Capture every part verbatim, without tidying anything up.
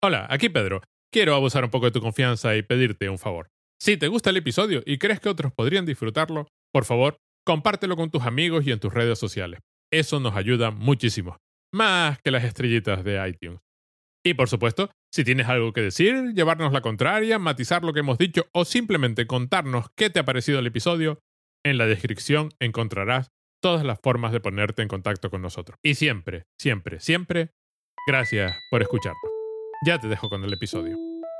Hola, aquí Pedro. Quiero abusar un poco de tu confianza y pedirte un favor. Si te gusta el episodio y crees que otros podrían disfrutarlo, por favor, compártelo con tus amigos y en tus redes sociales. Eso nos ayuda muchísimo. Más que las estrellitas de iTunes. Y por supuesto, si tienes algo que decir, llevarnos la contraria, matizar lo que hemos dicho o simplemente contarnos qué te ha parecido el episodio, en la descripción encontrarás todas las formas de ponerte en contacto con nosotros. Y siempre, siempre, siempre, gracias por escucharnos. Ya te dejo con el episodio.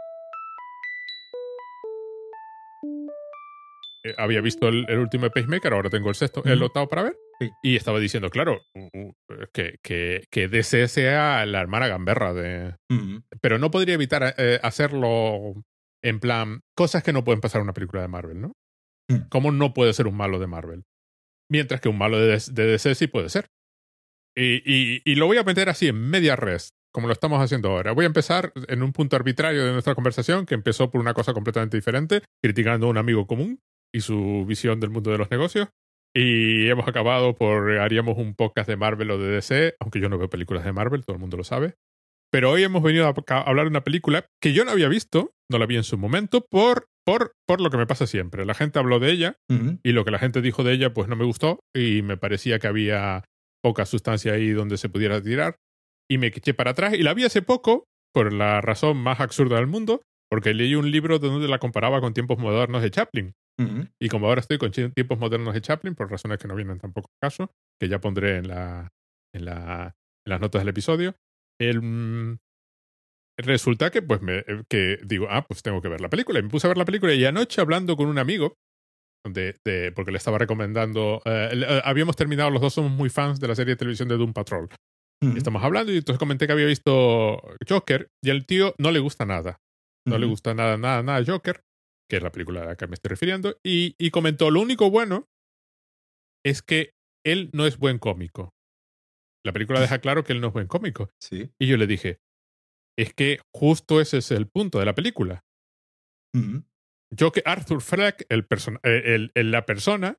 Eh, había visto el, el último de Pacemaker, ahora tengo el sexto, el octavo para ver. Sí. Y estaba diciendo, claro, uh, uh, que, que, que D C sea la hermana gamberra de... Uh-huh. Pero no podría evitar eh, hacerlo en plan, cosas que no pueden pasar en una película de Marvel, ¿no? Uh-huh. ¿Cómo no puede ser un malo de Marvel? Mientras que un malo de, de D C sí puede ser. Y, y, y lo voy a meter así en media res, como lo estamos haciendo ahora. Voy a empezar en un punto arbitrario de nuestra conversación, que empezó por una cosa completamente diferente, criticando a un amigo común y su visión del mundo de los negocios. Y hemos acabado por, haríamos un podcast de Marvel o de D C, aunque yo no veo películas de Marvel, todo el mundo lo sabe. Pero hoy hemos venido a hablar de una película que yo no había visto, no la vi en su momento, por, por, por lo que me pasa siempre. La gente habló de ella, Uh-huh. y lo que la gente dijo de ella pues no me gustó, y me parecía que había poca sustancia ahí donde se pudiera tirar, y me eché para atrás, y la vi hace poco, por la razón más absurda del mundo, porque leí un libro donde la comparaba con tiempos modernos de Chaplin. Uh-huh. Y como ahora estoy con tiempos modernos de Chaplin, por razones que no vienen tampoco al caso, que ya pondré en, la, en, la, en las notas del episodio, el, mm, resulta que pues me, que digo, ah, pues tengo que ver la película. Y me puse a ver la película, y anoche hablando con un amigo, de, de, porque le estaba recomendando, eh, eh, habíamos terminado, los dos somos muy fans de la serie de televisión de Doom Patrol. Uh-huh. Estamos hablando y entonces comenté que había visto Joker, y al tío no le gusta nada. No Uh-huh. le gusta nada, nada, nada Joker, que es la película a la que me estoy refiriendo, y, y comentó, lo único bueno es que él no es buen cómico. La película deja claro que él no es buen cómico. Sí. Y yo le dije, es que justo ese es el punto de la película. Uh-huh. Joker, Arthur Fleck, el person- el, el, la persona,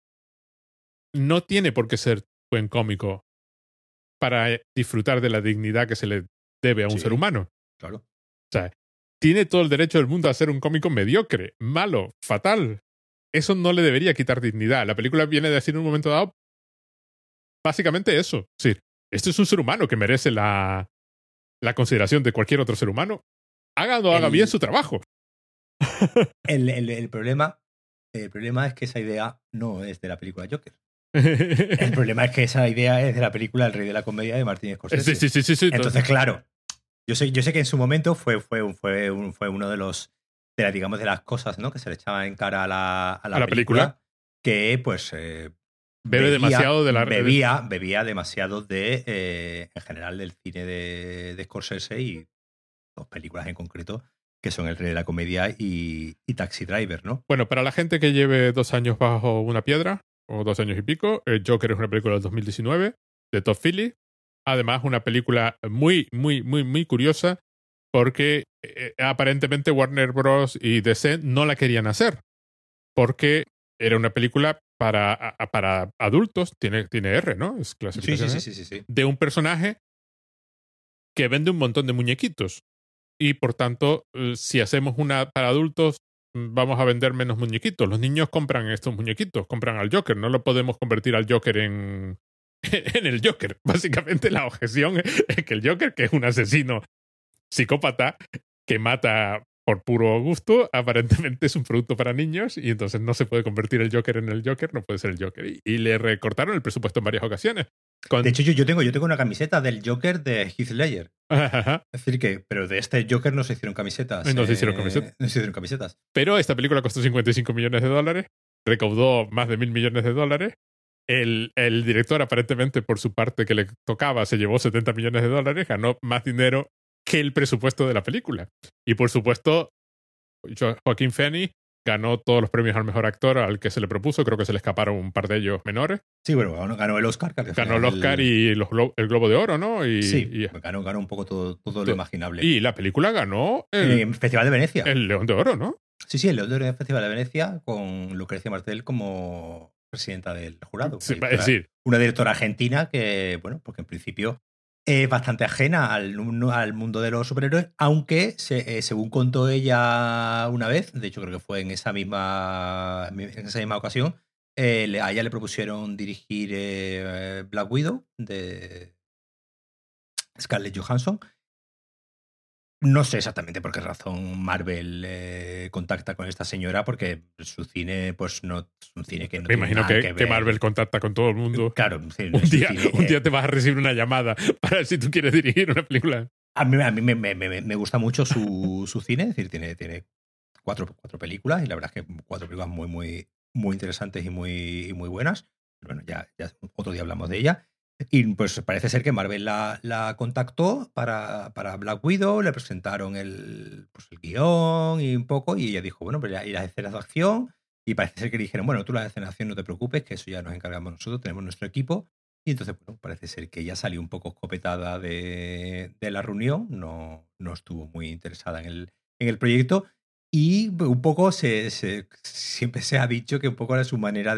no tiene por qué ser buen cómico para disfrutar de la dignidad que se le debe a un Sí. ser humano. Claro. O sea, tiene todo el derecho del mundo a ser un cómico mediocre, malo, fatal. Eso no le debería quitar dignidad. La película viene a decir en un momento dado básicamente eso. Sí, este es un ser humano que merece la, la consideración de cualquier otro ser humano. Haga o no haga El- bien su trabajo. El, el, el problema, el problema es que esa idea no es de la película Joker. sí, El problema es que esa idea es de la película El Rey de la Comedia de Martin Scorsese. sí, sí, sí, sí. Entonces, claro, yo sé, yo sé que en su momento fue, fue, un- fue, un- fue uno de los, de la, digamos, de las cosas, ¿no?, que se le echaba en cara a la, a la, A la película. que pues eh, Bebe demasiado de la- bebía, bebía demasiado de, eh, en general, del cine de, de Scorsese, y dos películas en concreto, que son El Rey de la Comedia y, y Taxi Driver, ¿no? Bueno, para la gente que lleve dos años bajo una piedra, o dos años y pico, eh, Joker es una película del dos mil diecinueve de Todd Phillips. Además, una película muy, muy, muy, muy curiosa, porque eh, aparentemente Warner Bros. Y D C no la querían hacer, porque era una película para, a- para adultos, tiene, tiene R, ¿no? Es Sí, sí, clasificación sí, R, sí, sí, sí. de un personaje que vende un montón de muñequitos. Y por tanto, eh, si hacemos una para adultos, mm, vamos a vender menos muñequitos. Los niños compran estos muñequitos, compran al Joker. No lo podemos convertir al Joker en, en el Joker. Básicamente la objeción es que el Joker, que es un asesino psicópata que mata por puro gusto, aparentemente es un producto para niños, y entonces no se puede convertir el Joker en el Joker, no puede ser el Joker. Y, y le recortaron el presupuesto en varias ocasiones. Con... De hecho, yo, yo, tengo, yo tengo una camiseta del Joker de Heath Ledger. Es decir, que, pero de este Joker no se hicieron camisetas. No se eh, hicieron camisetas. No se hicieron camisetas. Pero esta película costó cincuenta y cinco millones de dólares, recaudó más de mil millones de dólares. El, el director, aparentemente, por su parte que le tocaba, se llevó setenta millones de dólares, ganó más dinero que el presupuesto de la película. Y por supuesto, Jo- Joaquín Phoenix ganó todos los premios al mejor actor al que se le propuso. Creo que se le escaparon un par de ellos menores. Sí, bueno, ganó, ganó el Oscar. Que Ganó el Oscar y los Glo- el Globo de Oro, ¿no? Y, Sí, y, ganó, ganó un poco todo, todo lo to- imaginable. y la película ganó el, Eh, Festival de Venecia. el León de Oro, ¿no? Sí, sí, el León de Oro del Festival de Venecia, con Lucrecia Martel como presidenta del jurado. Sí, Hay es una- decir, una directora argentina que, bueno, porque en principio Es bastante ajena al, al mundo de los superhéroes, aunque se, eh, según contó ella una vez, de hecho creo que fue en esa misma, en esa misma ocasión, eh, le- a ella le propusieron dirigir eh, Black Widow de Scarlett Johansson. No sé exactamente por qué razón Marvel eh, contacta con esta señora, porque su cine, pues no es un cine que no Me tiene imagino nada que, que que ver. Marvel contacta con todo el mundo. Claro, en fin, Un es un día, cine, un eh, día te vas a recibir una llamada para ver si tú quieres dirigir una película. A mí, a mí me, me- me- me gusta mucho su, su cine, es decir, tiene, tiene cuatro, cuatro películas y la verdad es que cuatro películas muy, muy, muy interesantes y muy, y muy buenas. Pero bueno, ya, ya otro día hablamos de ella. Y pues parece ser que Marvel la, la contactó para, para Black Widow, le presentaron el, pues el guión y un poco, y ella dijo, bueno, pues ya, y las escenas de acción, y parece ser que le dijeron, bueno, tú las escenas de acción no te preocupes, que eso ya nos encargamos nosotros, tenemos nuestro equipo. Y entonces, bueno, parece ser que ella salió un poco escopetada de, de la reunión, no, no estuvo muy interesada en el, en el proyecto. Y un poco se, se- siempre se ha dicho que un poco era su manera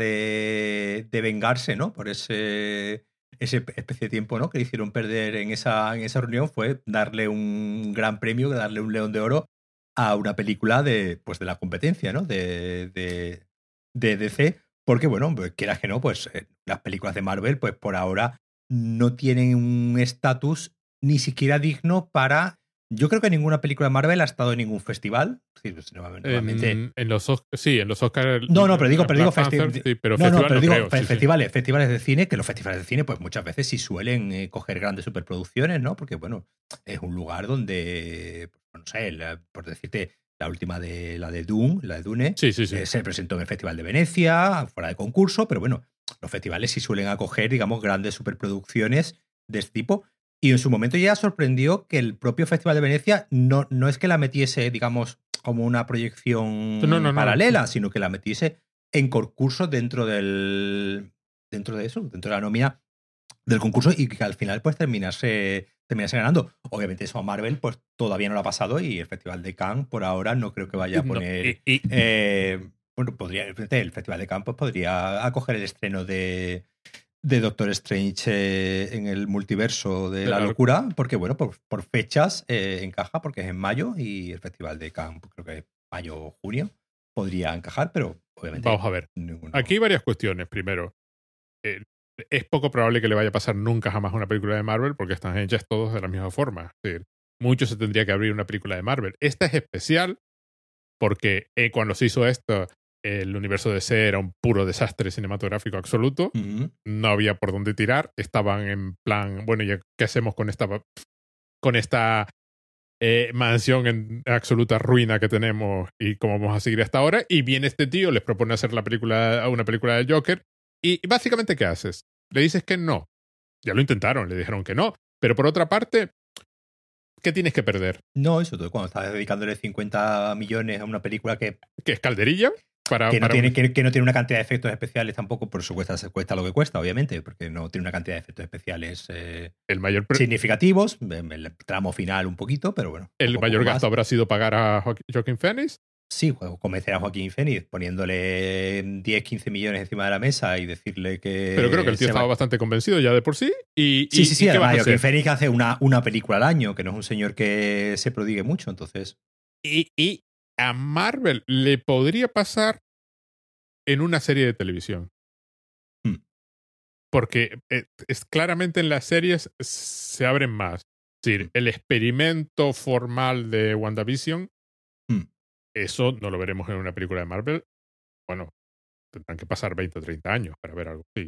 de, de vengarse, ¿no? Por ese, ese especie de tiempo, ¿no? Que le hicieron perder en esa, en esa reunión fue darle un gran premio, darle un León de Oro a una película de, pues, de la competencia, ¿no? De, de, de D C. Porque, bueno, pues, quieras que no, pues eh, las películas de Marvel, pues por ahora no tienen un estatus ni siquiera digno para. Yo creo que ninguna película de Marvel ha estado en ningún festival. Sí, pues, normalmente. En, en los, Os- sí, en los Oscars. No, no, pero digo, pero digo Black Panther, festi- sí, pero no, no, festival pero no digo creo. fe- Sí, sí. festivales, festivales de cine, que los festivales de cine, pues muchas veces sí suelen eh, coger grandes superproducciones, ¿no? Porque, bueno, es un lugar donde, pues, no sé, la- por decirte, la última de la de Dune, la de Dune, Sí, sí, sí. eh, se presentó en el Festival de Venecia, fuera de concurso, pero bueno, los festivales sí suelen acoger, digamos, grandes superproducciones de este tipo. Y en su momento ya sorprendió que el propio Festival de Venecia no, no es que la metiese, digamos, como una proyección No, no, no. paralela, sino que la metiese en concurso dentro del. Dentro de eso, dentro de la nómina del concurso y que al final pues terminase, terminase ganando. Obviamente eso a Marvel pues todavía no lo ha pasado y el Festival de Cannes por ahora no creo que vaya a No, poner. y- y- eh, bueno, podría, el Festival de Cannes pues, podría acoger el estreno de, de Doctor Strange eh, en el multiverso de De la la- locura, porque bueno, por, por fechas eh, encaja, porque es en mayo y el Festival de Cannes pues, creo que es mayo o junio, podría encajar, pero obviamente. Vamos a ver. ninguno. Aquí hay varias cuestiones. Primero, eh, es poco probable que le vaya a pasar nunca jamás una película de Marvel porque están hechas todos de la misma forma. Es decir, mucho se tendría que abrir una película de Marvel. Esta es especial porque eh, cuando se hizo esto, el universo de D C era un puro desastre cinematográfico absoluto. Ujú. No había por dónde tirar. Estaban en plan, bueno, ¿ya qué hacemos con esta, con esta eh, mansión en absoluta ruina que tenemos y cómo vamos a seguir hasta ahora? Y viene este tío, les propone hacer la película, una película de Joker. Y básicamente, ¿qué haces? Le dices que no. Ya lo intentaron, le dijeron que no. Pero por otra parte, ¿qué tienes que perder? No, eso todo cuando estás dedicándole cincuenta millones a una película que, ¿Qué es calderilla? Para, que, no para tiene, un- que, que no tiene una cantidad de efectos especiales tampoco, por supuesto, cuesta, cuesta lo que cuesta, obviamente, porque no tiene una cantidad de efectos especiales eh, el mayor, pre- significativos. El tramo final un poquito, pero bueno. el poco, mayor poco gasto más. habrá sido pagar a Jo- Joaquin Phoenix. Sí, pues, convencer a Joaquín Phoenix poniéndole diez, quince millones encima de la mesa y decirle que. Pero creo que el tío se va- estaba bastante convencido ya de por sí. Y, Sí, y- sí, sí. ¿y qué Además, vas a Joaquin hacer? Phoenix hace una, una película al año, que no es un señor que se prodigue mucho, entonces. Y, y a Marvel le podría pasar en una serie de televisión. Hmm. Porque eh, es, claramente en las series se abren más. Es decir, el experimento formal de WandaVision, Hmm. eso no lo veremos en una película de Marvel. Bueno, tendrán que pasar veinte o treinta años para ver algo así.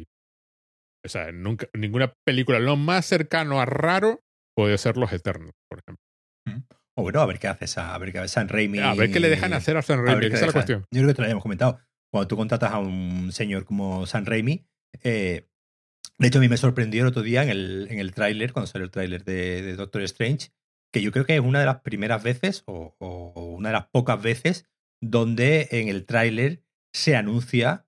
O sea, nunca, ninguna película, lo más cercano a raro puede ser Los Eternos, por ejemplo. O bueno, a ver qué hace esa, a ver qué hace San Raimi. A ver qué le dejan hacer a Sam A Raimi, ver qué esa es la deja. cuestión. Yo creo que te lo habíamos comentado. Cuando tú contratas a un señor como San Raimi, eh, de hecho a mí me sorprendió el otro día en el, en el tráiler, cuando salió el tráiler de, de Doctor Strange, que yo creo que es una de las primeras veces, o, o- o una de las pocas veces, donde en el tráiler se anuncia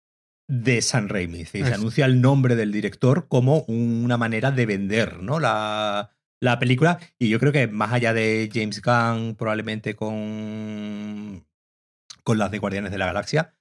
de San Raimi. Es decir, se Es- anuncia el nombre del director como una manera de vender, ¿no? La, la película. Y yo creo que más allá de James Gunn, probablemente con, con las de Guardianes de la Galaxia,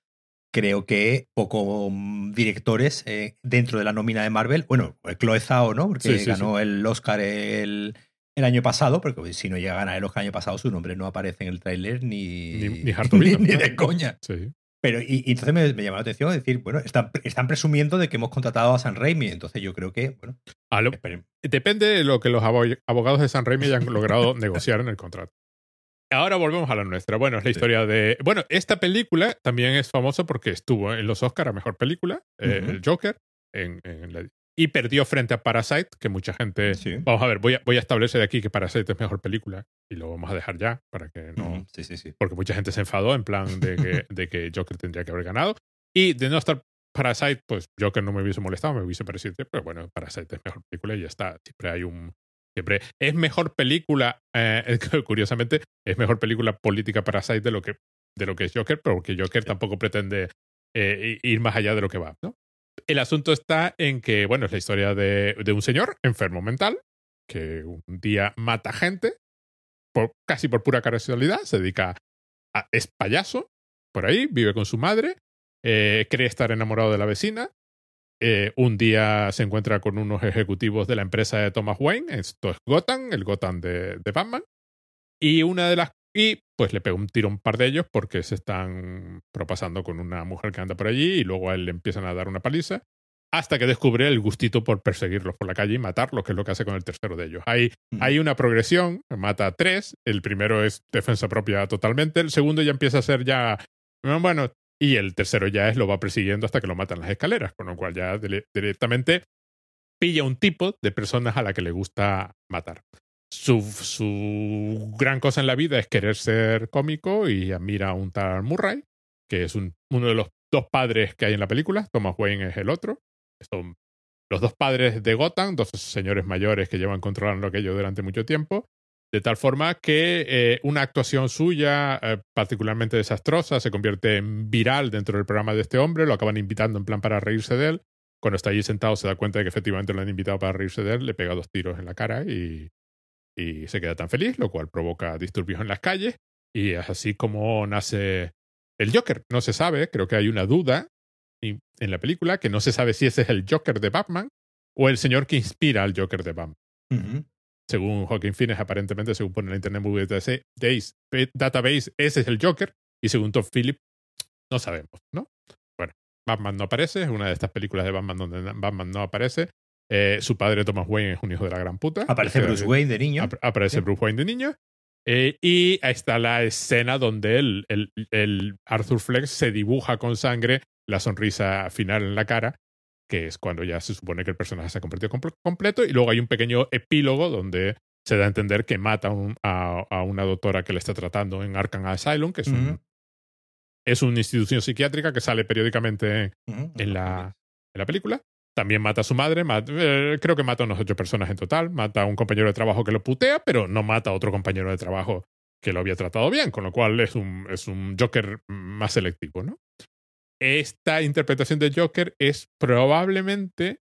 creo que pocos directores eh, dentro de la nómina de Marvel, bueno, Chloe Zhao, ¿no? Porque Sí, sí, ganó sí. el Oscar el, el año pasado, porque si no llega a ganar el Oscar el año pasado, su nombre no aparece en el tráiler Ni, ni, ni Harto ni, Vino, ni claro. de coña. Sí. Pero, y, y entonces me, me llamó la atención decir, bueno, están, están presumiendo de que hemos contratado a Sam Raimi, entonces yo creo que, bueno, A lo- esperen. depende de lo que los abo- abogados de San Raimi hayan logrado negociar en el contrato. Ahora volvemos a la nuestra. Bueno, es la Sí. historia de... Bueno, esta película también es famosa porque estuvo en los Oscars a Mejor Película, eh, Ujú. el Joker, en, en la- y perdió frente a Parasite, que mucha gente... Sí. Vamos a ver, voy a, voy a establecer aquí que Parasite es mejor película y lo vamos a dejar ya para que no... Ujú. Sí, sí, sí. Porque mucha gente se enfadó en plan de que, de que Joker tendría que haber ganado. Y de no estar Parasite, pues Joker no me hubiese molestado, me hubiese parecido... Pero bueno, Parasite es mejor película y ya está. Siempre hay un... Siempre es mejor película, eh, curiosamente, es mejor película política Parasite de lo que, de lo que es Joker, porque Joker Sí. tampoco pretende eh, ir más allá de lo que va, ¿no? El asunto está en que, bueno, es la historia de, de un señor enfermo mental que un día mata gente, por, casi por pura casualidad, se dedica a... es payaso, por ahí, vive con su madre, eh, cree estar enamorado de la vecina. Eh, un día se encuentra con unos ejecutivos de la empresa de Thomas Wayne, esto es Gotham, el Gotham de, de Batman, y una de las y pues le pega un tiro a un par de ellos porque se están propasando con una mujer que anda por allí y luego a él le empiezan a dar una paliza hasta que descubre el gustito por perseguirlos por la calle y matarlos, que es lo que hace con el tercero de ellos. Hay, Ujú. hay una progresión, mata a tres, el primero es defensa propia totalmente, el segundo ya empieza a ser ya, bueno, y el tercero ya es lo va persiguiendo hasta que lo matan en las escaleras, con lo cual ya dire- directamente pilla un tipo de personas a la que le gusta matar. Su, su gran cosa en la vida es querer ser cómico y admira a un tal Murray, que es un, uno de los dos padres que hay en la película. Thomas Wayne es el otro. Son los dos padres de Gotham, dos señores mayores que llevan controlando aquello durante mucho tiempo. De tal forma que eh, una actuación suya eh, particularmente desastrosa se convierte en viral dentro del programa de este hombre. Lo acaban invitando en plan para reírse de él. Cuando está allí sentado se da cuenta de que efectivamente lo han invitado para reírse de él. Le pega dos tiros en la cara y, y se queda tan feliz, lo cual provoca disturbios en las calles. Y es así como nace el Joker. No se sabe, creo que hay una duda en la película, que no se sabe si ese es el Joker de Batman o el señor que inspira al Joker de Batman. Ujú. Según Joaquin Phoenix, aparentemente, según pone la Internet Movie Database, Database, ese es el Joker. Y según Todd Phillips, no sabemos, ¿no? Bueno, Batman no aparece, es una de estas películas de Batman donde Batman no aparece. Eh, su padre, Thomas Wayne, es un hijo de la gran puta. Aparece Este, Bruce Wayne de niño. ap- aparece Sí. Bruce Wayne de niño. Eh, y ahí está la escena donde el, el, el Arthur Fleck se dibuja con sangre la sonrisa final en la cara, que es cuando ya se supone que el personaje se ha convertido comple- completo, y luego hay un pequeño epílogo donde se da a entender que mata a, un- a- a una doctora que le está tratando en Arkham Asylum, que es, un, Ujú. es una institución psiquiátrica que sale periódicamente Ujú. en la, en la película. También mata a su madre, mat- eh, creo que mata a unas ocho personas en total, mata a un compañero de trabajo que lo putea, pero no mata a otro compañero de trabajo que lo había tratado bien, con lo cual es un, es un Joker más selectivo, ¿no? Esta interpretación de Joker es probablemente...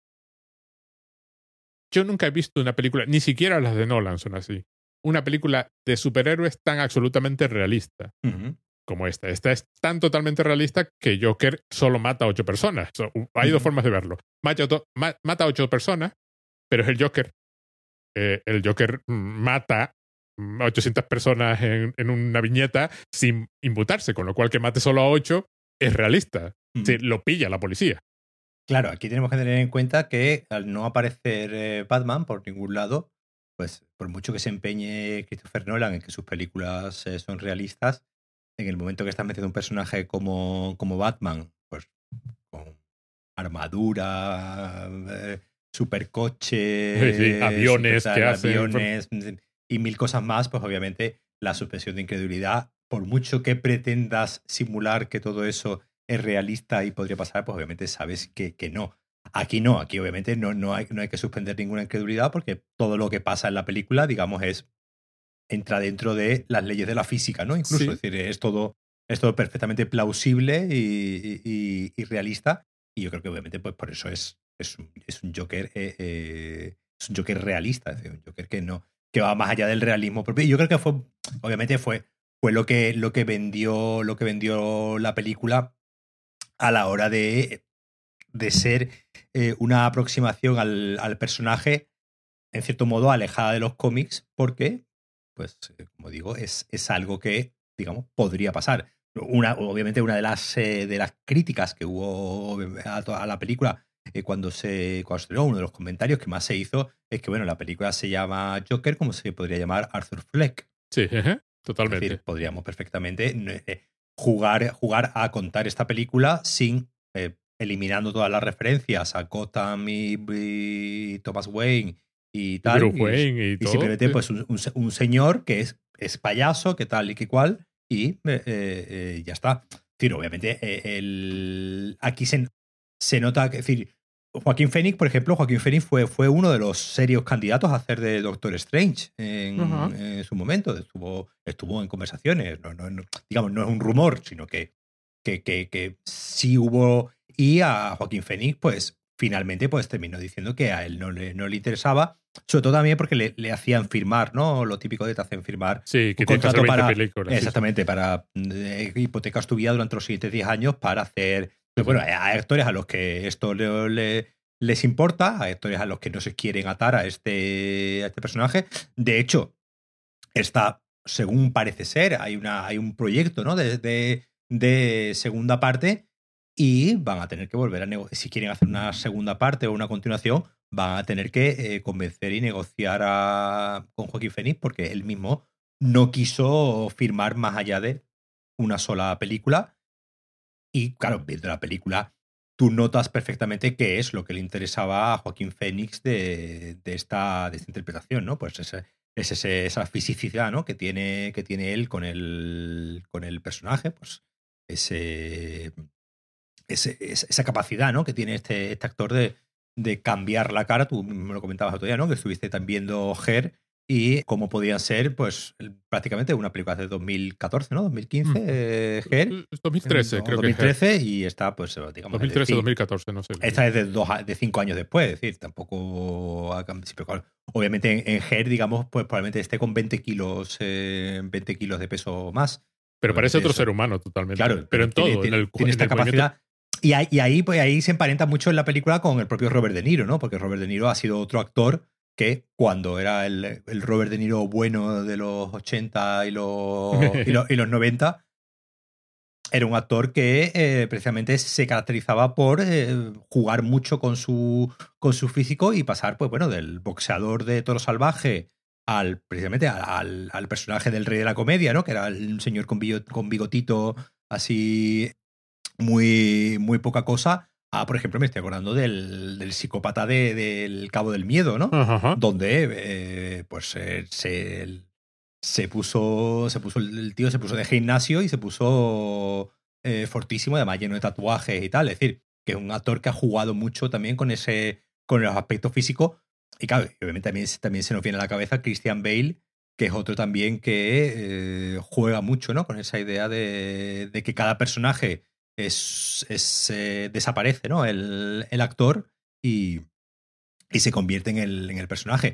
Yo nunca he visto una película, ni siquiera las de Nolan son así, una película de superhéroes tan absolutamente realista Ujú. como esta. Esta es tan totalmente realista que Joker solo mata a ocho personas. So, hay dos Ujú. formas de verlo. Mata, to- ma- mata a ocho personas, pero es el Joker. Eh, el Joker mm, mata mm, a ochocientas personas en, en una viñeta sin imputarse, con lo cual que mate solo a ocho es realista. Ujú. Sí, lo pilla la policía. Claro, aquí tenemos que tener en cuenta que al no aparecer eh, Batman por ningún lado, pues por mucho que se empeñe Christopher Nolan en que sus películas eh, son realistas, en el momento que estás metiendo un personaje como, como Batman, pues con armadura, eh, supercoche, Sí, aviones super que tal, hacen- aviones y mil cosas más, pues obviamente la suspensión de incredulidad, por mucho que pretendas simular que todo eso es realista y podría pasar, pues obviamente sabes que, que no. Aquí no, aquí obviamente no, no, hay, no hay que suspender ninguna incredulidad porque todo lo que pasa en la película, digamos, es entra dentro de las leyes de la física, ¿no? Incluso, Sí. es decir, es todo, es todo perfectamente plausible y, y- y realista. Y yo creo que obviamente, pues por eso es, es, un, es un Joker, eh, eh, es un Joker realista, es decir, un Joker que no, que va más allá del realismo propio. Y yo creo que fue, obviamente, fue, fue lo que, lo que vendió, lo que vendió la película a la hora de, de ser eh, una aproximación al, al personaje, en cierto modo, alejada de los cómics, porque, pues, eh, como digo, es, es algo que, digamos, podría pasar. Una, obviamente, una de las, eh, de las críticas que hubo a, a la película eh, cuando se cuando se estrenó, uno de los comentarios que más se hizo es que, bueno, la película se llama Joker, como se podría llamar Arthur Fleck. Sí, totalmente. Es decir, podríamos perfectamente eh, jugar, jugar a contar esta película sin eh, eliminando todas las referencias a Gotham y, y Thomas Wayne y tal. Y, Bruce Wayne y, y, todo, y simplemente sí. pues un, un, un señor que es, es payaso, que tal y que cual, y eh, eh, ya está. Es decir, obviamente, eh, el, aquí se, se nota que, es decir, Joaquín Phoenix, por ejemplo, Joaquín Phoenix fue, fue uno de los serios candidatos a hacer de Doctor Strange en, uh-huh. en su momento. Estuvo, estuvo en conversaciones. No, no, no, digamos, no es un rumor, sino que, que, que, que sí hubo. Y a Joaquín Phoenix, pues, finalmente, pues terminó diciendo que a él no le, no le interesaba. Sobre todo también porque le, le hacían firmar, ¿no? Lo típico de te hacen firmar sí, que un contrato para. Películas, exactamente, sí, sí. para eh, hipotecas tu vida durante los siguientes diez años para hacer. Pero bueno, hay actores a los que esto le, le, les importa, hay actores a los que no se quieren atar a este, a este personaje. De hecho, está, según parece ser, hay, una, hay un proyecto, ¿no? de, de, de segunda parte y van a tener que volver a negociar. Si quieren hacer una segunda parte o una continuación, van a tener que eh, convencer y negociar a, con Joaquín Phoenix porque él mismo no quiso firmar más allá de una sola película. Y claro, viendo la película, tú notas perfectamente qué es lo que le interesaba a Joaquín Phoenix de, de, esta, de esta interpretación, ¿no? Pues ese, es ese, esa fisicidad, ¿no? que, tiene, que tiene él con el, con el personaje, pues ese, ese, esa capacidad, ¿no? que tiene este, este actor de, de cambiar la cara. Tú me lo comentabas otro día, ¿no? Que estuviste también viendo Her y cómo podían ser, pues, prácticamente una película de dos mil catorce, ¿no? dos mil quince, mm. eh, Her. dos mil trece, no, creo dos mil trece, que Her. Y está, pues, digamos... dos mil trece, dos mil catorce, no sé. Esta es de, dos, de cinco años después, es decir, tampoco... Obviamente en, en Her, digamos, pues probablemente esté con veinte kilos, eh, veinte kilos de peso más. Pero parece otro eso. ser humano totalmente. Claro, pero, pero en tiene, todo. Tiene, en el, tiene esta en el capacidad... movimiento... Y, ahí, y ahí, pues, ahí se emparenta mucho en la película con el propio Robert De Niro, ¿no? Porque Robert De Niro ha sido otro actor que cuando era el, el Robert De Niro bueno de los ochenta y los, y los, y los noventa, era un actor que eh, precisamente se caracterizaba por eh, jugar mucho con su, con su físico y pasar, pues bueno, del boxeador de Toro Salvaje al precisamente al, al personaje del rey de la comedia, ¿no? Que era un señor con, bigot, con bigotito así muy, muy poca cosa. Ah, por ejemplo, me estoy acordando del, del psicópata de, del Cabo del Miedo, ¿no? Ajá. Donde, eh, pues, eh, se, se puso, se puso el tío se puso de gimnasio y se puso eh, fortísimo, además lleno de tatuajes y tal. Es decir, que es un actor que ha jugado mucho también con ese, con los aspectos físicos. Y claro, obviamente también, también se nos viene a la cabeza Christian Bale, que es otro también que eh, juega mucho, ¿no? Con esa idea de, de que cada personaje es, es eh, desaparece, ¿no? El, el actor y, y se convierte en el, en el personaje.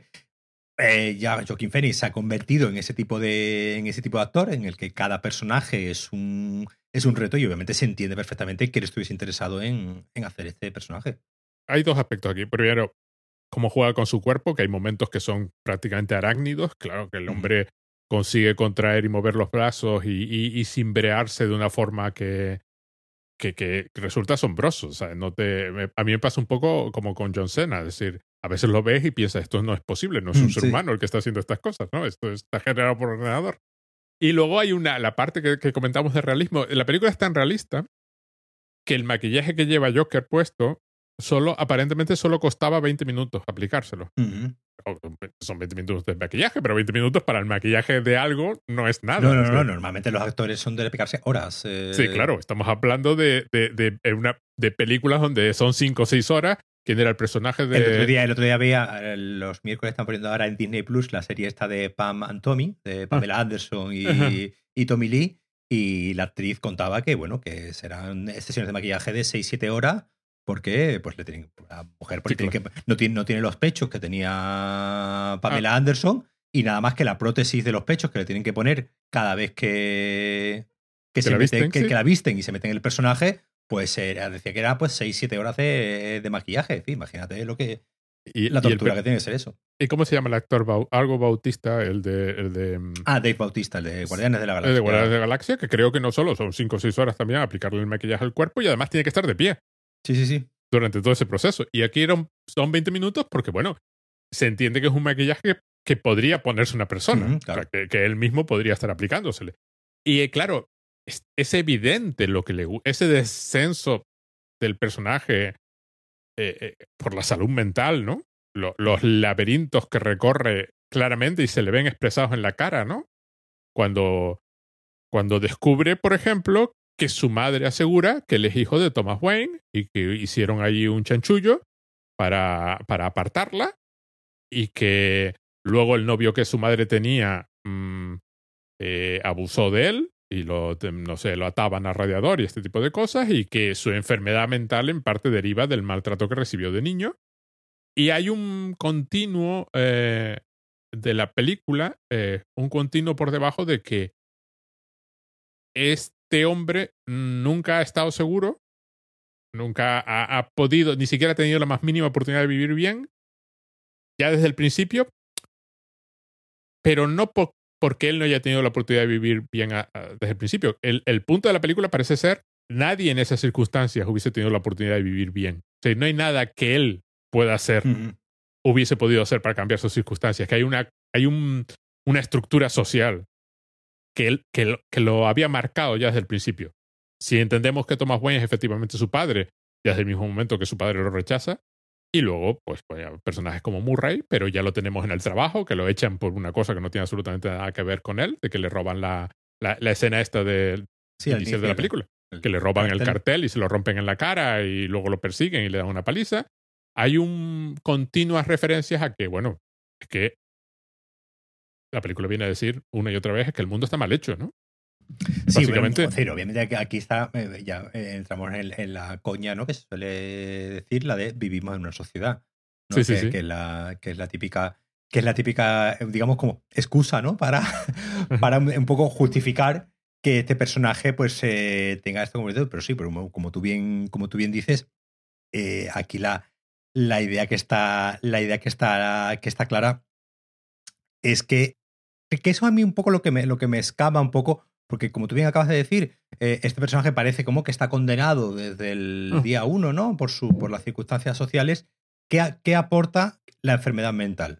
Eh, ya Joaquin Phoenix se ha convertido en ese tipo de en ese tipo de actor en el que cada personaje es un es un reto y obviamente se entiende perfectamente que estuviese interesado en, en hacer este personaje. Hay dos aspectos aquí. Primero, cómo juega con su cuerpo, que hay momentos que son prácticamente arácnidos. Claro que el hombre uh-huh. consigue contraer y mover los brazos y, y, y cimbrearse de una forma que Que, que resulta asombroso. O sea, no te, me, a mí me pasa un poco como con John Cena, es decir, a veces lo ves y piensas, esto no es posible, no es un sí. ser humano el que está haciendo estas cosas, ¿no? Esto está generado por ordenador. Y luego hay una, la parte que, que comentamos de realismo. La película es tan realista que el maquillaje que lleva Joker puesto solo, aparentemente solo costaba veinte minutos aplicárselo. Uh-huh. Son veinte minutos de maquillaje, pero veinte minutos para el maquillaje de algo no es nada. No, no, no, no. Normalmente los actores son de picarse horas. Eh... Sí, claro. Estamos hablando de, de, de, de, una, de películas donde son cinco o seis horas. ¿Quién era el personaje de...? El otro día, el otro día veía, los miércoles están poniendo ahora en Disney Plus la serie esta de Pam and Tommy, de Pamela ah. Anderson y, uh-huh. y Tommy Lee, y la actriz contaba que, bueno, que serán sesiones de maquillaje de seis siete horas, porque pues le tienen la mujer porque sí, tiene claro. que, no, tiene, no tiene los pechos que tenía Pamela ah. Anderson y nada más que la prótesis de los pechos que le tienen que poner cada vez que, que, que, se la, mete, visten, que, sí. que la visten y se meten en el personaje, pues era, decía que era pues seis siete horas de, de maquillaje. En fin, imagínate lo que Y, la y el tortura pe- que tiene que ser eso. ¿Y cómo se llama el actor? Bau- algo Bautista, el de, el de, mm, Ah, Dave Bautista, el de Guardianes de la el de Galaxia. Guardianes de la Galaxia, que creo que no solo son cinco o seis horas también aplicarle el maquillaje al cuerpo y además tiene que estar de pie Sí, sí, sí. durante todo ese proceso. Y aquí eran, son veinte minutos porque, bueno, se entiende que es un maquillaje que, que podría ponerse una persona, Ujú, claro. o sea, que, que él mismo podría estar aplicándosele. Y eh, claro, es, es evidente lo que le gu- ese descenso del personaje eh, eh, por la salud mental, ¿no? Lo- los laberintos que recorre claramente y se le ven expresados en la cara, ¿no? Cuando, cuando descubre, por ejemplo, que su madre asegura que él es hijo de Thomas Wayne y que hicieron allí un chanchullo para, para apartarla y que luego el novio que su madre tenía mm, eh, abusó de él y lo, te- no sé, lo ataban al radiador y este tipo de cosas y que su enfermedad mental en parte deriva del maltrato que recibió de niño. Y hay un continuo eh, de la película, eh, un continuo por debajo de que este hombre nunca ha estado seguro, nunca ha, ha podido, ni siquiera ha tenido la más mínima oportunidad de vivir bien, ya desde el principio, pero no po- porque él no haya tenido la oportunidad de vivir bien a- a- desde el principio. El, el punto de la película parece ser, nadie en esas circunstancias hubiese tenido la oportunidad de vivir bien. O sea, no hay nada que él pueda hacer, Ujú. hubiese podido hacer para cambiar sus circunstancias, que hay una, hay un, una estructura social que, él, que, lo, que lo había marcado ya desde el principio. Si entendemos que Thomas Wayne es efectivamente su padre, ya desde el mismo momento que su padre lo rechaza, y luego, pues, pues ya, personajes como Murray, pero ya lo tenemos en el trabajo, que lo echan por una cosa que no tiene absolutamente nada que ver con él, de que le roban la, la, la escena esta de, Sí, al inicial de la inicio, película, el que le roban el cartel. cartel y se lo rompen en la cara y luego lo persiguen y le dan una paliza. Hay un continuas referencias a que, bueno, es que la película viene a decir una y otra vez es que el mundo está mal hecho, ¿no? Sí, Básicamente. bueno, Ciro, obviamente aquí- aquí está, eh, ya eh, entramos en, en la coña, ¿no? Que se suele decir, la de vivimos en una sociedad, ¿no? Sí, sí, que, sí. que es la, que es la típica, que es la típica, eh, digamos, como excusa, ¿no? Para, para un, un poco justificar que este personaje, pues, eh, tenga esto como pero sí, pero como, como tú bien, como tú bien dices, eh, aquí la, la idea que está, la idea que está, que está clara es que, que eso a mí un poco lo que me, lo que me escapa un poco, porque como tú bien acabas de decir, eh, este personaje parece como que está condenado desde el Oh. día uno, ¿no? Por, su, por las circunstancias sociales. ¿Qué, a- qué aporta la enfermedad mental?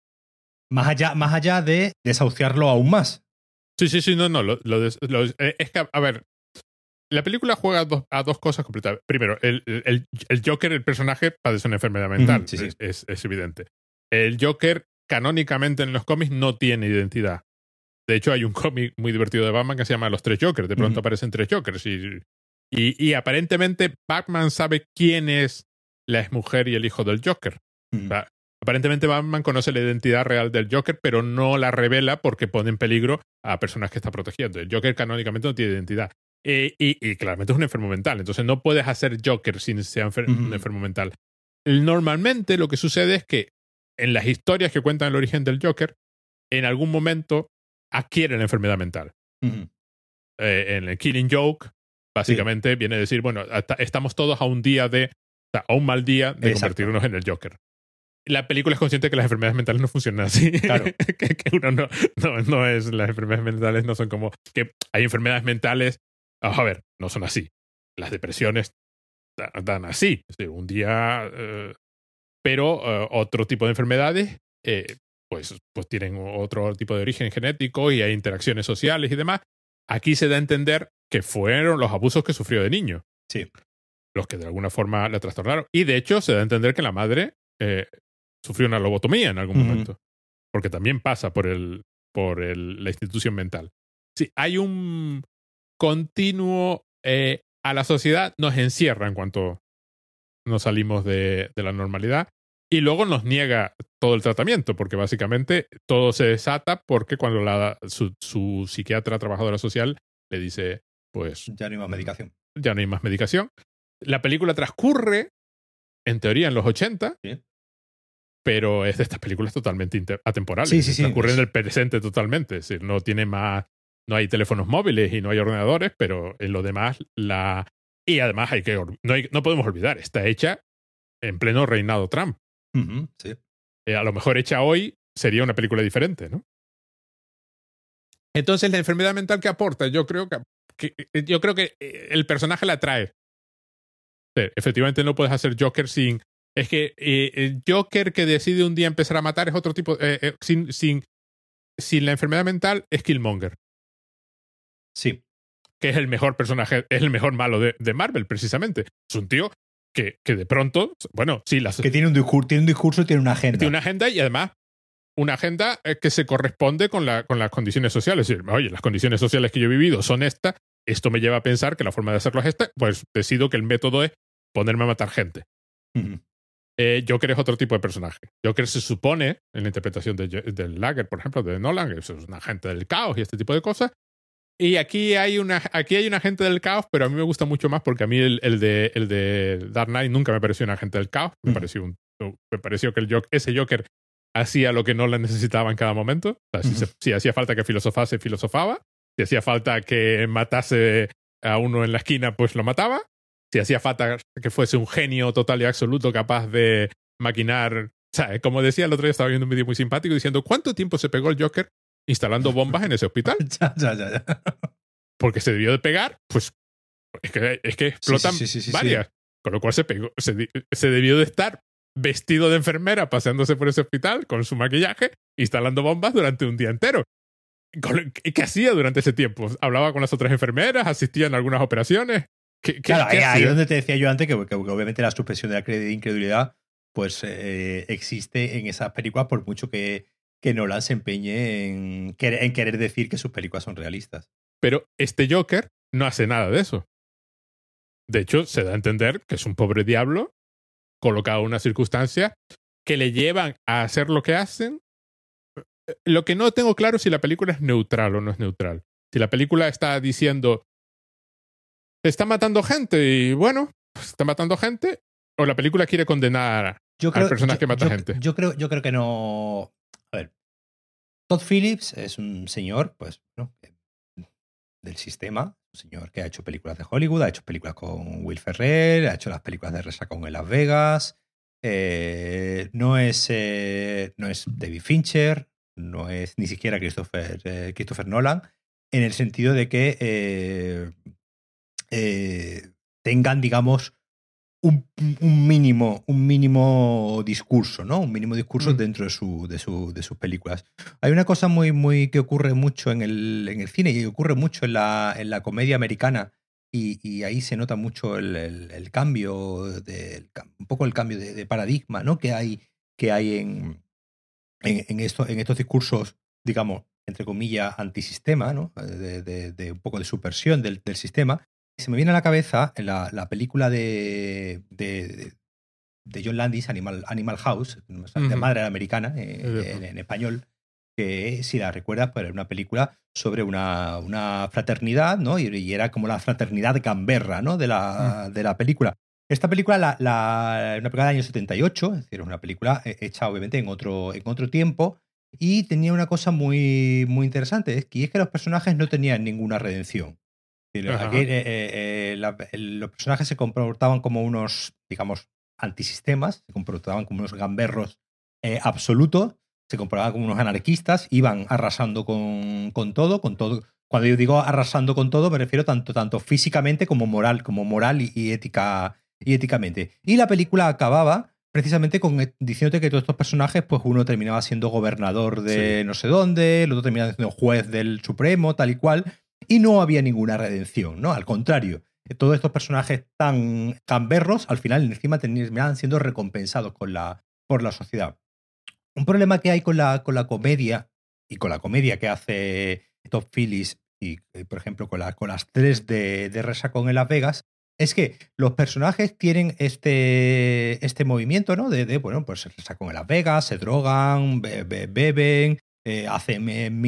Más allá, más allá de desahuciarlo aún más. Sí, sí, sí, no, no. Lo, lo des- lo- eh, es que, a ver, la película juega a dos, a dos cosas completas. Primero, el, el, el Joker, el personaje, padece una enfermedad mental. Ujú, sí, sí. Es, es, es evidente. El Joker, canónicamente en los cómics, no tiene identidad. De hecho, hay un cómic muy divertido de Batman que se llama Los Tres Jokers. De pronto Ujú. aparecen tres Jokers. Y, y, y aparentemente Batman sabe quién es la exmujer y el hijo del Joker. Ujú. O sea, aparentemente Batman conoce la identidad real del Joker, pero no la revela porque pone en peligro a personas que está protegiendo. El Joker canónicamente no tiene identidad. Eh, y, y claramente es un enfermo mental. Entonces no puedes hacer Joker sin ser enfer- Ujú. un enfermo mental. Normalmente lo que sucede es que en las historias que cuentan el origen del Joker, en algún momento adquiere la enfermedad mental. Ujú. Eh, en el Killing Joke, básicamente viene a decir, bueno, hasta- estamos todos a un día de, o sea, a un mal día de Exacto. convertirnos en el Joker. La película es consciente de que las enfermedades mentales no funcionan así. Claro. que, que uno no, no, no es, las enfermedades mentales no son como, que hay enfermedades mentales, vamos a ver, no son así. Las depresiones da- dan así. Es decir, un día, eh, pero eh, otro tipo de enfermedades, eh, pues, pues tienen otro tipo de origen genético y hay interacciones sociales y demás. Aquí se da a entender que fueron los abusos que sufrió de niño Sí. los que de alguna forma le trastornaron. Y de hecho se da a entender que la madre eh, sufrió una lobotomía en algún Ujú. momento, porque también pasa por, el, por el, la institución mental. Sí, hay un continuo eh, a la sociedad, nos encierra en cuanto nos salimos de, de la normalidad y luego nos niega todo el tratamiento, porque básicamente todo se desata porque cuando la, su, su psiquiatra trabajadora social le dice, pues Ya no hay más medicación. ya no hay más medicación. La película transcurre, en teoría, en los ochenta, Sí. pero es de estas películas totalmente inter- atemporales. Sí, sí, sí. Transcurre en Es- el presente totalmente. Es decir, no tiene más, no hay teléfonos móviles y no hay ordenadores, pero en lo demás, la, Y además hay que no, hay, no podemos olvidar, está hecha en pleno reinado Trump. Uh-huh, sí. Eh, a lo mejor hecha hoy sería una película diferente, ¿no? Entonces la enfermedad mental que aporta, yo creo que, que yo creo que el personaje la trae. Sí, efectivamente no puedes hacer Joker sin... Es que eh, el Joker que decide un día empezar a matar es otro tipo... Eh, eh, sin, sin, sin la enfermedad mental es Killmonger. Sí. Que es el mejor personaje, es el mejor malo de, de Marvel, precisamente. Es un tío que, que de pronto... Bueno, sí, las... Que tiene un, discurso, tiene un discurso y tiene una agenda. Tiene una agenda y además una agenda que se corresponde con, la, con las condiciones sociales. Es decir, oye, las condiciones sociales que yo he vivido son estas, esto me lleva a pensar que la forma de hacerlo es esta, pues decido que el método es ponerme a matar gente. Uh-huh. Eh, Joker es otro tipo de personaje. Joker se supone, en la interpretación de, de Lager, por ejemplo, de Nolan, que es un agente del caos y este tipo de cosas. Y aquí hay una, aquí hay un agente del caos, pero a mí me gusta mucho más porque a mí el, el, de, el de Dark Knight nunca me pareció un agente del caos. Me, uh-huh. pareció, un, me pareció que el Joker, ese Joker hacía lo que Nolan necesitaba en cada momento. O sea, uh-huh. si, se, si hacía falta que filosofase, filosofaba. Si hacía falta que matase a uno en la esquina, pues lo mataba. Si hacía falta que fuese un genio total y absoluto capaz de maquinar... O sea, como decía el otro día, estaba viendo un vídeo muy simpático diciendo ¿cuánto tiempo se pegó el Joker instalando bombas en ese hospital? ya, ya, ya, ya. Porque se debió de pegar, pues es que, es que explotan sí, sí, sí, sí, varias. Sí. Con lo cual se pegó, se, se debió de estar vestido de enfermera paseándose por ese hospital con su maquillaje, instalando bombas durante un día entero. ¿Qué hacía durante ese tiempo? ¿Hablaba con las otras enfermeras? ¿Asistía en algunas operaciones? ¿Qué, claro, qué, qué ahí es donde te decía yo antes que, que, que obviamente la suspensión de la incredulidad pues eh, existe en esas películas por mucho que, que Nolan se empeñe en querer, en querer decir que sus películas son realistas. Pero este Joker no hace nada de eso. De hecho, se da a entender que es un pobre diablo colocado en una circunstancia que le llevan a hacer lo que hacen. Lo que no tengo claro es si la película es neutral o no es neutral. Si la película está diciendo está matando gente y bueno, pues está matando gente, o la película quiere condenar yo creo, al personaje yo, que mata yo, gente. Yo creo, yo creo que no. A ver, Todd Phillips es un señor, pues, ¿no? del sistema, un señor que ha hecho películas de Hollywood, ha hecho películas con Will Ferrell, ha hecho las películas de Resacón en Las Vegas. Eh, no es eh, no es David Fincher, no es ni siquiera Christopher, eh, Christopher Nolan, en el sentido de que eh, eh, tengan, digamos, un, un mínimo un mínimo discurso, ¿no? Un mínimo discurso mm. dentro de, su, de, su, de sus películas. Hay una cosa muy, muy que ocurre mucho en el, en el cine y ocurre mucho en la, en la comedia americana y, y ahí se nota mucho el, el, el cambio, de, el, un poco el cambio de, de paradigma, ¿no? que hay, que hay en, en, en, esto, en estos discursos, digamos, entre comillas, antisistema, ¿no? de, de, de un poco de subversión del, del sistema. Se me viene a la cabeza la, la película de, de, de John Landis, Animal, Animal House, uh-huh. de madre americana, eh, uh-huh. en, en español, que si la recuerdas, pues era una película sobre una, una fraternidad, ¿no? Y, y era como la fraternidad gamberra, ¿no? de, la, uh-huh. de la película. Esta película, la, la, una película del año setenta y ocho, es decir, es una película hecha obviamente en otro, en otro tiempo, y tenía una cosa muy, muy interesante, y es que los personajes no tenían ninguna redención. Aquí, eh, eh, la, los personajes se comportaban como unos, digamos, antisistemas, se comportaban como unos gamberros eh, absolutos, se comportaban como unos anarquistas, iban arrasando con, con todo, con todo. Cuando yo digo arrasando con todo, me refiero tanto, tanto físicamente como moral, como moral y, y ética, y éticamente. Y la película acababa precisamente con diciéndote que todos estos personajes, pues uno terminaba siendo gobernador de sí. no sé dónde, el otro terminaba siendo juez del Supremo, tal y cual. Y no había ninguna redención, ¿no? Al contrario, todos estos personajes tan gamberros, al final encima terminaban siendo recompensados con la, por la sociedad. Un problema que hay con la, con la comedia, y con la comedia que hace Todd Phillips, y por ejemplo con, la, con las tres de, de Resacón en Las Vegas, es que los personajes tienen este, este movimiento, ¿no? De, de, bueno, pues Resacón en Las Vegas, se drogan, be, be, beben, eh, hacen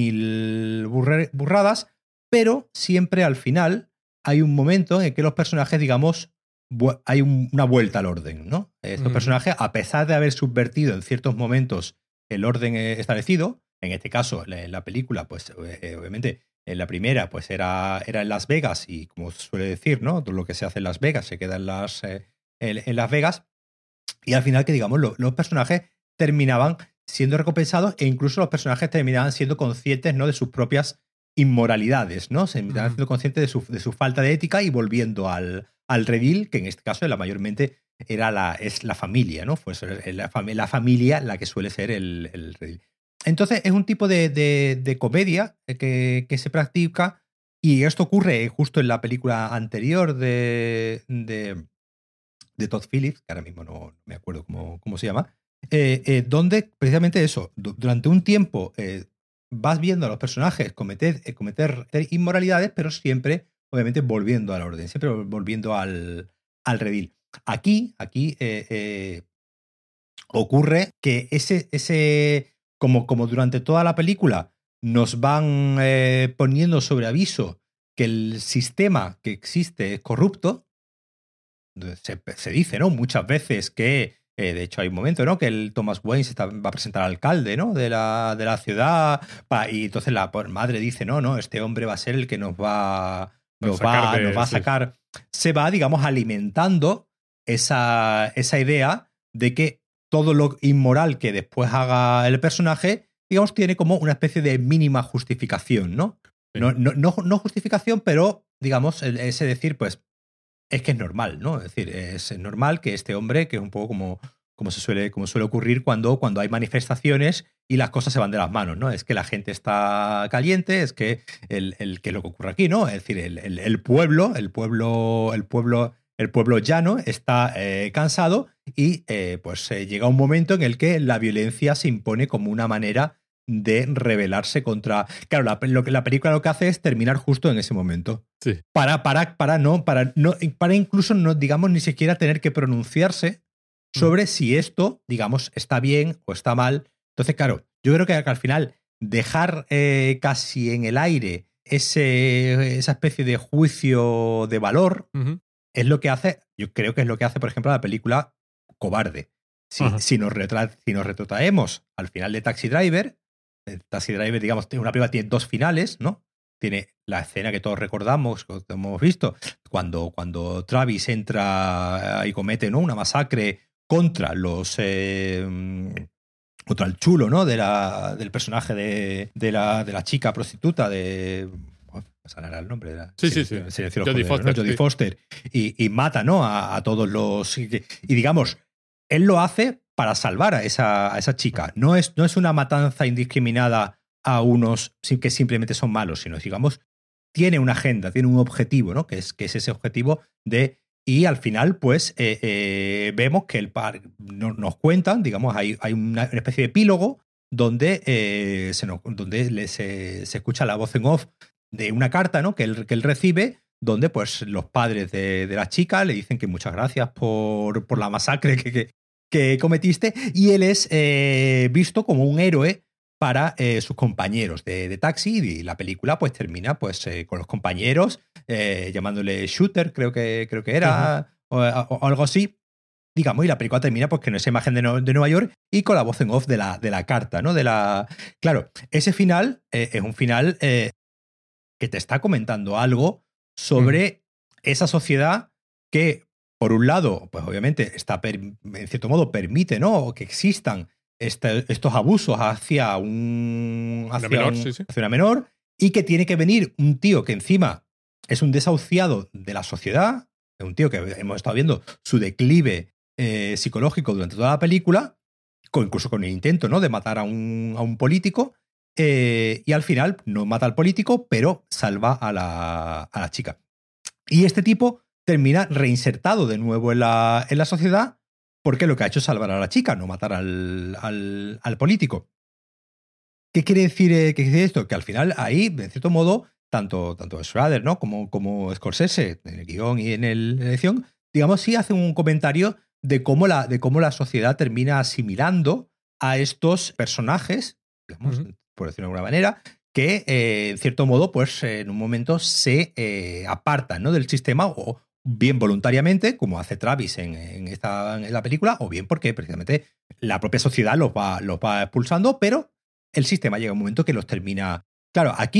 mil burre, burradas, pero siempre al final hay un momento en que los personajes, digamos, hay un, una vuelta al orden, ¿no? Estos mm. personajes, a pesar de haber subvertido en ciertos momentos el orden establecido, en este caso, en la película, pues eh, obviamente En la primera, pues era, era en Las Vegas y, como se suele decir, ¿no? Todo lo que se hace en Las Vegas se queda en Las, eh, en, en Las Vegas. Y al final, que digamos, lo, los personajes terminaban siendo recompensados e incluso los personajes terminaban siendo conscientes, ¿no? De sus propias inmoralidades, ¿no? Se terminaban Ujú. siendo conscientes de su, de su falta de ética y volviendo al, al redil, que en este caso la mayormente era la, es la familia, ¿no? Pues la, fam- la familia la que suele ser el, el redil. Entonces es un tipo de, de- de comedia que, que se practica, y esto ocurre justo en la película anterior de, de, de Todd Phillips, que ahora mismo no me acuerdo cómo, cómo se llama, eh, eh, donde precisamente eso, du- durante un tiempo eh, vas viendo a los personajes cometer, eh, cometer inmoralidades, pero siempre, obviamente, volviendo a la orden, siempre volviendo al, al redil. Aquí, aquí eh, eh, ocurre que ese, ese como, como durante toda la película nos van eh, poniendo sobre aviso que el sistema que existe es corrupto. Se, se dice, ¿no? Muchas veces que, eh, de hecho hay un momento, ¿no? Que el Thomas Wayne se está, va a presentar al alcalde, ¿no? De la, de la ciudad, pa, y entonces la madre dice, no, no, este hombre va a ser el que nos va, nos va, de, nos va a sí. sacar. Se va, digamos, alimentando esa, esa idea de que todo lo inmoral que después haga el personaje, digamos, tiene como una especie de mínima justificación, ¿no? Sí. No, no, no, no justificación, pero, digamos, ese decir, pues, es que es normal, ¿no? Es decir, es normal que este hombre, que es un poco como, como, se suele, como suele ocurrir cuando, cuando hay manifestaciones y las cosas se van de las manos, ¿no? Es que la gente está caliente, es que el, el que es lo que ocurre aquí, ¿no? Es decir, el, el, el pueblo, el pueblo, el pueblo, el pueblo llano está eh, cansado y eh, pues eh, llega un momento en el que la violencia se impone como una manera de rebelarse contra. Claro, la, lo que la película lo que hace es terminar justo en ese momento. Sí. Para, para, para no, para no, para incluso no, digamos, ni siquiera tener que pronunciarse sobre mm. si esto, digamos, está bien o está mal. Entonces, claro, yo creo que al final dejar eh, casi en el aire ese, esa especie de juicio de valor uh-huh. es lo que hace, yo creo que es lo que hace, por ejemplo, la película Cobarde. Si, uh-huh. si, nos, retra- si nos retrotraemos al final de Taxi Driver, Taxi Driver, digamos, una película tiene dos finales, ¿no? Tiene la escena que todos recordamos, que hemos visto, cuando, cuando Travis entra y comete, ¿no? Una masacre contra los eh, contra el chulo, ¿no? De la, del personaje de, de, la, de la chica prostituta de. Oh, me el nombre de la. Sí, sí, sí. sí. Jodie Foster. ¿no? Jodie sí. Foster. Y, y mata, ¿no? A, a todos los. Y, y digamos, él lo hace para salvar a esa, a esa chica. No es, no es una matanza indiscriminada a unos que simplemente son malos, sino, digamos, tiene una agenda, tiene un objetivo, ¿no? Que es, que es ese objetivo de. Y al final, pues, eh, eh, vemos que el par no, nos cuentan, digamos, hay, hay una, una especie de epílogo donde, eh, se, nos, donde le, se, se escucha la voz en off de una carta, ¿no? Que él, que él recibe, donde, pues, los padres de, de la chica le dicen que muchas gracias por, por la masacre que, que, que cometiste, y él es eh, visto como un héroe para eh, sus compañeros de, de taxi, y la película pues termina pues eh, con los compañeros eh, llamándole Shooter, creo que, creo que era, uh-huh. o, o, o algo así, digamos, y la película termina pues con esa imagen de, no, de Nueva York y con la voz en off de la, de la carta, ¿no? De la... Claro, ese final eh, es un final eh, que te está comentando algo sobre uh-huh. esa sociedad que, por un lado, pues obviamente está, per, en cierto modo, permite, ¿no? Que existan Este, estos abusos hacia, un, hacia, una menor, un, sí, sí. hacia una menor, y que tiene que venir un tío que encima es un desahuciado de la sociedad, un tío que hemos estado viendo su declive eh, psicológico durante toda la película, con, incluso con el intento, ¿no? de matar a un, a un político, eh, y al final no mata al político, pero salva a la, a la chica. Y este tipo termina reinsertado de nuevo en la, en la sociedad, porque lo que ha hecho es salvar a la chica, no matar al, al, al político. ¿Qué quiere decir, eh, qué quiere decir esto? Que al final ahí, de cierto modo, tanto, tanto Schrader, ¿no? como, como Scorsese, en el guión y en, el, en la edición, digamos, sí hacen un comentario de cómo la, de cómo la sociedad termina asimilando a estos personajes, digamos, uh-huh. por decirlo de alguna manera, que, eh, en cierto modo, pues en un momento se eh, apartan, ¿no? del sistema, o bien voluntariamente, como hace Travis en, en, esta, en la película, o bien porque precisamente la propia sociedad los va, los va expulsando, pero el sistema llega a un momento que los termina. Claro, aquí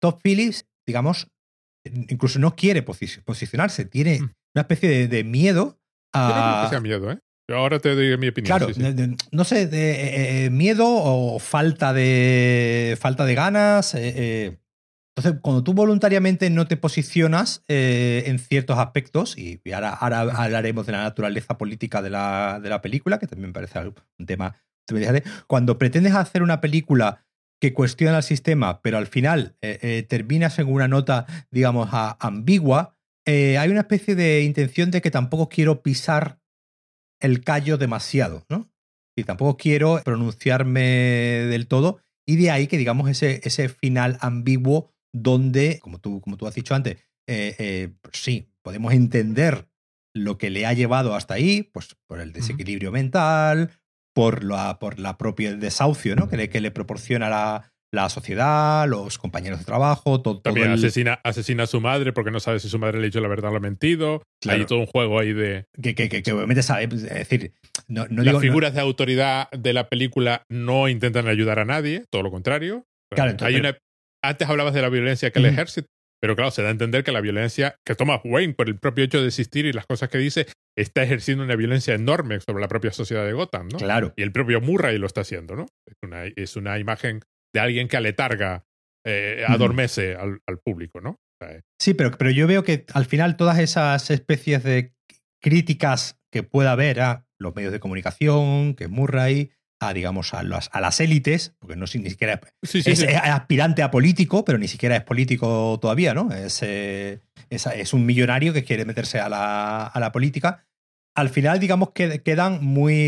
Todd Phillips, digamos, incluso no quiere posi- posicionarse, tiene Mm. una especie de, de miedo a... Yo no creo que sea miedo, ¿eh? Yo ahora te doy mi opinión. Claro, sí, sí. de- de- no sé, de, eh, eh, miedo o falta de, falta de ganas. eh, eh. Entonces, cuando tú voluntariamente no te posicionas eh, en ciertos aspectos, y, y ahora, ahora hablaremos de la naturaleza política de la, de la película, que también me parece algo- un tema interesante, cuando pretendes hacer una película que cuestiona el sistema, pero al final eh, eh, terminas en una nota, digamos, a- ambigua, eh, hay una especie de intención de que tampoco quiero pisar el callo demasiado, ¿no? Y tampoco quiero pronunciarme del todo, y de ahí que, digamos, ese, ese final ambiguo donde, como tú, como tú has dicho antes, eh, eh, pues sí, podemos entender lo que le ha llevado hasta ahí, pues por el desequilibrio uh-huh. mental, por la, por la propia desahucio, ¿no? que, le, que le proporciona la, la sociedad, los compañeros de trabajo, todo, También todo el... asesina, asesina a su madre porque no sabe si su madre le ha dicho la verdad o le ha mentido. Claro. Hay todo un juego ahí de... Que, que, que, que obviamente sabe, es decir... No, no Las digo, figuras no... de autoridad de la película no intentan ayudar a nadie, todo lo contrario. Claro, entonces, Hay pero... una... Antes hablabas de la violencia que el uh-huh. ejército, pero claro, se da a entender que la violencia que Thomas Wayne, por el propio hecho de existir y las cosas que dice, está ejerciendo una violencia enorme sobre la propia sociedad de Gotham, ¿no? Claro. Y el propio Murray lo está haciendo, ¿no? Es una, es una imagen de alguien que aletarga, eh, adormece uh-huh. al, al público, ¿no? O sea, sí, pero, pero yo veo que al final todas esas especies de críticas que pueda haber a los medios de comunicación, que Murray, a, digamos, a las, a las élites, porque no ni siquiera sí, sí, es, sí. es aspirante a político, pero ni siquiera es político todavía, ¿no? Es, eh, es, es un millonario que quiere meterse a la, a la política. Al final, digamos que quedan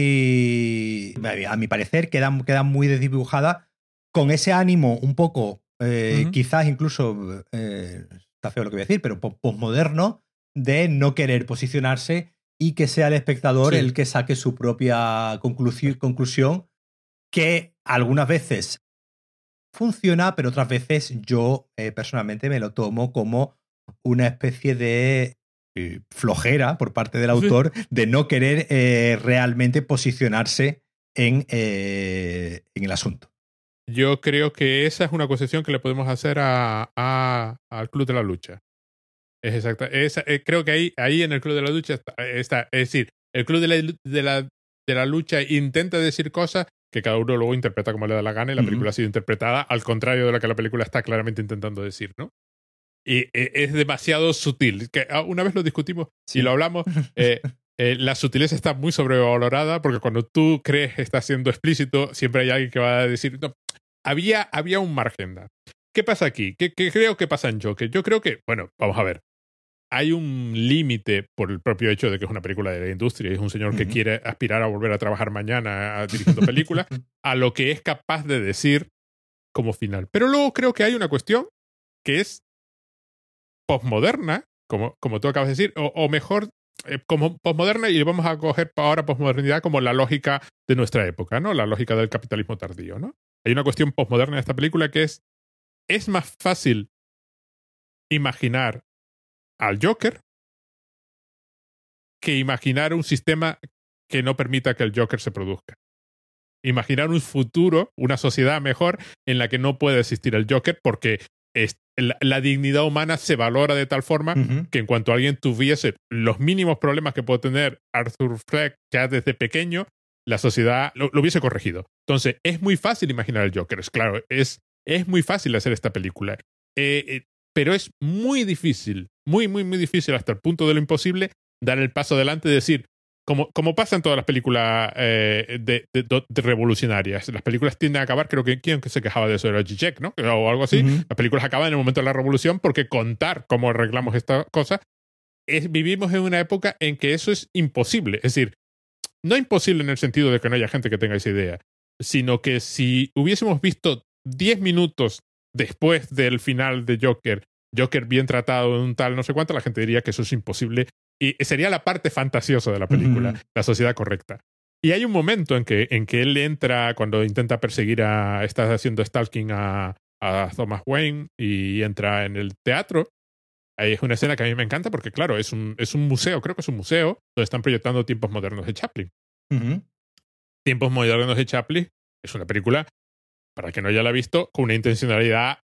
muy, a mi parecer, quedan, quedan muy desdibujadas con ese ánimo un poco, eh, uh-huh. quizás incluso, eh, está feo lo que voy a decir, pero posmoderno, de no querer posicionarse y que sea el espectador sí. el que saque su propia conclusión, conclusión, que algunas veces funciona, pero otras veces yo eh, personalmente me lo tomo como una especie de eh, flojera por parte del autor sí. de no querer eh, realmente posicionarse en, eh, en el asunto. Yo creo que esa es una concesión que le podemos hacer a, a, al Club de la Lucha. Es exacta. Es, eh, creo que ahí, ahí en el Club de la Lucha está, está. Es decir, el Club de la, de, la, de la Lucha intenta decir cosas que cada uno luego interpreta como le da la gana, y la uh-huh. película ha sido interpretada al contrario de lo que la película está claramente intentando decir, ¿no? Y eh, es demasiado sutil. Que una vez lo discutimos sí. y lo hablamos. Eh, eh, la sutileza está muy sobrevalorada, porque cuando tú crees que está siendo explícito, siempre hay alguien que va a decir, no, había, había un margen. ¿Qué pasa aquí? ¿Qué, qué creo que pasa en Joker? Yo creo que, bueno, vamos a ver. Hay un límite por el propio hecho de que es una película de la industria y es un señor uh-huh. que quiere aspirar a volver a trabajar mañana a, dirigiendo películas, a lo que es capaz de decir como final. Pero luego creo que hay una cuestión que es posmoderna, como, como tú acabas de decir, o, o mejor, eh, como posmoderna, y vamos a coger ahora posmodernidad como la lógica de nuestra época, ¿no? La lógica del capitalismo tardío, ¿no? Hay una cuestión posmoderna en esta película que es, es más fácil imaginar al Joker que imaginar un sistema que no permita que el Joker se produzca. Imaginar un futuro, una sociedad mejor en la que no puede existir el Joker, porque es, la, la dignidad humana se valora de tal forma uh-huh. que en cuanto alguien tuviese los mínimos problemas que puede tener Arthur Fleck ya desde pequeño, la sociedad lo, lo hubiese corregido. Entonces, es muy fácil imaginar el Joker. Es claro, es, es muy fácil hacer esta película. Eh, eh, pero es muy difícil, muy, muy, muy difícil, hasta el punto de lo imposible, dar el paso adelante y decir, como, como pasa en todas las películas eh, de, de, de revolucionarias, las películas tienden a acabar, creo que quien se quejaba de eso era Zizek, ¿no? O algo así. Uh-huh. Las películas acaban en el momento de la revolución porque contar cómo arreglamos esta cosa, es, vivimos en una época en que eso es imposible. Es decir, no imposible en el sentido de que no haya gente que tenga esa idea, sino que si hubiésemos visto diez minutos después del final de Joker, Joker bien tratado de un tal no sé cuánto, la gente diría que eso es imposible y sería la parte fantasiosa de la película, uh-huh. la sociedad correcta. Y hay un momento en que, en que él entra cuando intenta perseguir a, está haciendo stalking a, a Thomas Wayne y entra en el teatro. Ahí es una escena que a mí me encanta porque, claro, es un, es un museo, creo que es un museo donde están proyectando Tiempos Modernos de Chaplin. Uh-huh. Tiempos Modernos de Chaplin es una película, para el que no haya la visto, con una intencionalidad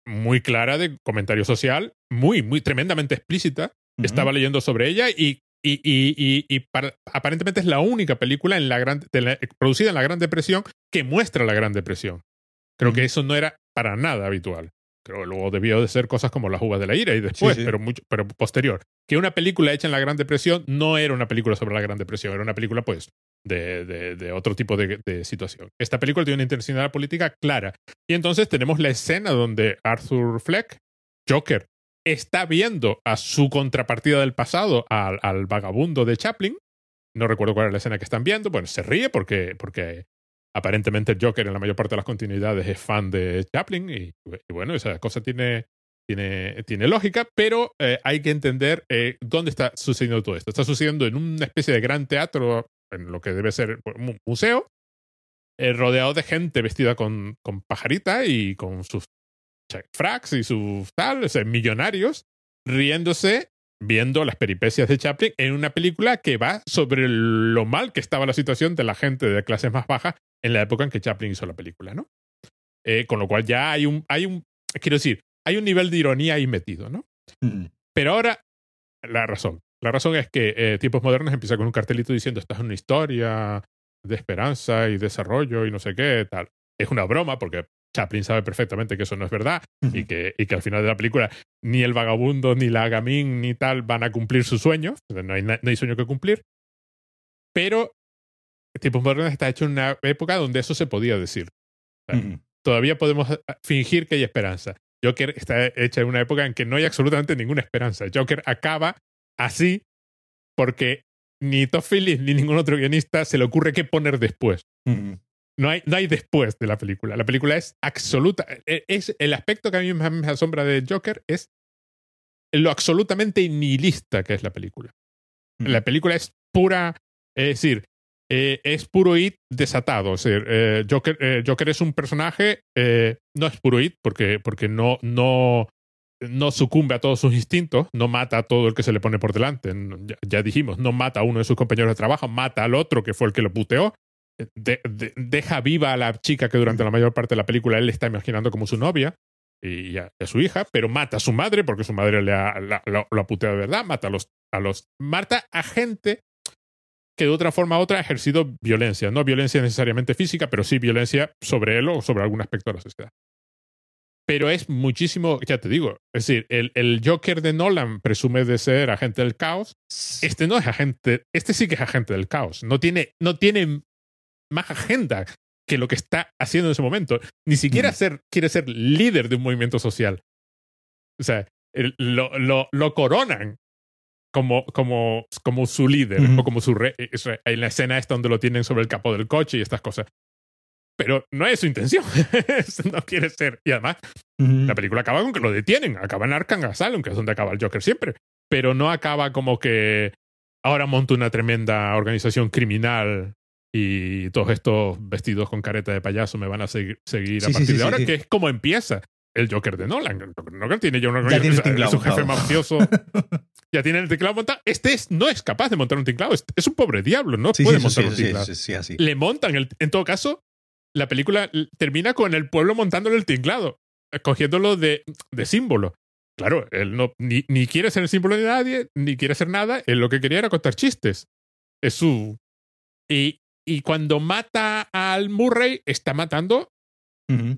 muy clara de comentario social, muy, muy tremendamente explícita. Uh-huh. Estaba leyendo sobre ella y, y, y, y, y para, aparentemente es la única película en la gran, de la, producida en la Gran Depresión que muestra la Gran Depresión. Creo uh-huh. que eso no era para nada habitual. Creo que luego debió de ser cosas como Las uvas de la ira y después, sí, sí. Pero, mucho, pero posterior. Que una película hecha en la Gran Depresión no era una película sobre la Gran Depresión, era una película pues de, de, de otro tipo de, de situación. Esta película tiene una intencionalidad política clara. Y entonces tenemos la escena donde Arthur Fleck, Joker, está viendo a su contrapartida del pasado, al, al vagabundo de Chaplin. No recuerdo cuál es la escena que están viendo. Bueno, se ríe porque, porque aparentemente el Joker en la mayor parte de las continuidades es fan de Chaplin y, y bueno, esa cosa tiene, tiene, tiene lógica, pero eh, hay que entender eh, dónde está sucediendo todo esto. Está sucediendo en una especie de gran teatro, en lo que debe ser un museo, eh, rodeado de gente vestida con, con pajarita y con sus fracs y sus tal, o sea, millonarios, riéndose, viendo las peripecias de Chaplin en una película que va sobre lo mal que estaba la situación de la gente de clases más bajas en la época en que Chaplin hizo la película, ¿no? Eh, con lo cual ya hay un, hay un, quiero decir, hay un nivel de ironía ahí metido, ¿no? Mm. Pero ahora, la razón. La razón es que eh, Tiempos Modernos empieza con un cartelito diciendo esta es una historia de esperanza y desarrollo y no sé qué, tal. Es una broma porque Chaplin sabe perfectamente que eso no es verdad uh-huh. y, que, y que al final de la película ni el vagabundo, ni la gamín, ni tal van a cumplir su sueño. No hay, no hay sueño que cumplir. Pero Tiempos Modernos está hecho en una época donde eso se podía decir. O sea, uh-huh. Todavía podemos fingir que hay esperanza. Joker está hecha en una época en que no hay absolutamente ninguna esperanza. Joker acaba así porque ni Todd Phillips ni ningún otro guionista se le ocurre qué poner después. Uh-huh. No hay, no hay después de la película. La película es absoluta. Es, el aspecto que a mí me asombra de Joker es lo absolutamente nihilista que es la película. Mm. La película es pura, es decir, eh, es puro it desatado. O sea, eh, Joker, eh, Joker es un personaje, eh, no es puro it porque, porque no, no, no sucumbe a todos sus instintos, no mata a todo el que se le pone por delante. Ya, ya dijimos, no mata a uno de sus compañeros de trabajo, mata al otro que fue el que lo puteó. De, de, deja viva a la chica que durante la mayor parte de la película él está imaginando como su novia y a, a su hija, pero mata a su madre porque su madre le ha, la, la, lo ha puteado de verdad, mata a los, a los mata a gente que de otra forma u otra ha ejercido violencia, no violencia necesariamente física, pero sí violencia sobre él o sobre algún aspecto de la sociedad. Pero es muchísimo, ya te digo, es decir, el, el Joker de Nolan presume de ser agente del caos. Este no es agente, este sí que es agente del caos. No tiene, no tiene más agenda que lo que está haciendo en ese momento. Ni siquiera mm. ser, quiere ser líder de un movimiento social. O sea, el, lo, lo, lo coronan como, como, como su líder mm-hmm. o como su rey. En la escena esta donde lo tienen sobre el capó del coche y estas cosas. Pero no es su intención. No quiere ser. Y además, mm-hmm. la película acaba con que lo detienen. Acaba en Arkham Asylum, que es donde acaba el Joker siempre. Pero no acaba como que ahora monto una tremenda organización criminal y todos estos vestidos con careta de payaso me van a seguir, seguir sí, a partir sí, sí, de ahora, sí. Que es como empieza el Joker de Nolan. Nolan tiene ya una organización, es su jefe mafioso. Ya tiene el teclado montado. Este es, no es capaz de montar un teclado. Es, es un pobre diablo, no sí, puede sí, montar sí, un sí, teclado. Sí, sí, sí, Le montan, el, en todo caso, la película termina con el pueblo montándole el teclado, cogiéndolo de, de símbolo. Claro, él no, ni, ni quiere ser el símbolo de nadie, ni quiere ser nada. Él lo que quería era contar chistes. Es su... Y, y cuando mata al Murray, está matando uh-huh.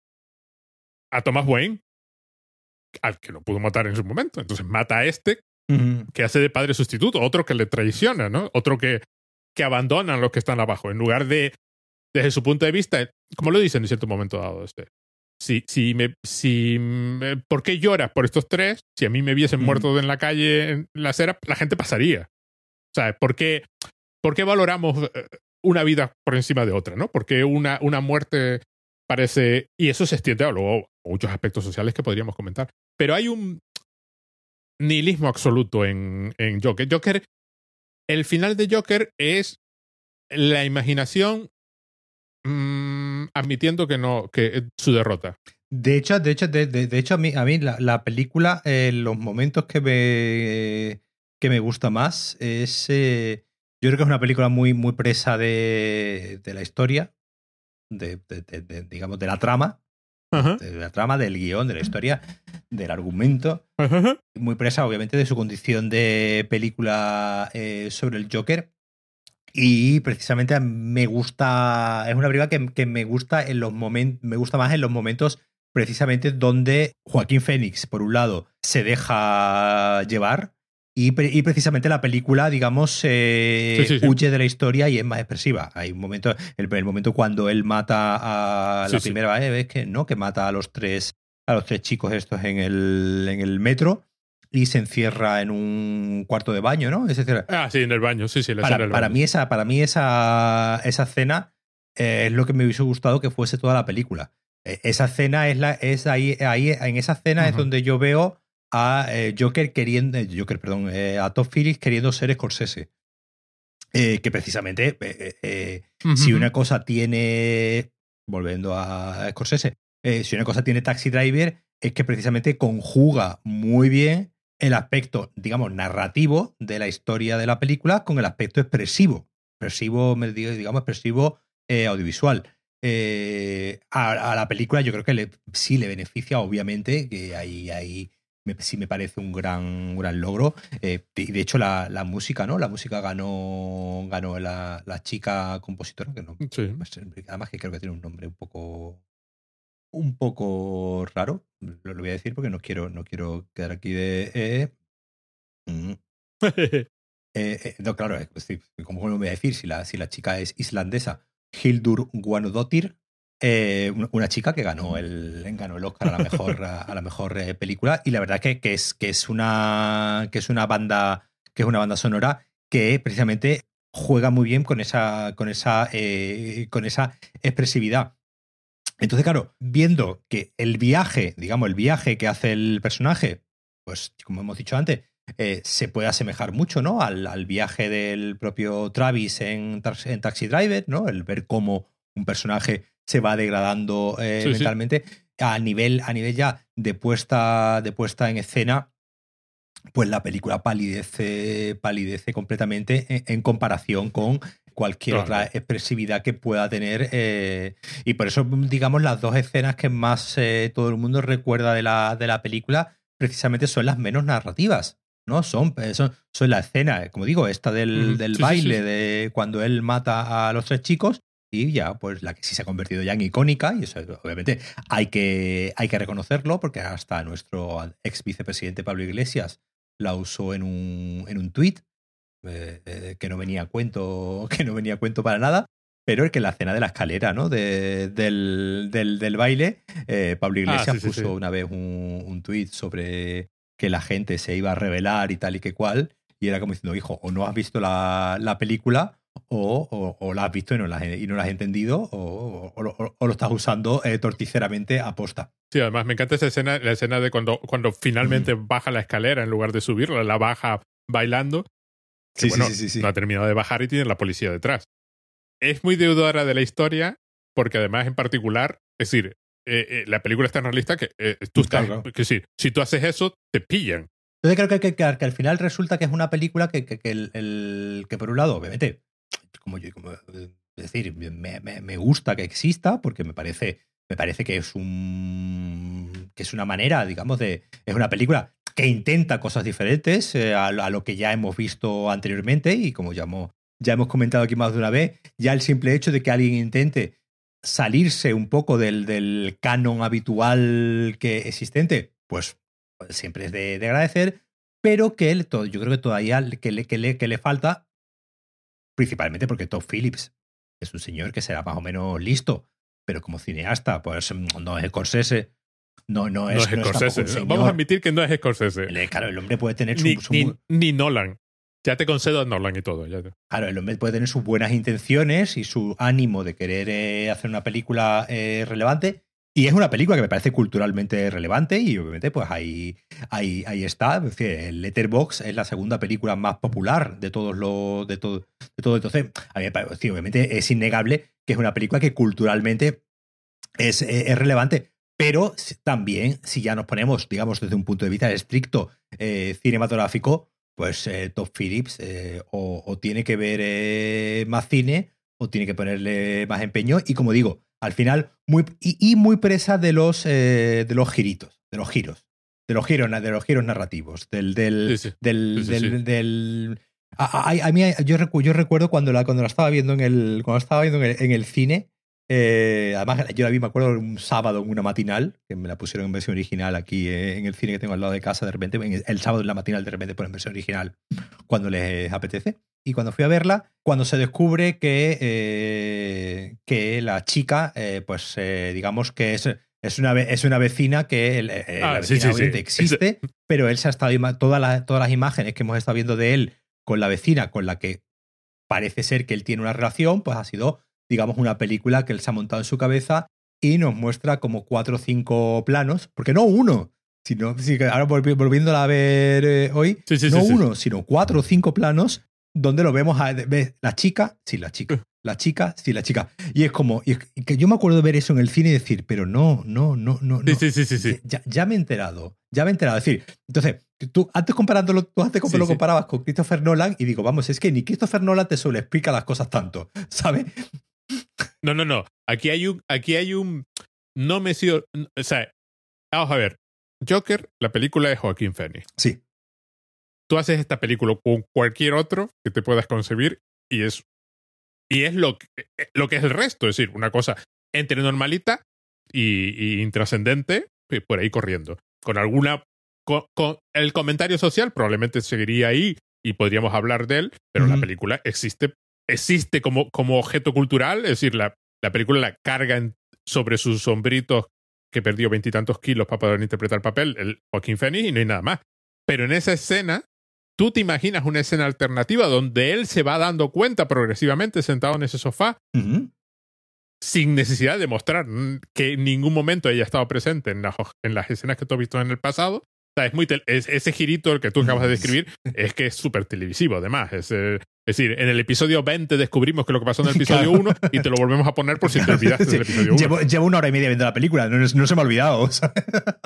a Thomas Wayne, al que no pudo matar en su momento. Entonces mata a este, uh-huh. que hace de padre sustituto, otro que le traiciona, ¿no? Otro que, que abandona a los que están abajo. En lugar de, desde su punto de vista, como lo dicen en cierto momento dado, este, si, si me, si me, ¿por qué lloras por estos tres? Si a mí me viesen uh-huh. muerto en la calle, en la acera, la gente pasaría. O sea, ¿por qué, por qué valoramos una vida por encima de otra, ¿no? Porque una, una muerte parece... Y eso se extiende a luego muchos aspectos sociales que podríamos comentar. Pero hay un nihilismo absoluto en, en Joker. Joker, el final de Joker es la imaginación mmm, admitiendo que no, que su derrota. De hecho, de hecho, de, de, de hecho a mí, a mí la, la película, eh, los momentos que me, que me gusta más es... Eh, yo creo que es una película muy, muy presa de, de la historia, de, de, de, de, digamos, de la trama, Ajá. de la trama, del guión, de la historia, del argumento. Ajá. Muy presa, obviamente, de su condición de película eh, sobre el Joker. Y precisamente me gusta, es una película que, que me gusta en los momentos, me gusta más en los momentos precisamente donde Joaquín Phoenix, por un lado, se deja llevar y, pre, y precisamente la película, digamos, eh, sí, sí, sí. huye de la historia y es más expresiva. Hay un momento, el, el momento cuando él mata a Sí, la sí. primera vez, que no, que mata a los tres, a los tres chicos estos en el, en el metro. Y se encierra en un cuarto de baño, ¿no? Es decir, ah, sí, en el baño, sí, sí, la para, escena del para baño. mí esa, para mí esa, esa escena eh, es lo que me hubiese gustado que fuese toda la película. Eh, esa escena es la, es ahí, ahí, en esa escena uh-huh. es donde yo veo a eh, Joker queriendo, eh, Joker, perdón, eh, a Todd Phillips queriendo ser Scorsese. Eh, que precisamente, eh, eh, uh-huh. si una cosa tiene, volviendo a Scorsese, eh, si una cosa tiene Taxi Driver, es que precisamente conjuga muy bien el aspecto, digamos, narrativo de la historia de la película con el aspecto expresivo, expresivo, digamos, expresivo eh, audiovisual. Eh, a, a la película yo creo que le, sí le beneficia, obviamente, que ahí, ahí me, sí me parece un gran, un gran logro. Eh, de, de hecho, la, la música, ¿no? La música ganó, ganó la, la chica compositora, que no, sí. además que creo que tiene un nombre un poco un poco raro, lo, lo voy a decir porque no quiero, no quiero quedar aquí de... Eh, mm, eh, eh, no, claro, es decir, ¿cómo lo voy a decir? Si la, si la chica es islandesa, Hildur Guðnadóttir, eh, una, una chica que ganó el, ganó el Oscar a la mejor, a, a la mejor eh, película, y la verdad que, que, es, que, es una, que es una banda que es una banda sonora que precisamente juega muy bien con esa, con esa, eh, con esa expresividad. Entonces, claro, viendo que el viaje, digamos, el viaje que hace el personaje, pues como hemos dicho antes, eh, se puede asemejar mucho, ¿no? Al, al viaje del propio Travis en, en Taxi Driver, ¿no? El ver cómo un personaje se va degradando eh, sí, mentalmente. Sí. A nivel, a nivel ya de puesta, de puesta en escena, pues la película palidece, palidece completamente en, en comparación con cualquier claro. otra expresividad que pueda tener. Eh, y por eso, digamos, las dos escenas que más eh, todo el mundo recuerda de la, de la película precisamente son las menos narrativas, ¿no? Son, son, son la escena, como digo, esta del, mm, del sí, baile, sí, sí. de cuando él mata a los tres chicos, y ya, pues la que sí se ha convertido ya en icónica, y eso obviamente hay que, hay que reconocerlo, porque hasta nuestro ex vicepresidente Pablo Iglesias la usó en un, en un tuit, eh, eh, que no venía a cuento, que no venía a cuento para nada, pero es que en la escena de la escalera, ¿no? De, del, del, del baile, eh, Pablo Iglesias ah, sí, puso sí, sí. una vez un, un tuit sobre que la gente se iba a rebelar y tal y que cual, y era como diciendo, hijo, o no has visto la, la película, o, o, o la has visto y no la has, y no la has entendido, o, o, o, o lo estás usando eh, torticeramente a posta. Sí, además me encanta esa escena, la escena de cuando, cuando finalmente mm. baja la escalera en lugar de subirla, la baja bailando. Que, sí, bueno, sí, sí, sí. no ha terminado de bajar y tiene la policía detrás. Es muy deudora de la historia, porque además en particular, es decir, eh, eh, la película es tan realista que eh, tú estás, claro. que decir, si tú haces eso, te pillan. Entonces creo que, que, que, que al final resulta que es una película que, que, que, el, el, que por un lado, obviamente, como yo, como, es decir, me, me, me gusta que exista, porque me parece, me parece que es un que es una manera, digamos, de es una película que intenta cosas diferentes eh, a, a lo que ya hemos visto anteriormente, y como ya hemos, ya hemos comentado aquí más de una vez, ya el simple hecho de que alguien intente salirse un poco del, del canon habitual que existente, pues siempre es de, de agradecer, pero que él, todo, yo creo que todavía que le, que le, que le falta, principalmente porque Todd Phillips es un señor que será más o menos listo, pero como cineasta, pues no es Scorsese. No, no es, no es no Scorsese. Es Vamos a admitir que no es Scorsese. El, claro, el hombre puede tener su, ni, su, ni, ni Nolan. Ya te concedo a Nolan y todo. Ya te... Claro, el hombre puede tener sus buenas intenciones y su ánimo de querer eh, hacer una película eh, relevante. Y es una película que me parece culturalmente relevante, y obviamente pues ahí, ahí, ahí está. Es decir, el Letterboxd es la segunda película más popular de todos los de todo, de todo. Entonces, a mí me parece, sí, obviamente es innegable que es una película que culturalmente es, es relevante. Pero también, si ya nos ponemos, digamos, desde un punto de vista estricto eh, cinematográfico, pues eh, Todd Phillips eh, o, o tiene que ver eh, más cine, o tiene que ponerle más empeño. Y como digo, al final, muy, y, y muy presa de los, eh, de los giritos, de los giros, de los giros, de los giros narrativos, del, del, Sí, sí. del, Sí, sí, del, sí. del a, a, a mí, yo, recu yo recuerdo cuando la, cuando la estaba viendo en el, cuando la estaba viendo en el, en el cine. Eh, además, yo la vi, me acuerdo, un sábado en una matinal, que me la pusieron en versión original aquí eh, en el cine que tengo al lado de casa. De repente, el, el sábado en la matinal, de repente ponen versión original cuando les apetece. Y cuando fui a verla, cuando se descubre que, eh, que la chica, eh, pues eh, digamos que es, es, una, es una vecina que eh, Ah, la sí, vecina sí, sí. existe, Ese- pero él se ha estado, toda la, todas las imágenes que hemos estado viendo de él con la vecina, con la que parece ser que él tiene una relación, pues ha sido, digamos, una película que él se ha montado en su cabeza y nos muestra como cuatro o cinco planos, porque no uno, sino, ahora volviéndola a ver eh, hoy, Sí, sí, no sí, sí. uno, sino cuatro o cinco planos donde lo vemos a ves, la chica, sí, la chica, la chica, sí, la chica. Y es como, y que yo me acuerdo de ver eso en el cine y decir, pero no, no, no, no, no. Sí, sí, sí, sí, sí. Ya, ya me he enterado, ya me he enterado. Es decir, entonces, tú antes comparándolo, tú antes Sí, lo sí. comparabas con Christopher Nolan y digo, vamos, es que ni Christopher Nolan te suele explicar las cosas tanto, ¿sabes? No, no, no. Aquí hay un, aquí hay un, no me sido, o sea, vamos a ver. Joker, la película de Joaquín Phoenix. Sí. Tú haces esta película con cualquier otro que te puedas concebir y es, y es lo que, lo que es el resto. Es decir, una cosa entre normalita y, y intrascendente, por ahí corriendo. Con alguna, con, con el comentario social probablemente seguiría ahí y podríamos hablar de él, pero Uh-huh. la película existe, existe como, como objeto cultural. Es decir, la, la película la carga en, sobre sus sombritos, que perdió veintitantos kilos para poder interpretar el papel, el Joaquín Phoenix, y no hay nada más. Pero en esa escena, tú te imaginas una escena alternativa donde él se va dando cuenta progresivamente sentado en ese sofá, Uh-huh. sin necesidad de mostrar que en ningún momento haya estado presente en, la, en las escenas que tú has visto en el pasado. O sea, es muy te- es, ese girito el que tú acabas de describir es que es súper televisivo, además. Es, eh, es decir, en el episodio veinte descubrimos que lo que pasó en el episodio Claro. uno y te lo volvemos a poner por si te olvidaste Sí. del episodio uno. Llevo, llevo una hora y media viendo la película, no, no se me ha olvidado. O sea.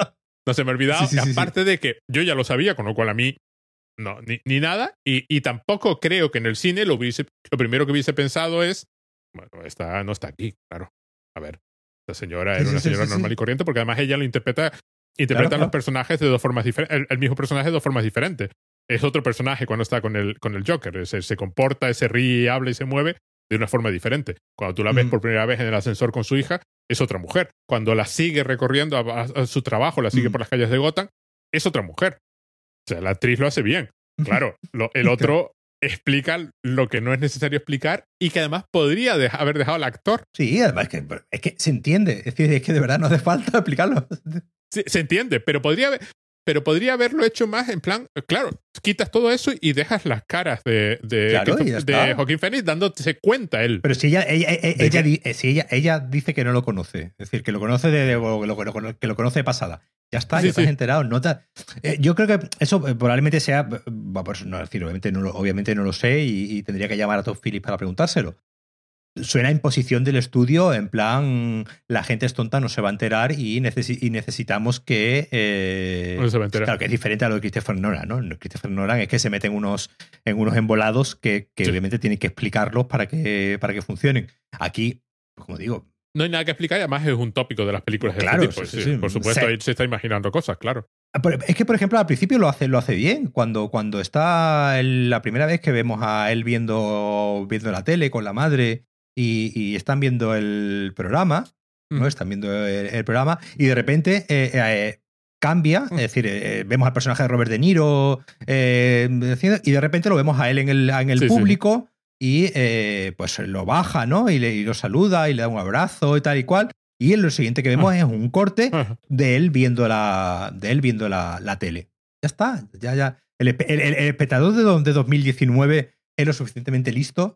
No se me ha olvidado. Sí, sí, sí, aparte sí. de que yo ya lo sabía, con lo cual a mí no, ni, ni nada. Y, y tampoco creo que en el cine lo, hubiese, lo primero que hubiese pensado es, bueno, esta no está aquí, claro. A ver, esta señora era Sí, una sí, señora sí, normal sí. y corriente, porque además ella lo interpreta, interpreta Claro, a los claro. personajes de dos formas diferentes, el, el mismo personaje de dos formas diferentes. Es otro personaje cuando está con el, con el Joker. Se, se comporta, se ríe, habla y se mueve de una forma diferente. Cuando tú la ves Mm. por primera vez en el ascensor con su hija, es otra mujer. Cuando la sigue recorriendo a, a, a su trabajo, la sigue Mm. por las calles de Gotham, es otra mujer. O sea, la actriz lo hace bien. Claro, lo, el otro explica lo que no es necesario explicar y que además podría deja, haber dejado al actor. Sí, además que, es que se entiende. Es decir, es que de verdad no hace falta explicarlo. Sí, se entiende, pero podría haber, pero podría haberlo hecho más en plan, claro, quitas todo eso y dejas las caras de, de, Claro, y ya de está. Joaquín Phoenix dándose cuenta él. Pero si ella, ella, ella, ¿De ella, qué? di- eh, si ella, ella dice que no lo conoce, es decir, que lo conoce de, de- o que lo, lo- que lo conoce de pasada. Ya está, Sí, ya te has sí. enterado. No te- eh, yo creo que eso eh, probablemente sea, va, pues, no, es decir, obviamente no, lo, obviamente no lo sé y, y tendría que llamar a Todd Phillips para preguntárselo. Suena a imposición del estudio, en plan, la gente es tonta, no se va a enterar y, necesi- y necesitamos que... Eh, No se va a enterar. Claro, que es diferente a lo de Christopher Nolan, ¿no? Christopher Nolan es que se mete en unos, en unos embolados que, que Sí. obviamente tienen que explicarlos para que, para que funcionen. Aquí, pues como digo... No hay nada que explicar y además es un tópico de las películas de Claro, este tipo. sí, Sí, sí, sí. Por supuesto, Se- ahí se está imaginando cosas, claro. Es que, por ejemplo, al principio lo hace, lo hace bien. Cuando, cuando está el- la primera vez que vemos a él viendo, viendo la tele con la madre y, y están viendo el programa, ¿no? Mm. Están viendo el, el programa y de repente eh, eh, cambia, Mm. es decir, eh, vemos al personaje de Robert De Niro eh, y de repente lo vemos a él en el, en el Sí, sí. público y eh, pues lo baja, ¿no? Y, le, y lo saluda y le da un abrazo y tal y cual. Y lo siguiente que vemos Ah. es un corte Ajá. de él viendo la, de él viendo la, la tele. Ya está, ya, ya. El, el, el- el espectador de, do- de dos mil diecinueve es lo suficientemente listo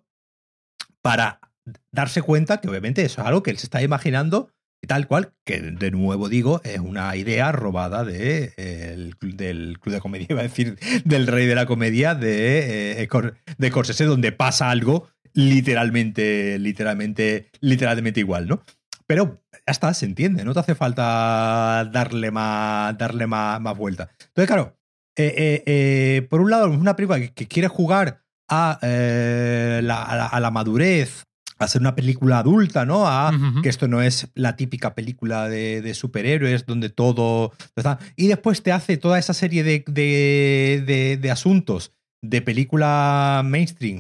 para darse cuenta que obviamente eso es algo que él se está imaginando y tal cual, que de nuevo digo, es una idea robada de, eh, el, cl- del Club de Comedia, iba a decir, del rey de la comedia de, eh, Cor- de Scorsese, donde pasa algo literalmente, literalmente, literalmente igual, ¿no? Pero ya está, se entiende, no te hace falta darle más, darle más, más vuelta. Entonces, claro, eh, eh, eh, por un lado, es una película que, que quiere jugar a, eh, la, a, la, a la madurez hacer una película adulta, ¿no? A Uh-huh. que esto no es la típica película de, de superhéroes donde todo está. Y después te hace toda esa serie de, de, de, de asuntos de película mainstream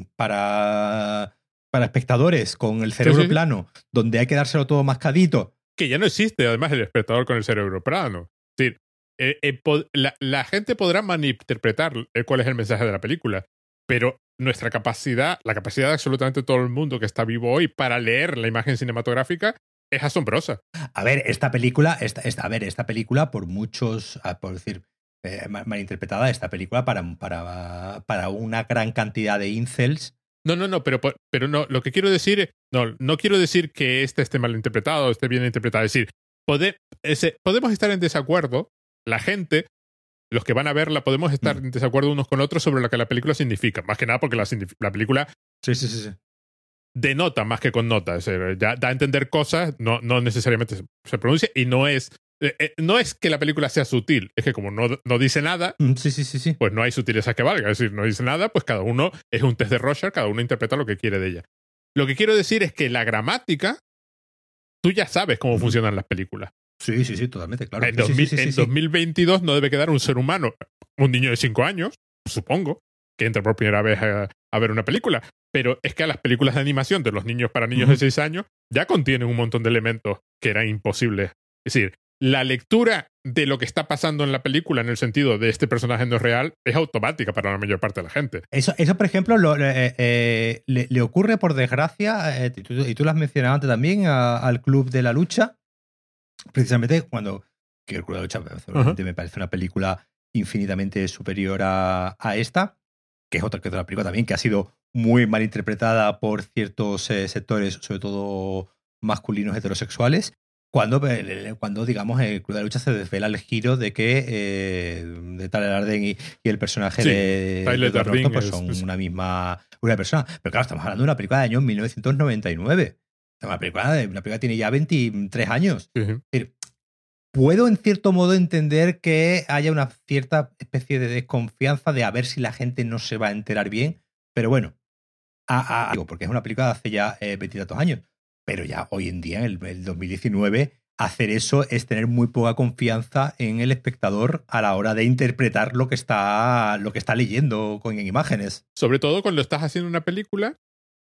para, para espectadores con el cerebro Sí, sí, sí. plano, donde hay que dárselo todo mascadito. Que ya no existe, además, el espectador con el cerebro plano. Es decir, eh, eh, po- la, la gente podrá malinterpretar eh, cuál es el mensaje de la película, pero nuestra capacidad, la capacidad de absolutamente todo el mundo que está vivo hoy para leer la imagen cinematográfica es asombrosa. A ver, esta película, esta, esta, a ver, esta película, por muchos, ah, por decir, eh, mal- malinterpretada, esta película para, para, para una gran cantidad de incels. No, no, no, pero, pero no, lo que quiero decir, es- no, no quiero decir que este esté mal interpretado o esté bien interpretado. Es decir, pode- ese- podemos estar en desacuerdo, la gente, los que van a verla, podemos estar Mm. en desacuerdo unos con otros sobre lo que la película significa. Más que nada porque la, signif- la película Sí, sí, sí, sí. denota más que connota. Es decir, ya da a entender cosas, no, no necesariamente se, se pronuncia, y no es, eh, eh, no es que la película sea sutil, es que como no, no dice nada, Mm, Sí, sí, sí, sí. pues no hay sutileza que valga. Es decir, no dice nada, pues cada uno es un test de Rorschach, cada uno interpreta lo que quiere de ella. Lo que quiero decir es que la gramática, tú ya sabes cómo Ujú. funcionan las películas. Sí, sí, sí, totalmente, claro. En, Sí, sí, dos mil, sí, sí, en sí. dos mil veintidós no debe quedar un ser humano, un niño de cinco años, supongo, que entra por primera vez a, a ver una película. Pero es que a las películas de animación de los niños para niños Ujú. de seis años ya contienen un montón de elementos que eran imposibles. Es decir, la lectura de lo que está pasando en la película en el sentido de este personaje no es real es automática para la mayor parte de la gente. Eso, eso, por ejemplo, lo- eh, eh, le, le ocurre, por desgracia, eh, y, tú, y tú lo has mencionado antes también, a- al Club de la Lucha, precisamente cuando, que el Club de la Lucha obviamente, me parece una película infinitamente superior a, a esta, que es otra que otra película también que ha sido muy mal interpretada por ciertos eh, sectores, sobre todo masculinos heterosexuales, cuando, eh, cuando digamos, el Club de la Lucha se desvela el giro de que eh, de Tyler Arden y, y el personaje Sí, de, Tyler de Edward Darden Norton pues es- son es- una misma una persona. Pero claro, estamos hablando de una película de año mil novecientos noventa y nueve. Una película, de- una película que tiene ya veintitrés años. sí, sí. Es decir, puedo en cierto modo entender que haya una cierta especie de desconfianza de a ver si la gente no se va a enterar bien, pero bueno, a, a- digo, porque es una película de hace ya eh, veintitantos años, pero ya hoy en día, en el, el dos mil diecinueve, hacer eso es tener muy poca confianza en el espectador a la hora de interpretar lo que está, lo que está leyendo con en imágenes. Sobre todo cuando estás haciendo una película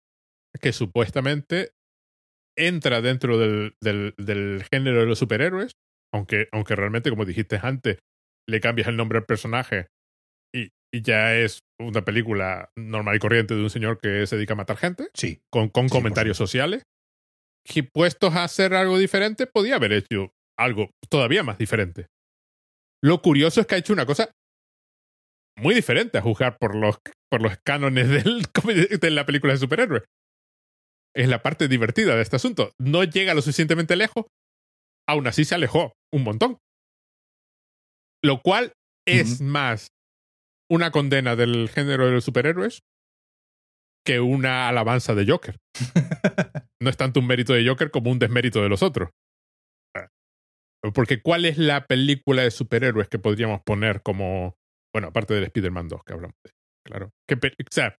que supuestamente entra dentro del, del, del género de los superhéroes, aunque, aunque realmente, como dijiste antes, le cambias el nombre al personaje y, y ya es una película normal y corriente de un señor que se dedica a matar gente, Sí. con, con Sí, por comentarios supuesto. sociales, que puestos a hacer algo diferente, podía haber hecho algo todavía más diferente. Lo curioso es que ha hecho una cosa muy diferente a juzgar por los, por los cánones del, de la película de superhéroes. Es la parte divertida de este asunto. No llega lo suficientemente lejos, aún así se alejó un montón. Lo cual es Ujú. más una condena del género de los superhéroes que una alabanza de Joker. No es tanto un mérito de Joker como un desmérito de los otros. Porque ¿cuál es la película de superhéroes que podríamos poner como... Bueno, aparte del Spider-Man dos que hablamos de... Claro. Que, o sea,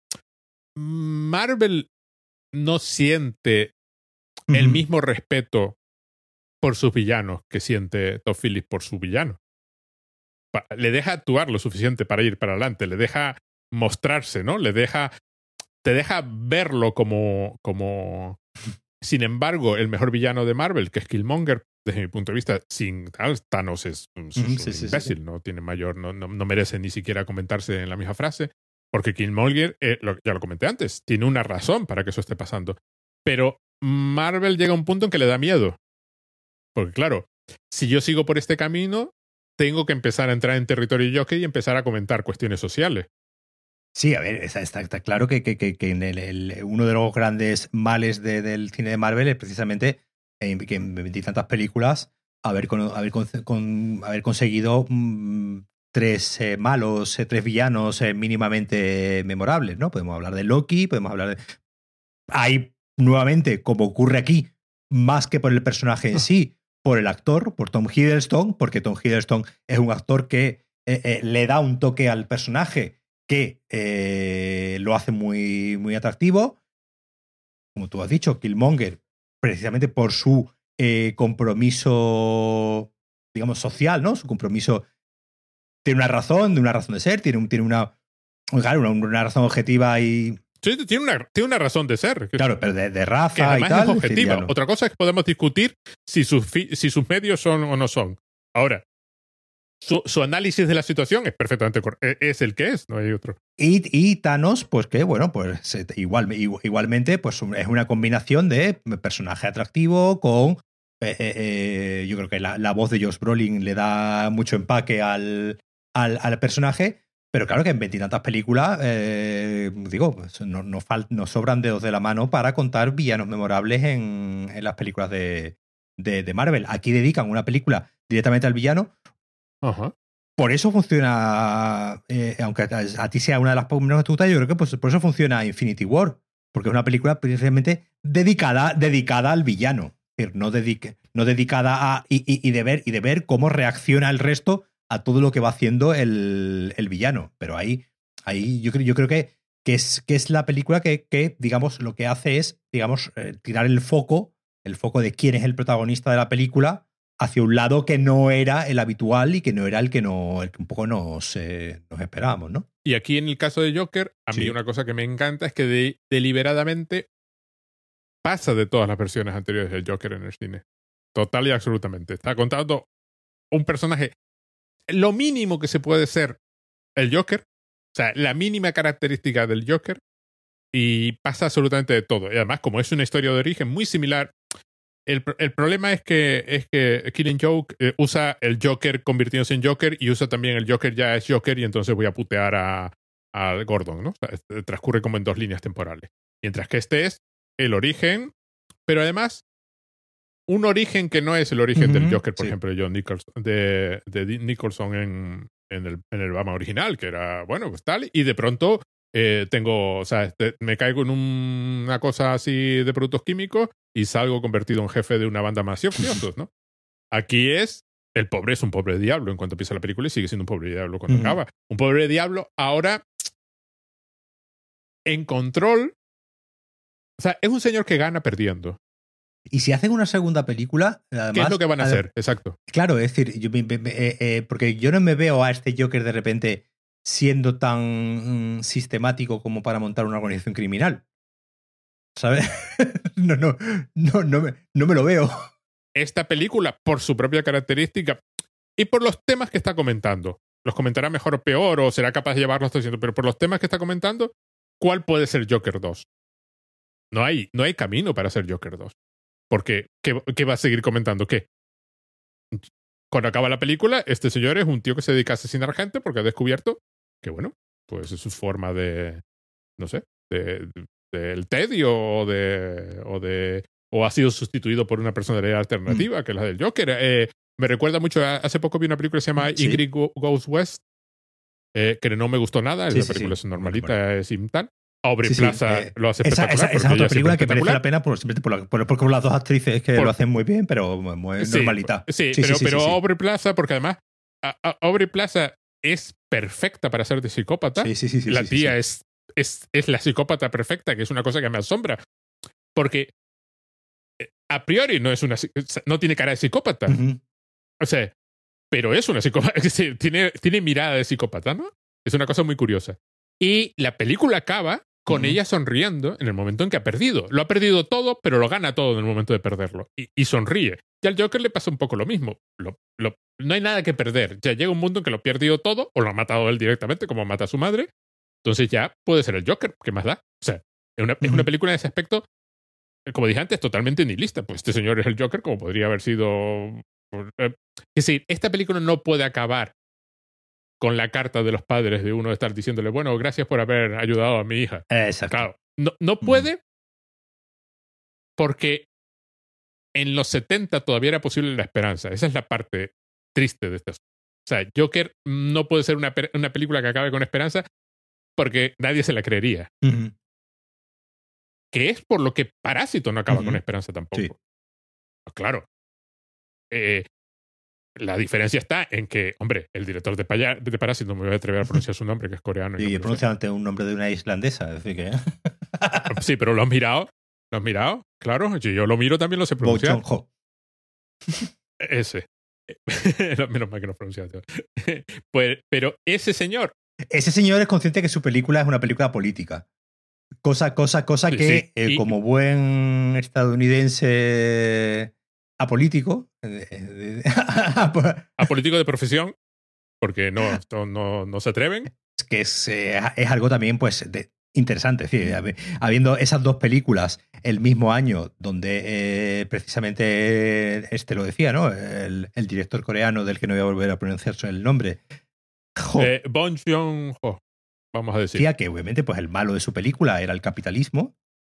Marvel no siente el Ujú. mismo respeto por sus villanos que siente Todd Phillips por su villano. Pa- le deja actuar lo suficiente para ir para adelante, le deja mostrarse, ¿no? Le deja... Te deja verlo como... como... Sin embargo, el mejor villano de Marvel, que es Killmonger, desde mi punto de vista, sin tal, Thanos es, un- es Ujú, un sí, sí, sí, imbécil, sí. no tiene mayor, no, no, no merece ni siquiera comentarse en la misma frase, porque Killmonger, eh, lo- ya lo comenté antes, tiene una razón para que eso esté pasando. Pero Marvel llega a un punto en que le da miedo. Porque claro, si yo sigo por este camino, tengo que empezar a entrar en territorio jockey y empezar a comentar cuestiones sociales. Sí, a ver, está, está, está claro que, que, que, que en el, el- uno de los grandes males de- del cine de Marvel es precisamente en, que en veintitantas películas haber, con- haber, con- con- haber conseguido mm, tres eh, malos, eh, tres villanos eh, mínimamente memorables, ¿no? Podemos hablar de Loki, podemos hablar de... Hay, nuevamente, como ocurre aquí, más que por el personaje en sí, por el actor, por Tom Hiddleston, porque Tom Hiddleston es un actor que eh, eh, le da un toque al personaje que eh, lo hace muy, muy atractivo. como tú has dicho, Killmonger, precisamente por su eh, compromiso, digamos, social, ¿no? Su compromiso tiene una razón, de una razón de ser, tiene, un, tiene una, claro, una, una razón objetiva y... Sí, tiene una, tiene una razón de ser. Claro, pero de, de raza que además y tal. es objetiva. No. Otra cosa es que podemos discutir si sus, fi, si sus medios son o no son. Ahora, su, su análisis de la situación es perfectamente correcto. Es el que es, no hay otro. Y, y Thanos, pues que, bueno, pues igual, igualmente, pues es una combinación de personaje atractivo con... Eh, eh, yo creo que la, la voz de Josh Brolin le da mucho empaque al, al, al personaje. Pero claro que en veintitantas películas, eh, digo, pues no, no fal- nos sobran dedos de la mano para contar villanos memorables en, en las películas de, de, de Marvel. Aquí dedican una película directamente al villano. Ajá. Por eso funciona, eh, aunque a, a ti sea una de las menos que te gusta, yo creo que pues, por eso funciona Infinity War. Porque es una película precisamente dedicada, dedicada al villano. Es decir, no, dedique, no dedicada a... Y, y, y, de ver, y de ver cómo reacciona el resto a todo lo que va haciendo el, el villano. Pero ahí, ahí yo creo, yo creo que, que, es, que es la película que, que, digamos, lo que hace es, digamos, eh, tirar el foco, el foco de quién es el protagonista de la película hacia un lado que no era el habitual y que no era el que, no, el que un poco nos, eh, nos esperábamos, ¿no? Y aquí en el caso de Joker, a sí. mí una cosa que me encanta es que de, deliberadamente pasa de todas las versiones anteriores del Joker en el cine. Total y absolutamente. Está contando un personaje... Lo mínimo que se puede ser el Joker, o sea, la mínima característica del Joker, y pasa absolutamente de todo. Y además, como es una historia de origen muy similar, el, el problema es que, es que Killing Joke eh, usa el Joker convirtiéndose en Joker y usa también el Joker ya es Joker y entonces voy a putear a, a Gordon, ¿no? O sea, este, transcurre como en dos líneas temporales. Mientras que este es el origen, pero además... un origen que no es el origen uh-huh, del Joker, por sí. ejemplo, de John Nicholson, de, de Nicholson en, en, el, en el Batman original, que era, bueno, pues tal, y de pronto eh, tengo, o sea, este, me caigo en un, una cosa así de productos químicos y salgo convertido en jefe de una banda mafiosos, ¿no? Aquí es, el pobre es un pobre diablo en cuanto empieza la película y sigue siendo un pobre diablo cuando uh-huh. acaba. Un pobre diablo ahora en control, o sea, es un señor que gana perdiendo. Y si hacen una segunda película, además... ¿Qué es lo que van a hacer? Exacto. Claro, es decir, yo me, me, eh, eh, porque yo no me veo a este Joker de repente siendo tan mm, sistemático como para montar una organización criminal. ¿Sabes? no, no, no, no me, no me lo veo. Esta película, por su propia característica y por los temas que está comentando, los comentará mejor o peor o será capaz de llevarlos diciendo, pero por los temas que está comentando, ¿cuál puede ser Joker dos? No hay, no hay camino para ser Joker dos. Porque, ¿qué, ¿qué va a seguir comentando? ¿Qué? Cuando acaba la película, este señor es un tío que se dedica a asesinar gente porque ha descubierto que, bueno, pues es su forma de, no sé, de, de, del tedio o de, o de... o ha sido sustituido por una personalidad alternativa, mm. que es la del Joker. Eh, me recuerda mucho, a, hace poco vi una película que se llama sí. Ingrid Goes West, eh, que no me gustó nada, sí, la sí, película sí. es normalita, bueno. es sin tal. Aubrey sí, sí, Plaza eh, lo hace esa, espectacular. Esa, esa es otra película que merece la pena por, por, por, por, por las dos actrices que por, lo hacen muy bien, pero muy sí, normalita. Sí, sí pero, sí, pero sí, sí. Aubrey Plaza, porque además a, a Aubrey Plaza es perfecta para ser de psicópata. Sí, sí, sí, sí, la sí, tía sí. Es, es, es la psicópata perfecta, que es una cosa que me asombra. Porque a priori no es una no tiene cara de psicópata. Uh-huh. O sea, pero es una psicópata. tiene, tiene mirada de psicópata, ¿no? Es una cosa muy curiosa. Y la película acaba con uh-huh. ella sonriendo en el momento en que ha perdido. Lo ha perdido todo, pero lo gana todo en el momento de perderlo. Y, y sonríe. Y al Joker le pasa un poco lo mismo. Lo, lo, no hay nada que perder. Ya llega un mundo en que lo ha perdido todo, o lo ha matado él directamente, como mata a su madre. Entonces ya puede ser el Joker. ¿Ququé más da? O sea, es una, uh-huh. es una película en ese aspecto, como dije antes, totalmente nihilista. Pues este señor es el Joker, como podría haber sido... Eh, es decir, esta película no puede acabar con la carta de los padres de uno de estar diciéndole, bueno, gracias por haber ayudado a mi hija. Exacto. Claro, no, no puede porque en los setenta todavía era posible la esperanza. Esa es la parte triste de esto. O sea, Joker no puede ser una, una película que acabe con esperanza porque nadie se la creería. Uh-huh. Que es por lo que Parásito no acaba uh-huh. con esperanza tampoco. Sí. Pues claro. Eh, La diferencia está en que, hombre, el director de, Paya, de Parásito, no me voy a atrever a pronunciar su nombre, que es coreano. Y, y no pronuncia ante un nombre de una islandesa. Es decir que... Sí, pero lo has mirado ¿Lo has mirado? Claro, yo, yo lo miro, también lo sé Bong pronunciar. Joon-ho. Ese. Menos mal que no pronunciaste. Pues, pero ese señor. Ese señor es consciente que su película es una película política. Cosa, cosa, cosa Sí, que, sí. eh, Y- como buen estadounidense apolítico, eh, eh, a políticos de profesión, porque no, esto no, no se atreven. que es, eh, es algo también pues de- interesante. Es decir, hab- habiendo esas dos películas el mismo año, donde eh, precisamente este lo decía, ¿no? El, el director coreano, del que no voy a volver a pronunciar el nombre, Jo, Eh, Bong Joon-ho, vamos a decir. decía que obviamente pues el malo de su película era el capitalismo.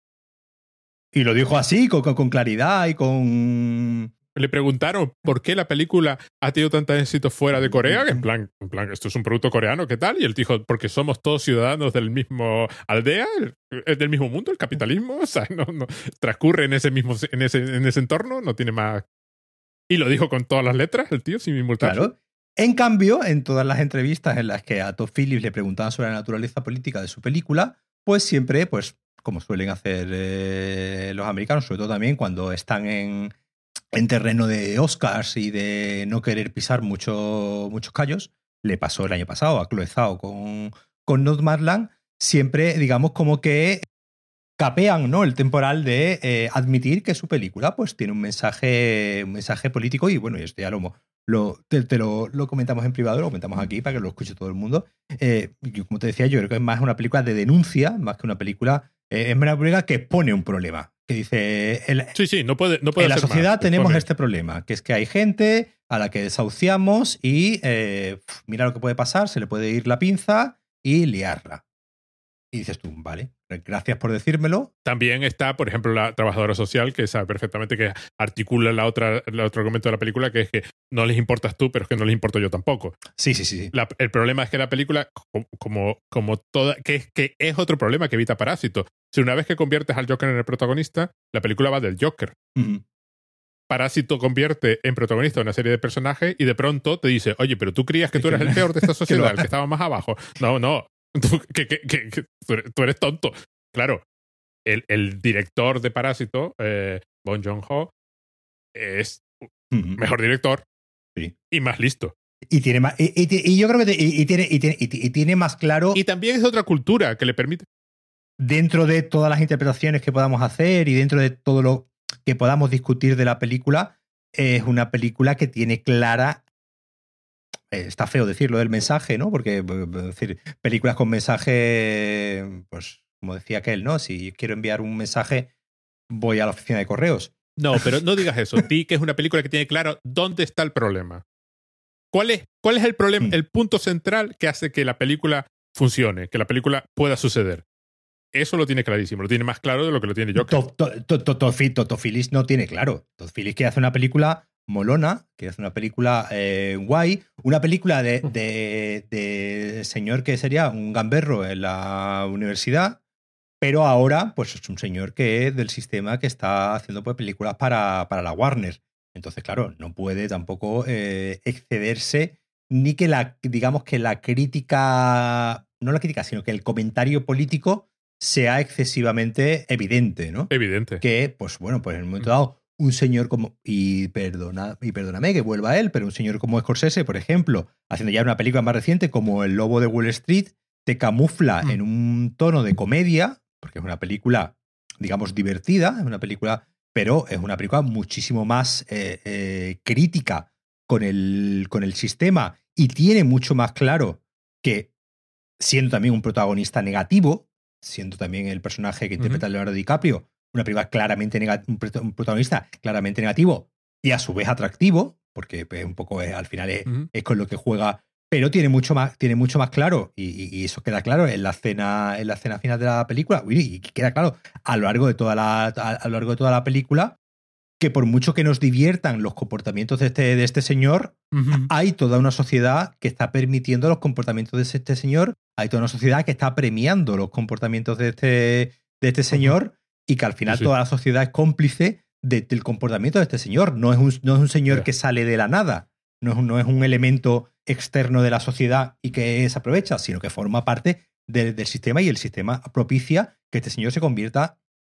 Y lo dijo así, con, con- con claridad y con... Le preguntaron por qué la película ha tenido tanto éxito fuera de Corea, que en plan, en plan, esto es un producto coreano, ¿qué tal? Y él dijo, porque somos todos ciudadanos del mismo aldea, el- del mismo mundo, el capitalismo, o sea, no, no transcurre en ese mismo, en ese, en ese entorno, no tiene más. Y lo dijo con todas las letras, el tío, sin inmultarse. Claro. En cambio, en todas las entrevistas en las que a Todd Phillips le preguntaban sobre la naturaleza política de su película, pues siempre, pues como suelen hacer eh, los americanos, sobre todo también cuando están en, en terreno de Oscars y de no querer pisar mucho, muchos callos, le pasó el año pasado a Chloe Zhao con, con Nomadland, siempre, digamos, como que capean, ¿no?, el temporal de eh, admitir que su película pues tiene un mensaje, un mensaje político. Y bueno, y esto ya lo, lo, te, te lo, lo comentamos en privado, lo comentamos aquí para que lo escuche todo el mundo. Eh, yo, como te decía, yo creo que es más una película de denuncia, más que una película, eh, es una película que pone un problema, que dice, el, Sí, sí, no puede, no puede en la hacer sociedad más. tenemos Pone- este problema, que es que hay gente a la que desahuciamos y eh, pf, mira lo que puede pasar, se le puede ir la pinza y liarla. Y dices tú, vale, gracias por decírmelo. También está, por ejemplo, la trabajadora social, que sabe perfectamente que articula la otra, el otro argumento de la película, que es que no les importas tú, pero es que no les importo yo tampoco. Sí, sí, sí, sí. La- el problema es que la película, co- como, como toda, que es, que es otro problema que evita Parásito. Si una vez que conviertes al Joker en el protagonista, la película va del Joker. Ujú. Parásito convierte en protagonista una serie de personajes y de pronto te dice, oye, pero tú creías que tú eres el peor de esta sociedad, el que estaba más abajo. No, no, tú, que, que- que- que tú eres, tú eres tonto. Claro, el, el director de Parásito, eh, Bong Joon-ho, es Ujú. mejor director Sí. y más listo. Y tiene más, y, y- y yo creo que te- y, y tiene, y, tiene, y ti- y tiene más claro, Y también es otra cultura que le permite. dentro de todas las interpretaciones que podamos hacer y dentro de todo lo que podamos discutir de la película, es una película que tiene clara, eh, está feo decirlo del mensaje, ¿no? Porque eh, es decir, películas con mensaje, pues como decía aquel, ¿no? Si quiero enviar un mensaje, voy a la oficina de correos. No, pero no digas eso. Di que es una película que tiene claro dónde está el problema. ¿Cuál es, cuál es el problema, Mm. el punto central que hace que la película funcione, que la película pueda suceder? Eso lo tiene clarísimo, lo tiene más claro de lo que lo tiene Joker. To- to- to- to- Tofi- Todd Phillips no tiene claro. Todd Phillips quiere hacer una película molona, quiere hacer una película eh, guay, una película de, de, de señor que sería un gamberro en la universidad, pero ahora pues es un señor que es del sistema que está haciendo pues, películas para, para la Warner. Entonces, claro, no puede tampoco eh, excederse ni que la, digamos que la crítica, no la crítica, sino que el comentario político sea excesivamente evidente, ¿no? Evidente. Que, pues bueno, pues en un momento dado, un señor como, y, perdona, y perdóname que vuelva a él, pero un señor como Scorsese, por ejemplo, haciendo ya una película más reciente como El Lobo de Wall Street, te camufla Mm. en un tono de comedia, porque es una película, digamos, divertida, es una película, pero es una película muchísimo más eh, eh, crítica con el, con el sistema y tiene mucho más claro que, siendo también un protagonista negativo, siendo también el personaje que interpreta Ujú. Leonardo DiCaprio, una película claramente nega- un, prota- un protagonista claramente negativo y a su vez atractivo, porque pues, un poco es, al final es, Ujú. es con lo que juega, pero tiene mucho más, tiene mucho más claro, y, y- y eso queda claro en la escena, en la escena final de la película, uy, y queda claro a lo largo de toda la, a, a lo largo de toda la película, que por mucho que nos diviertan los comportamientos de este, de este señor, Ujú. hay toda una sociedad que está permitiendo los comportamientos de este señor, hay toda una sociedad que está premiando los comportamientos de este, de este señor y que al final Sí, sí. toda la sociedad es cómplice de- del comportamiento de este señor. No es un, no es un señor Ya. que sale de la nada, no es, un- no es un elemento externo de la sociedad y que se aprovecha, sino que forma parte de- del sistema y el sistema propicia que este señor se convierta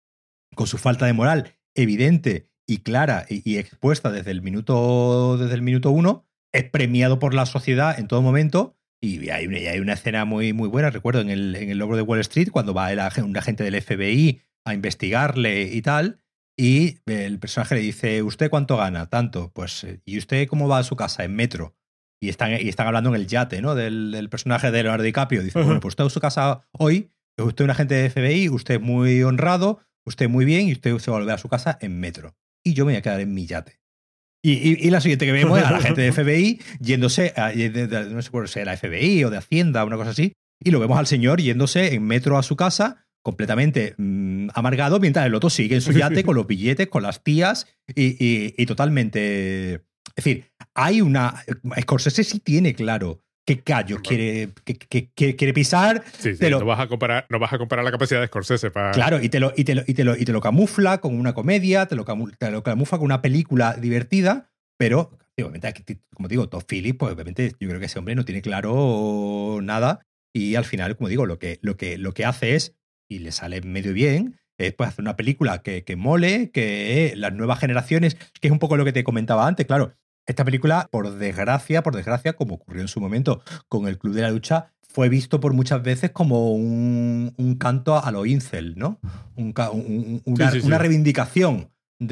con su falta de moral evidente y clara y, y expuesta desde el minuto desde el minuto uno, es premiado por la sociedad en todo momento. Y hay, y hay una escena muy, muy buena, recuerdo, en el, en el Lobo de Wall Street, cuando va el, un agente del F B I a investigarle y tal, y el personaje le dice, ¿usted cuánto gana? Tanto. Pues, ¿y usted cómo va a su casa? En metro. Y están, y están hablando en el yate, ¿no? Del, del personaje de Leonardo DiCaprio. Dice, uh-huh. Bueno, pues usted a su casa hoy, usted es un agente de F B I, usted es muy honrado, usted muy bien, y usted se va a volver a su casa en metro. Y yo me voy a quedar en mi yate. Y, y, y la siguiente que vemos es a la gente de F B I yéndose, a, de, de, de, no sé si era F B I o de Hacienda, una cosa así, y lo vemos al señor yéndose en metro a su casa, completamente mmm, amargado, mientras el otro sigue en su yate con los billetes, con las tías, y, y, y totalmente... Es decir, hay una... Scorsese sí tiene claro qué callo quiere, que, que, que quiere pisar. Sí, sí, lo, no, vas a comparar, no vas a comparar la capacidad de Scorsese para... Claro, y te lo, y te lo, y te lo, y te lo camufla con una comedia, te lo, camu, te lo camufla con una película divertida, pero, obviamente, como digo, Todd Phillips, pues obviamente yo creo que ese hombre no tiene claro nada, y al final, como digo, lo que, lo que, lo que hace es, y le sale medio bien, es pues hacer una película que, que mole, que las nuevas generaciones, que es un poco lo que te comentaba antes, claro. Esta película, por desgracia, por desgracia, como ocurrió en su momento con el Club de la Lucha, fue visto por muchas veces como un, un canto a lo incel, ¿no? Un, un, una, sí, sí, sí. una reivindicación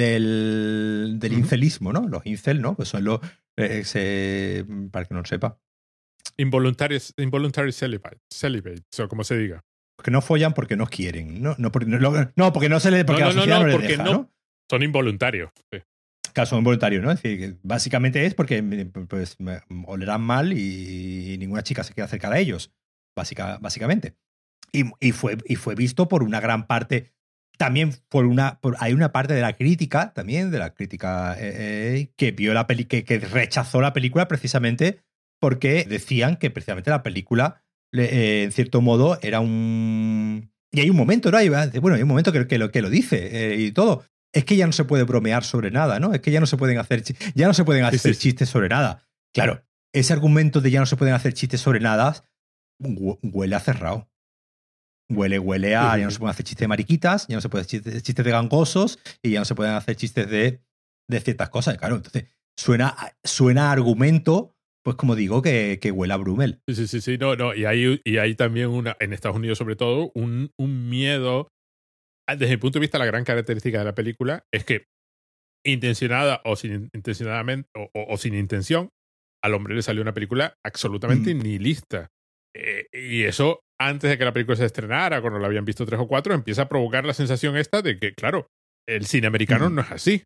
del, del uh-huh. incelismo, ¿no? Los incel, ¿no? Pues son los... Eh, se, para que no lo sepa. Involuntary, involuntary celibate, celibate, o como se diga. Que no follan porque no quieren, ¿no? No, porque no, no, porque no se les... Porque no, no, la sociedad no, no, no, no les deja, no, ¿no? Son involuntarios, sí. Claro, son voluntarios, ¿no? Es decir, que básicamente es porque pues, me olerán mal y, y ninguna chica se quiere acercar a ellos, básica, básicamente. Y, y, fue, y fue visto por una gran parte, también por una, por, hay una parte de la crítica, también de la crítica eh, eh, que vio la peli, que, que rechazó la película precisamente porque decían que precisamente la película, eh, en cierto modo, era un... Y hay un momento, ¿no? Hay, bueno, hay un momento que, que, lo, que lo dice eh, y todo. Es que ya no se puede bromear sobre nada, ¿no? Es que ya no se pueden hacer, ya no se pueden hacer sí, sí. chistes sobre nada. Claro, ese argumento de ya no se pueden hacer chistes sobre nada huele a cerrado. Huele, huele a ya no se pueden hacer chistes de mariquitas, ya no se pueden hacer chistes, chistes de gangosos y ya no se pueden hacer chistes de, de ciertas cosas. Claro, entonces suena, suena a argumento, pues como digo, que, que huele a Brummel. Sí, sí, sí, sí, no, no. Y hay, y hay también una, en Estados Unidos sobre todo, un, un miedo. Desde mi punto de vista, la gran característica de la película es que, intencionada o sin intencionadamente o, o, o sin intención, al hombre le salió una película absolutamente mm. nihilista. Eh, y eso, antes de que la película se estrenara, cuando la habían visto tres o cuatro, empieza a provocar la sensación esta de que, claro, el cine americano mm. no es así.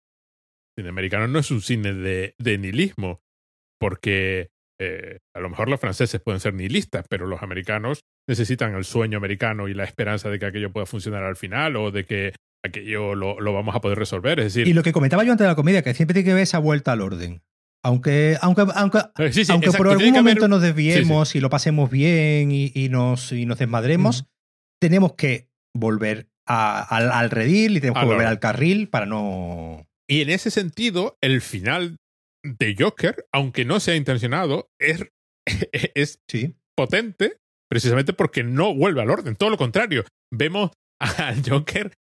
El cine americano no es un cine de, de nihilismo, porque eh, a lo mejor los franceses pueden ser nihilistas, pero los americanos necesitan el sueño americano y la esperanza de que aquello pueda funcionar al final o de que aquello lo, lo vamos a poder resolver. Es decir, y lo que comentaba yo antes de la comedia, que siempre tiene que ver esa vuelta al orden. Aunque, aunque, aunque, sí, sí, aunque exacto, por algún momento haber... nos desviemos sí, sí. y lo pasemos bien y, y, nos, y nos desmadremos, mm. tenemos que volver a, al, al redil y tenemos que ah, volver no. al carril para no... Y en ese sentido, el final de Joker, aunque no sea intencionado, es, es sí. potente precisamente porque no vuelve al orden. Todo lo contrario. Vemos al Joker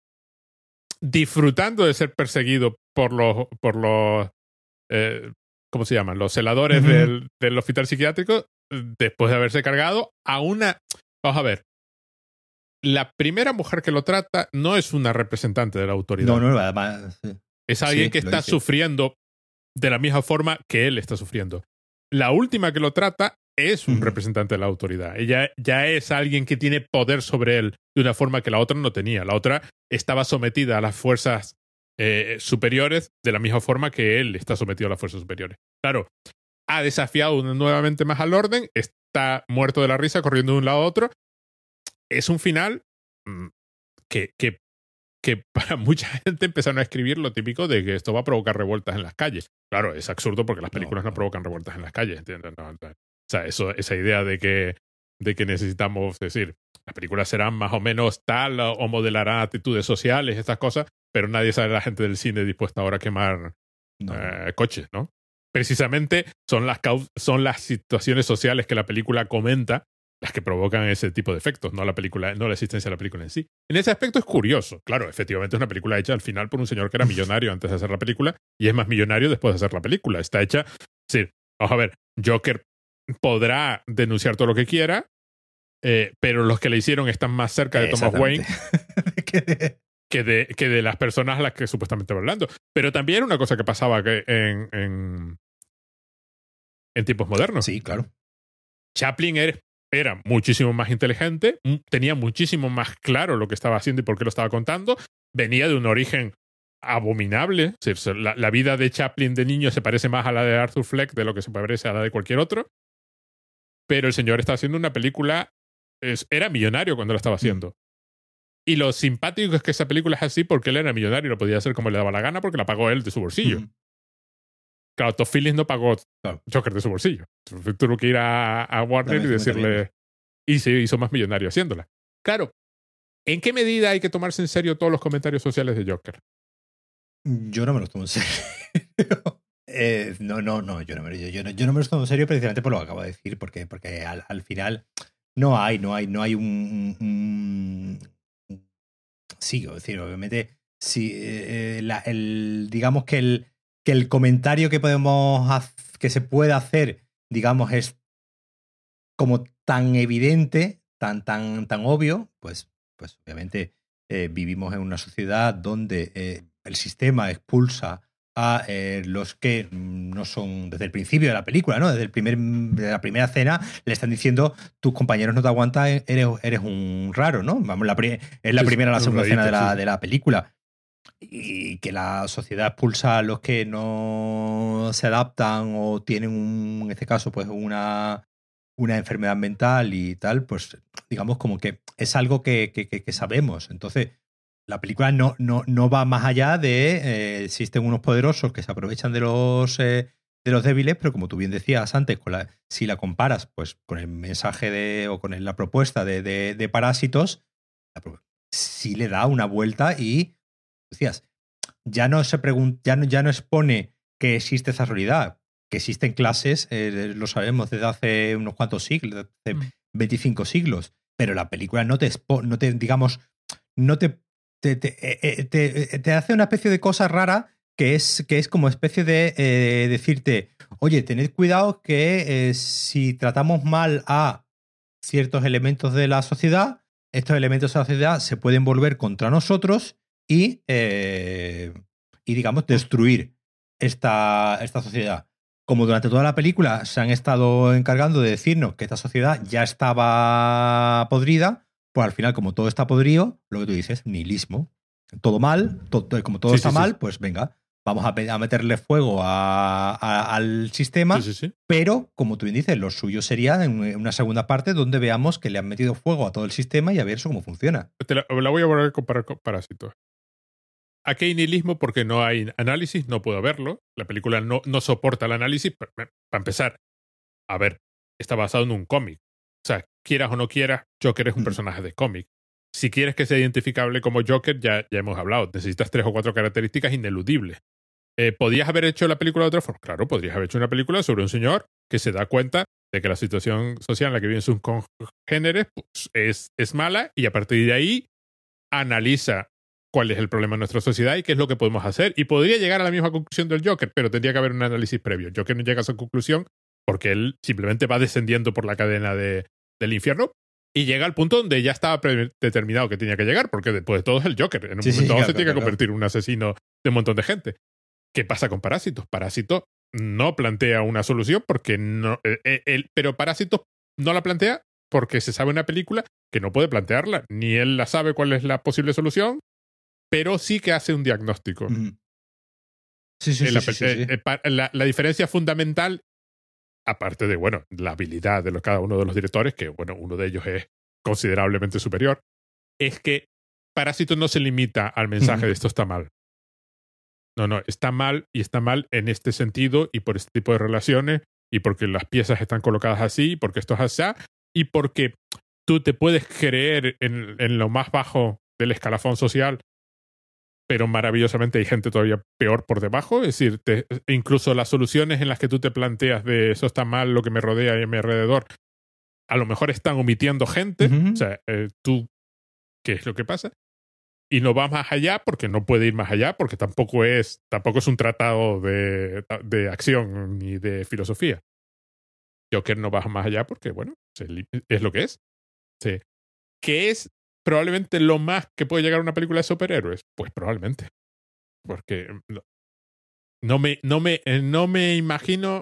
disfrutando de ser perseguido por los, por los eh, ¿cómo se llaman? Los celadores uh-huh. del, del hospital psiquiátrico después de haberse cargado a una... Vamos a ver. La primera mujer que lo trata no es una representante de la autoridad. No, no, además... Sí. Es alguien sí, que está dice. sufriendo de la misma forma que él está sufriendo. La última que lo trata es un uh-huh. representante de la autoridad. Ella ya es alguien que tiene poder sobre él de una forma que la otra no tenía. La otra estaba sometida a las fuerzas eh, superiores de la misma forma que él está sometido a las fuerzas superiores. Claro, ha desafiado nuevamente más al orden, está muerto de la risa, corriendo de un lado a otro. Es un final mmm, que, que, que para mucha gente empezaron a escribir lo típico de que esto va a provocar revueltas en las calles. Claro, es absurdo porque las películas no, no. no provocan revueltas en las calles, ¿entiendes? No, no. O sea, eso, esa idea de que, de que necesitamos, es decir, las películas serán más o menos tal o modelarán actitudes sociales, estas cosas, pero nadie sabe la gente del cine dispuesta ahora a quemar no. eh, coches, ¿no? Precisamente son las, son las situaciones sociales que la película comenta las que provocan ese tipo de efectos, no la película, no la existencia de la película en sí. En ese aspecto es curioso. Claro, efectivamente es una película hecha al final por un señor que era millonario antes de hacer la película y es más millonario después de hacer la película. Está hecha... Sí, vamos a ver, Joker podrá denunciar todo lo que quiera, eh, pero los que le hicieron están más cerca de Thomas Wayne que, de, que, de, que de las personas a las que supuestamente va hablando. Pero también era una cosa que pasaba que en, en, en tiempos modernos. Sí, claro. Chaplin era, era muchísimo más inteligente, tenía muchísimo más claro lo que estaba haciendo y por qué lo estaba contando, venía de un origen abominable. La, la vida de Chaplin de niño se parece más a la de Arthur Fleck de lo que se parece a la de cualquier otro, pero el señor está haciendo una película, es, era millonario cuando la estaba haciendo. Mm. Y lo simpático es que esa película es así porque él era millonario y lo podía hacer como le daba la gana porque la pagó él de su bolsillo. Mm. Claro, Todd Phillips no pagó claro. Joker de su bolsillo. Tuvo que ir a, a Warner y decirle... Y se hizo más millonario haciéndola. Claro, ¿en qué medida hay que tomarse en serio todos los comentarios sociales de Joker? Yo no me los tomo en serio. eh, no, no, no yo, no me, yo, yo, no, yo no me los tomo en serio precisamente por lo que acabo de decir, porque, porque al, al final no hay, no hay, no hay un... un, un sí, es decir, obviamente, sí, eh, la, el, digamos que el, que el comentario que podemos hacer, que se puede hacer, digamos, es como tan evidente, tan, tan, tan obvio, pues, pues obviamente eh, vivimos en una sociedad donde eh, el sistema expulsa a eh, los que no son desde el principio de la película, ¿no? Desde el primer, de la primera escena le están diciendo tus compañeros no te aguantan, eres, eres un raro, ¿no? Vamos, la pri- es la primera o la segunda escena de la, de la película. Y que la sociedad expulsa a los que no se adaptan o tienen, un, en este caso, pues una, una enfermedad mental y tal, pues digamos como que es algo que, que, que sabemos. Entonces, la película no, no, no va más allá de eh, existen unos poderosos que se aprovechan de los, eh, de los débiles, pero como tú bien decías antes, con la, si la comparas pues con el mensaje de, o con la propuesta de, de, de Parásitos, sí le da una vuelta y decías, ya no se pregunta, ya no, ya no expone que existe esa realidad, que existen clases, eh, lo sabemos desde hace unos cuantos siglos, hace mm. veinticinco siglos, pero la película no te, expo, no te digamos, no te Te, te, te, te, te hace una especie de cosa rara que es, que es como especie de eh, decirte, oye, tened cuidado que eh, si tratamos mal a ciertos elementos de la sociedad, estos elementos de la sociedad se pueden volver contra nosotros y, eh, y digamos, destruir esta, esta sociedad. Como durante toda la película se han estado encargando de decirnos que esta sociedad ya estaba podrida, pues al final, como todo está podrido, lo que tú dices, nihilismo. Todo mal, todo, como todo sí, está sí, mal, sí. pues venga, vamos a, a meterle fuego a, a, al sistema, sí, sí, sí. pero, como tú bien dices, lo suyo sería en una segunda parte donde veamos que le han metido fuego a todo el sistema y a ver eso cómo funciona. Te la, la voy a volver a comparar con Parásitos. Aquí hay nihilismo porque no hay análisis, no puedo verlo. La película no, no soporta el análisis. Para, para empezar, a ver, está basado en un cómic. O sea, quieras o no quieras, Joker es un personaje de cómic. Si quieres que sea identificable como Joker, ya, ya hemos hablado, necesitas tres o cuatro características ineludibles. Eh, ¿Podrías haber hecho la película de otra forma? Claro, podrías haber hecho una película sobre un señor que se da cuenta de que la situación social en la que viven sus congéneres pues, es, es mala y a partir de ahí analiza cuál es el problema en nuestra sociedad y qué es lo que podemos hacer. Y podría llegar a la misma conclusión del Joker, pero tendría que haber un análisis previo. Joker no llega a esa conclusión porque él simplemente va descendiendo por la cadena de, del infierno y llega al punto donde ya estaba predeterminado que tenía que llegar, porque después de todo es el Joker. En un sí, momento sí, dado claro, se tiene claro, que convertir en un asesino de un montón de gente. ¿Qué pasa con Parásitos? Parásito no plantea una solución porque no... Eh, eh, pero Parásitos no la plantea porque se sabe una película que no puede plantearla. Ni él la sabe cuál es la posible solución, pero sí que hace un diagnóstico. Mm. Sí, sí, eh, la, sí, sí, eh, sí. Eh, la, la diferencia fundamental, aparte de, bueno, la habilidad de los, cada uno de los directores, que, bueno, uno de ellos es considerablemente superior, es que Parásito no se limita al mensaje de esto está mal. No, no, está mal y está mal en este sentido y por este tipo de relaciones y porque las piezas están colocadas así, porque esto es así y porque tú te puedes creer en, en lo más bajo del escalafón social, pero maravillosamente hay gente todavía peor por debajo. Es decir, te, incluso las soluciones en las que tú te planteas de eso está mal, lo que me rodea y a mi alrededor, a lo mejor están omitiendo gente, Ujú. o sea, eh, tú, ¿qué es lo que pasa? Y no va más allá porque no puede ir más allá porque tampoco es, tampoco es un tratado de, de acción ni de filosofía. Joker no va más allá porque, bueno, es lo que es. Sí. ¿Qué es probablemente lo más que puede llegar a una película de superhéroes? Pues probablemente. Porque no, no, me, no, me, no me imagino...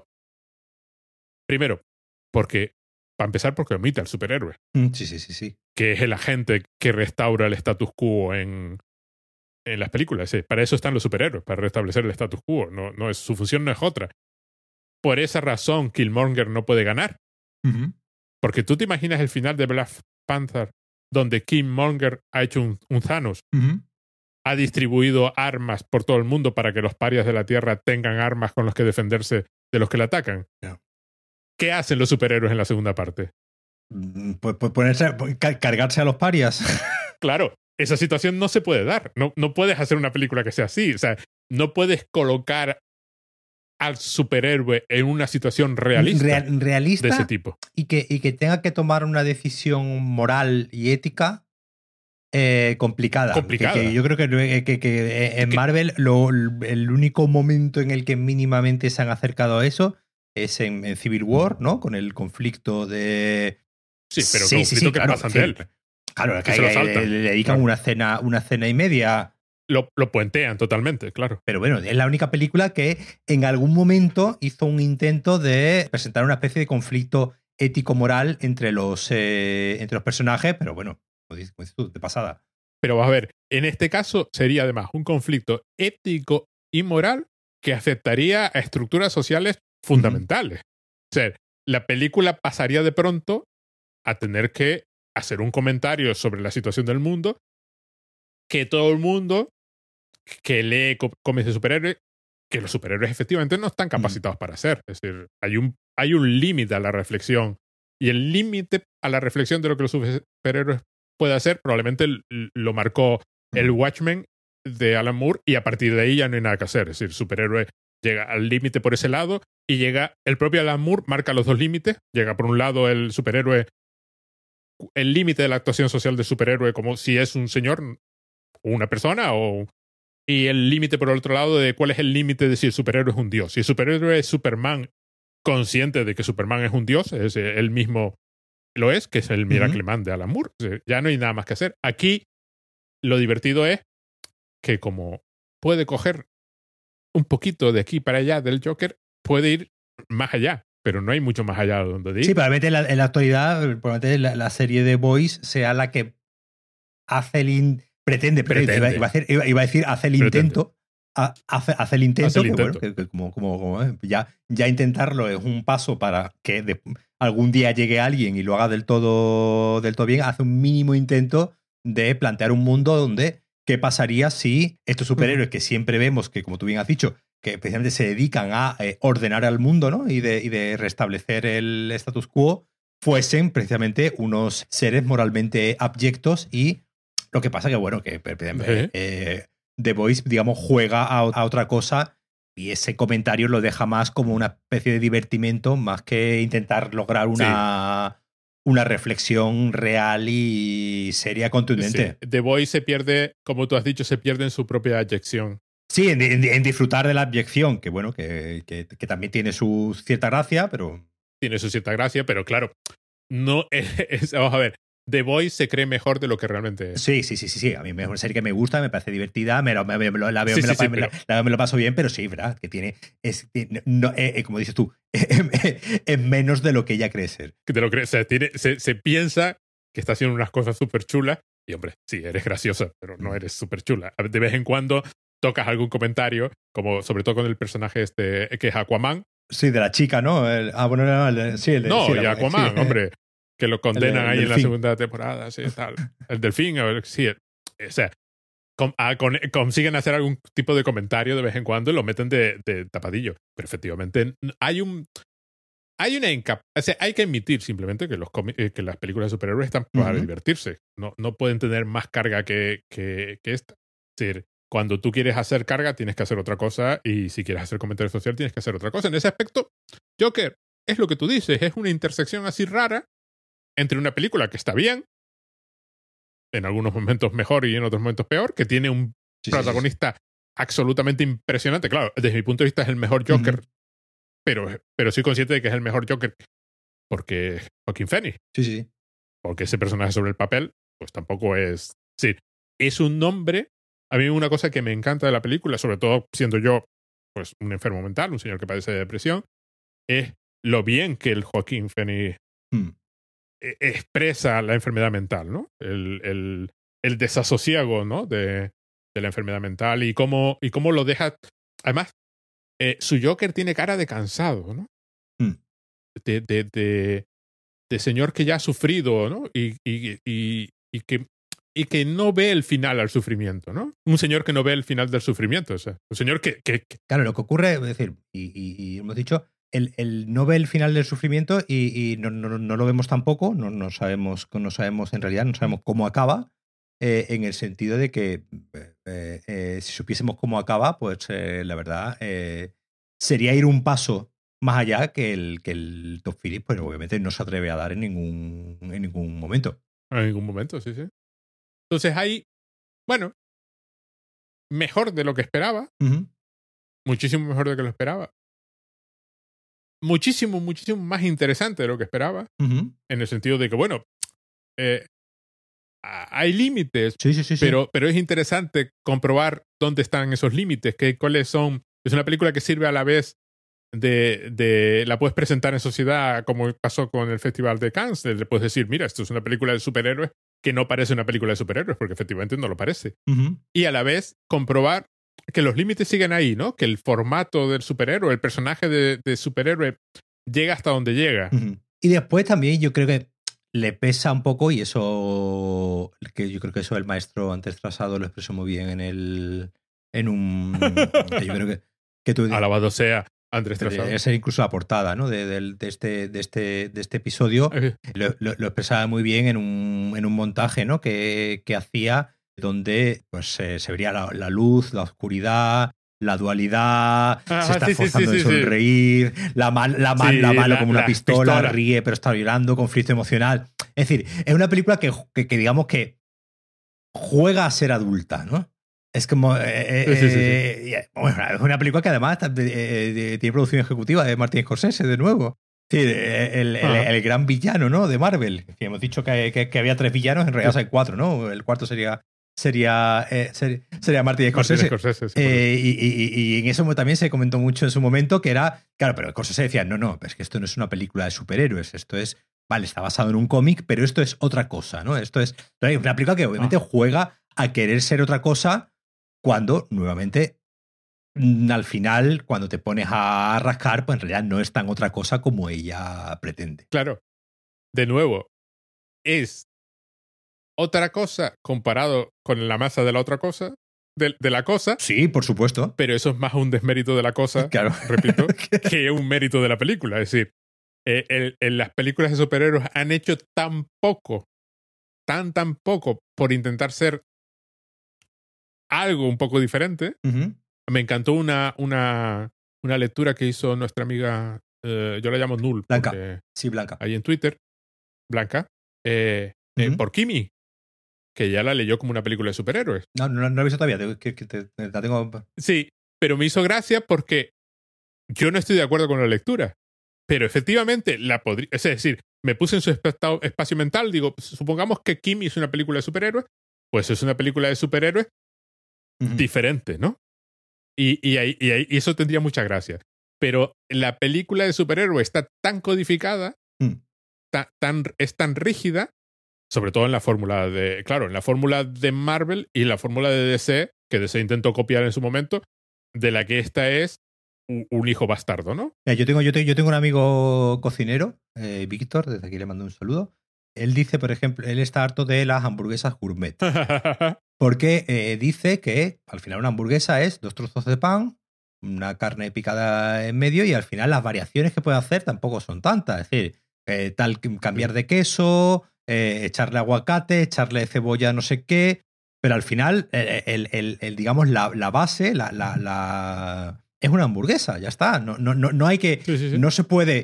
Primero, porque, para empezar, porque omite al superhéroe. Mm, Sí, sí, sí, sí. Que es el agente que restaura el status quo en, en las películas. Sí, para eso están los superhéroes, para restablecer el status quo. No, no es, su función no es otra. Por esa razón, Killmonger no puede ganar. Ujú. Porque tú te imaginas el final de Black Panther, donde Killmonger ha hecho un, un Thanos, Ujú. ha distribuido armas por todo el mundo para que los parias de la Tierra tengan armas con los que defenderse de los que la atacan. Yeah. ¿Qué hacen los superhéroes en la segunda parte? Mm, Pues, pues ponerse, car- cargarse a los parias. Claro, esa situación no se puede dar. No, no puedes hacer una película que sea así. O sea, no puedes colocar al superhéroe en una situación realista, Real- realista de ese tipo. y que, y que tenga que tomar una decisión moral y ética eh, complicada. Complicada. Que, que yo creo que, que- que en Que- Marvel lo, el único momento en el que mínimamente se han acercado a eso es en, en Civil War, ¿no? Con el conflicto de... Sí, pero Sí, sí, conflicto sí, que claro, pasan sí. de él. Claro, Que que se lo hay- saltan. le dedican Claro. una escena, una escena y media. Lo, lo puentean totalmente, claro. Pero bueno, es la única película que en algún momento hizo un intento de presentar una especie de conflicto ético-moral entre los, eh, entre los personajes, pero bueno, como dices, como dices tú, de pasada. Pero vas a ver, en este caso sería además un conflicto ético y moral que afectaría a estructuras sociales fundamentales. O sea, la película pasaría de pronto a tener que hacer un comentario sobre la situación del mundo que todo el mundo que lee co- cómics de superhéroes, que los superhéroes efectivamente no están capacitados para hacer. Es decir, hay un, hay un límite a la reflexión. Y el límite a la reflexión de lo que los superhéroes pueden hacer probablemente l- lo marcó el Watchmen de Alan Moore y a partir de ahí ya no hay nada que hacer. Es decir, superhéroe llega al límite por ese lado y llega, el propio Alan Moore marca los dos límites. Llega por un lado el superhéroe, el límite de la actuación social del superhéroe como si es un señor o una persona o... Y el límite por el otro lado de cuál es el límite de si el superhéroe es un dios. Si el superhéroe es Superman, consciente de que Superman es un dios, es, eh, él mismo lo es, que es el Miracle Man de Alan Moore. O sea, ya no hay nada más que hacer. Aquí lo divertido es que como puede coger un poquito de aquí para allá del Joker, puede ir más allá, pero no hay mucho más allá de donde ir. Sí, probablemente en la, en la actualidad, probablemente la, la serie de Boys sea la que hace el... In, pretende, pretende. Iba, iba, a hacer, iba, iba a decir, hace el Pretende. intento. a- Hace, hace el intento, Hace el que, intento. bueno, que, que como, como, como, eh, ya, ya intentarlo es un paso para que de- algún día llegue alguien y lo haga del todo, del todo bien. Hace un mínimo intento de plantear un mundo donde qué pasaría si estos superhéroes que siempre vemos, que como tú bien has dicho, que precisamente se dedican a eh, ordenar al mundo, ¿no? y, de, y de restablecer el status quo, fuesen precisamente unos seres moralmente abyectos. Y lo que pasa que, bueno, que eh, eh, The Voice, digamos, juega a, a otra cosa y ese comentario lo deja más como una especie de divertimento más que intentar lograr una, sí. una reflexión real y seria, contundente. Sí. The Voice se pierde, como tú has dicho, se pierde en su propia abyección. Sí, en, en, en disfrutar de la abyección, que bueno, que, que, que también tiene su cierta gracia, pero... Tiene su cierta gracia, pero claro, no es, es, vamos a ver, The Voice se cree mejor de lo que realmente es. Sí, sí, sí, sí, sí. A mí me es una serie que me gusta, me parece divertida, me lo, me, me, la veo, sí, me, sí, la, sí, me, pero... la, me lo paso bien, pero sí, verdad, que tiene, es, no, eh, como dices tú, es menos de lo que ella cree ser. Que te lo crees, o sea, tiene, se, se piensa que está haciendo unas cosas súper chulas y hombre, sí, eres graciosa, pero no eres súper chula. De vez en cuando tocas algún comentario, como sobre todo con el personaje este que es Aquaman. Sí, de la chica, ¿no? El, ah, bueno, no, el, sí, el de... No, sí, y la, Aquaman, sí. hombre, que lo condenan el, el ahí delfín. en la segunda temporada, sí, tal. El delfín, a ver, sí, o sea, con, a, con, consiguen hacer algún tipo de comentario de vez en cuando y lo meten de, de tapadillo. Pero efectivamente hay un... Hay una incap o sea, hay que admitir simplemente que, los que las películas de superhéroes están para uh-huh. divertirse. No, no pueden tener más carga que, que, que esta. Es decir, cuando tú quieres hacer carga, tienes que hacer otra cosa. Y si quieres hacer comentario social, tienes que hacer otra cosa. En ese aspecto, Joker es lo que tú dices. Es una intersección así rara entre una película que está bien, en algunos momentos mejor y en otros momentos peor, que tiene un sí, protagonista sí, sí. absolutamente impresionante. Claro, desde mi punto de vista es el mejor Joker, uh-huh. pero, pero soy consciente de que es el mejor Joker porque Joaquin Phoenix. Sí, sí. Porque ese personaje sobre el papel, pues tampoco es... Sí, es un nombre... A mí una cosa que me encanta de la película, sobre todo siendo yo pues un enfermo mental, un señor que padece de depresión, es lo bien que el Joaquin Phoenix hmm. expresa la enfermedad mental, ¿no? El, el, el desasosiego, ¿no? De, de la enfermedad mental y cómo, y cómo lo deja... Además, eh, su Joker tiene cara de cansado, ¿no? Hmm. De, de, de, de señor que ya ha sufrido, ¿no? Y, y, y, y que... y que no ve el final al sufrimiento, ¿no? Un señor que no ve el final del sufrimiento, o sea, un señor que... que, que... Claro, lo que ocurre, es decir, y, y, y hemos dicho, el, el no ve el final del sufrimiento y, y no, no, no lo vemos tampoco, no, no, sabemos, no sabemos en realidad, no sabemos cómo acaba, eh, en el sentido de que eh, eh, si supiésemos cómo acaba, pues eh, la verdad eh, sería ir un paso más allá que el, que el Todd Phillips, pues obviamente no se atreve a dar en ningún, en ningún momento. En ningún momento, sí, sí. Entonces hay, bueno, mejor de lo que esperaba. Uh-huh. Muchísimo mejor de lo que lo esperaba. Muchísimo, muchísimo más interesante de lo que esperaba. Uh-huh. En el sentido de que, bueno, eh, hay límites, sí, sí, sí, pero, sí. pero es interesante comprobar dónde están esos límites, que, cuáles son. Es una película que sirve a la vez de, de... La puedes presentar en sociedad como pasó con el Festival de Cannes. Le puedes decir, mira, esto es una película de superhéroes que no parece una película de superhéroes, porque efectivamente no lo parece. Uh-huh. Y a la vez comprobar que los límites siguen ahí, ¿no? Que el formato del superhéroe, el personaje de, de superhéroe llega hasta donde llega. Uh-huh. Y después también yo creo que le pesa un poco, y eso, que yo creo que eso el maestro antes trazado lo expresó muy bien en el en un... que yo creo que, que tú... Alabado sea Andrés Trazado. Debería ser incluso la portada, ¿no? de, de, de, este, de, este, de este episodio. Lo, lo, lo expresaba muy bien en un, en un montaje, ¿no? que, que hacía donde pues, eh, se vería la, la luz, la oscuridad, la dualidad, ah, se está sí, forzando sí, sí, de sonreír, sí. la, mal, la, mal, sí, la mano la, como una pistola, pistola, ríe pero está llorando, conflicto emocional. Es decir, es una película que, que, que digamos que juega a ser adulta, ¿no? Es como... Eh, sí, sí, sí, sí. Eh, bueno, es una película que además eh, eh, tiene producción ejecutiva de Martin Scorsese, de nuevo. Sí, el, el, ah. el, el gran villano, ¿no? De Marvel. Sí, hemos dicho que, que, que había tres villanos, en realidad sí. hay cuatro, ¿no? El cuarto sería... Sería, eh, ser, sería Martin Scorsese. Martin Scorsese sí, eh, y, y, y en eso también se comentó mucho en su momento que era... Claro, pero Scorsese decía, no, no, es que esto no es una película de superhéroes, esto es... Vale, está basado en un cómic, pero esto es otra cosa, ¿no? Esto es una película que obviamente ah. juega a querer ser otra cosa cuando, nuevamente, al final, cuando te pones a rascar, pues en realidad no es tan otra cosa como ella pretende. Claro. De nuevo, es otra cosa comparado con la masa de la otra cosa, de, de la cosa. Sí, por supuesto. Pero eso es más un desmérito de la cosa, claro. repito, que un mérito de la película. Es decir, eh, el, el, las películas de superhéroes han hecho tan poco, tan, tan poco por intentar ser algo un poco diferente. Uh-huh. Me encantó una, una, una lectura que hizo nuestra amiga, eh, yo la llamo Null. Blanca. Sí, Blanca. Ahí en Twitter. Blanca. Eh, uh-huh. eh, por Kimi, que ya la leyó como una película de superhéroes. No, no, no la he visto todavía. Que, que te, la tengo... Sí, pero me hizo gracia porque yo no estoy de acuerdo con la lectura. Pero efectivamente la podría... Es decir, me puse en su espacio mental, digo, supongamos que Kimi es una película de superhéroes, pues es una película de superhéroes Uh-huh. diferente, ¿no? Y, y, ahí, y, ahí, y eso tendría mucha gracia. Pero la película de superhéroe está tan codificada, uh-huh. ta, tan, es tan rígida, sobre todo en la fórmula de, claro, en la fórmula de Marvel y la fórmula de D C, que D C intentó copiar en su momento, de la que esta es un, un hijo bastardo, ¿no? Yo tengo, yo, tengo, yo tengo un amigo cocinero, eh, Víctor, desde aquí le mando un saludo. Él dice, por ejemplo, él está harto de las hamburguesas gourmet. Porque eh, dice que al final una hamburguesa es dos trozos de pan, una carne picada en medio y al final las variaciones que puede hacer tampoco son tantas. Es decir, eh, tal cambiar de queso, eh, echarle aguacate, echarle cebolla, no sé qué. Pero al final, el, el, el, el digamos, la, la base la, la, la, es una hamburguesa, ya está. No, no, no, no hay que. Sí, sí, sí. No se puede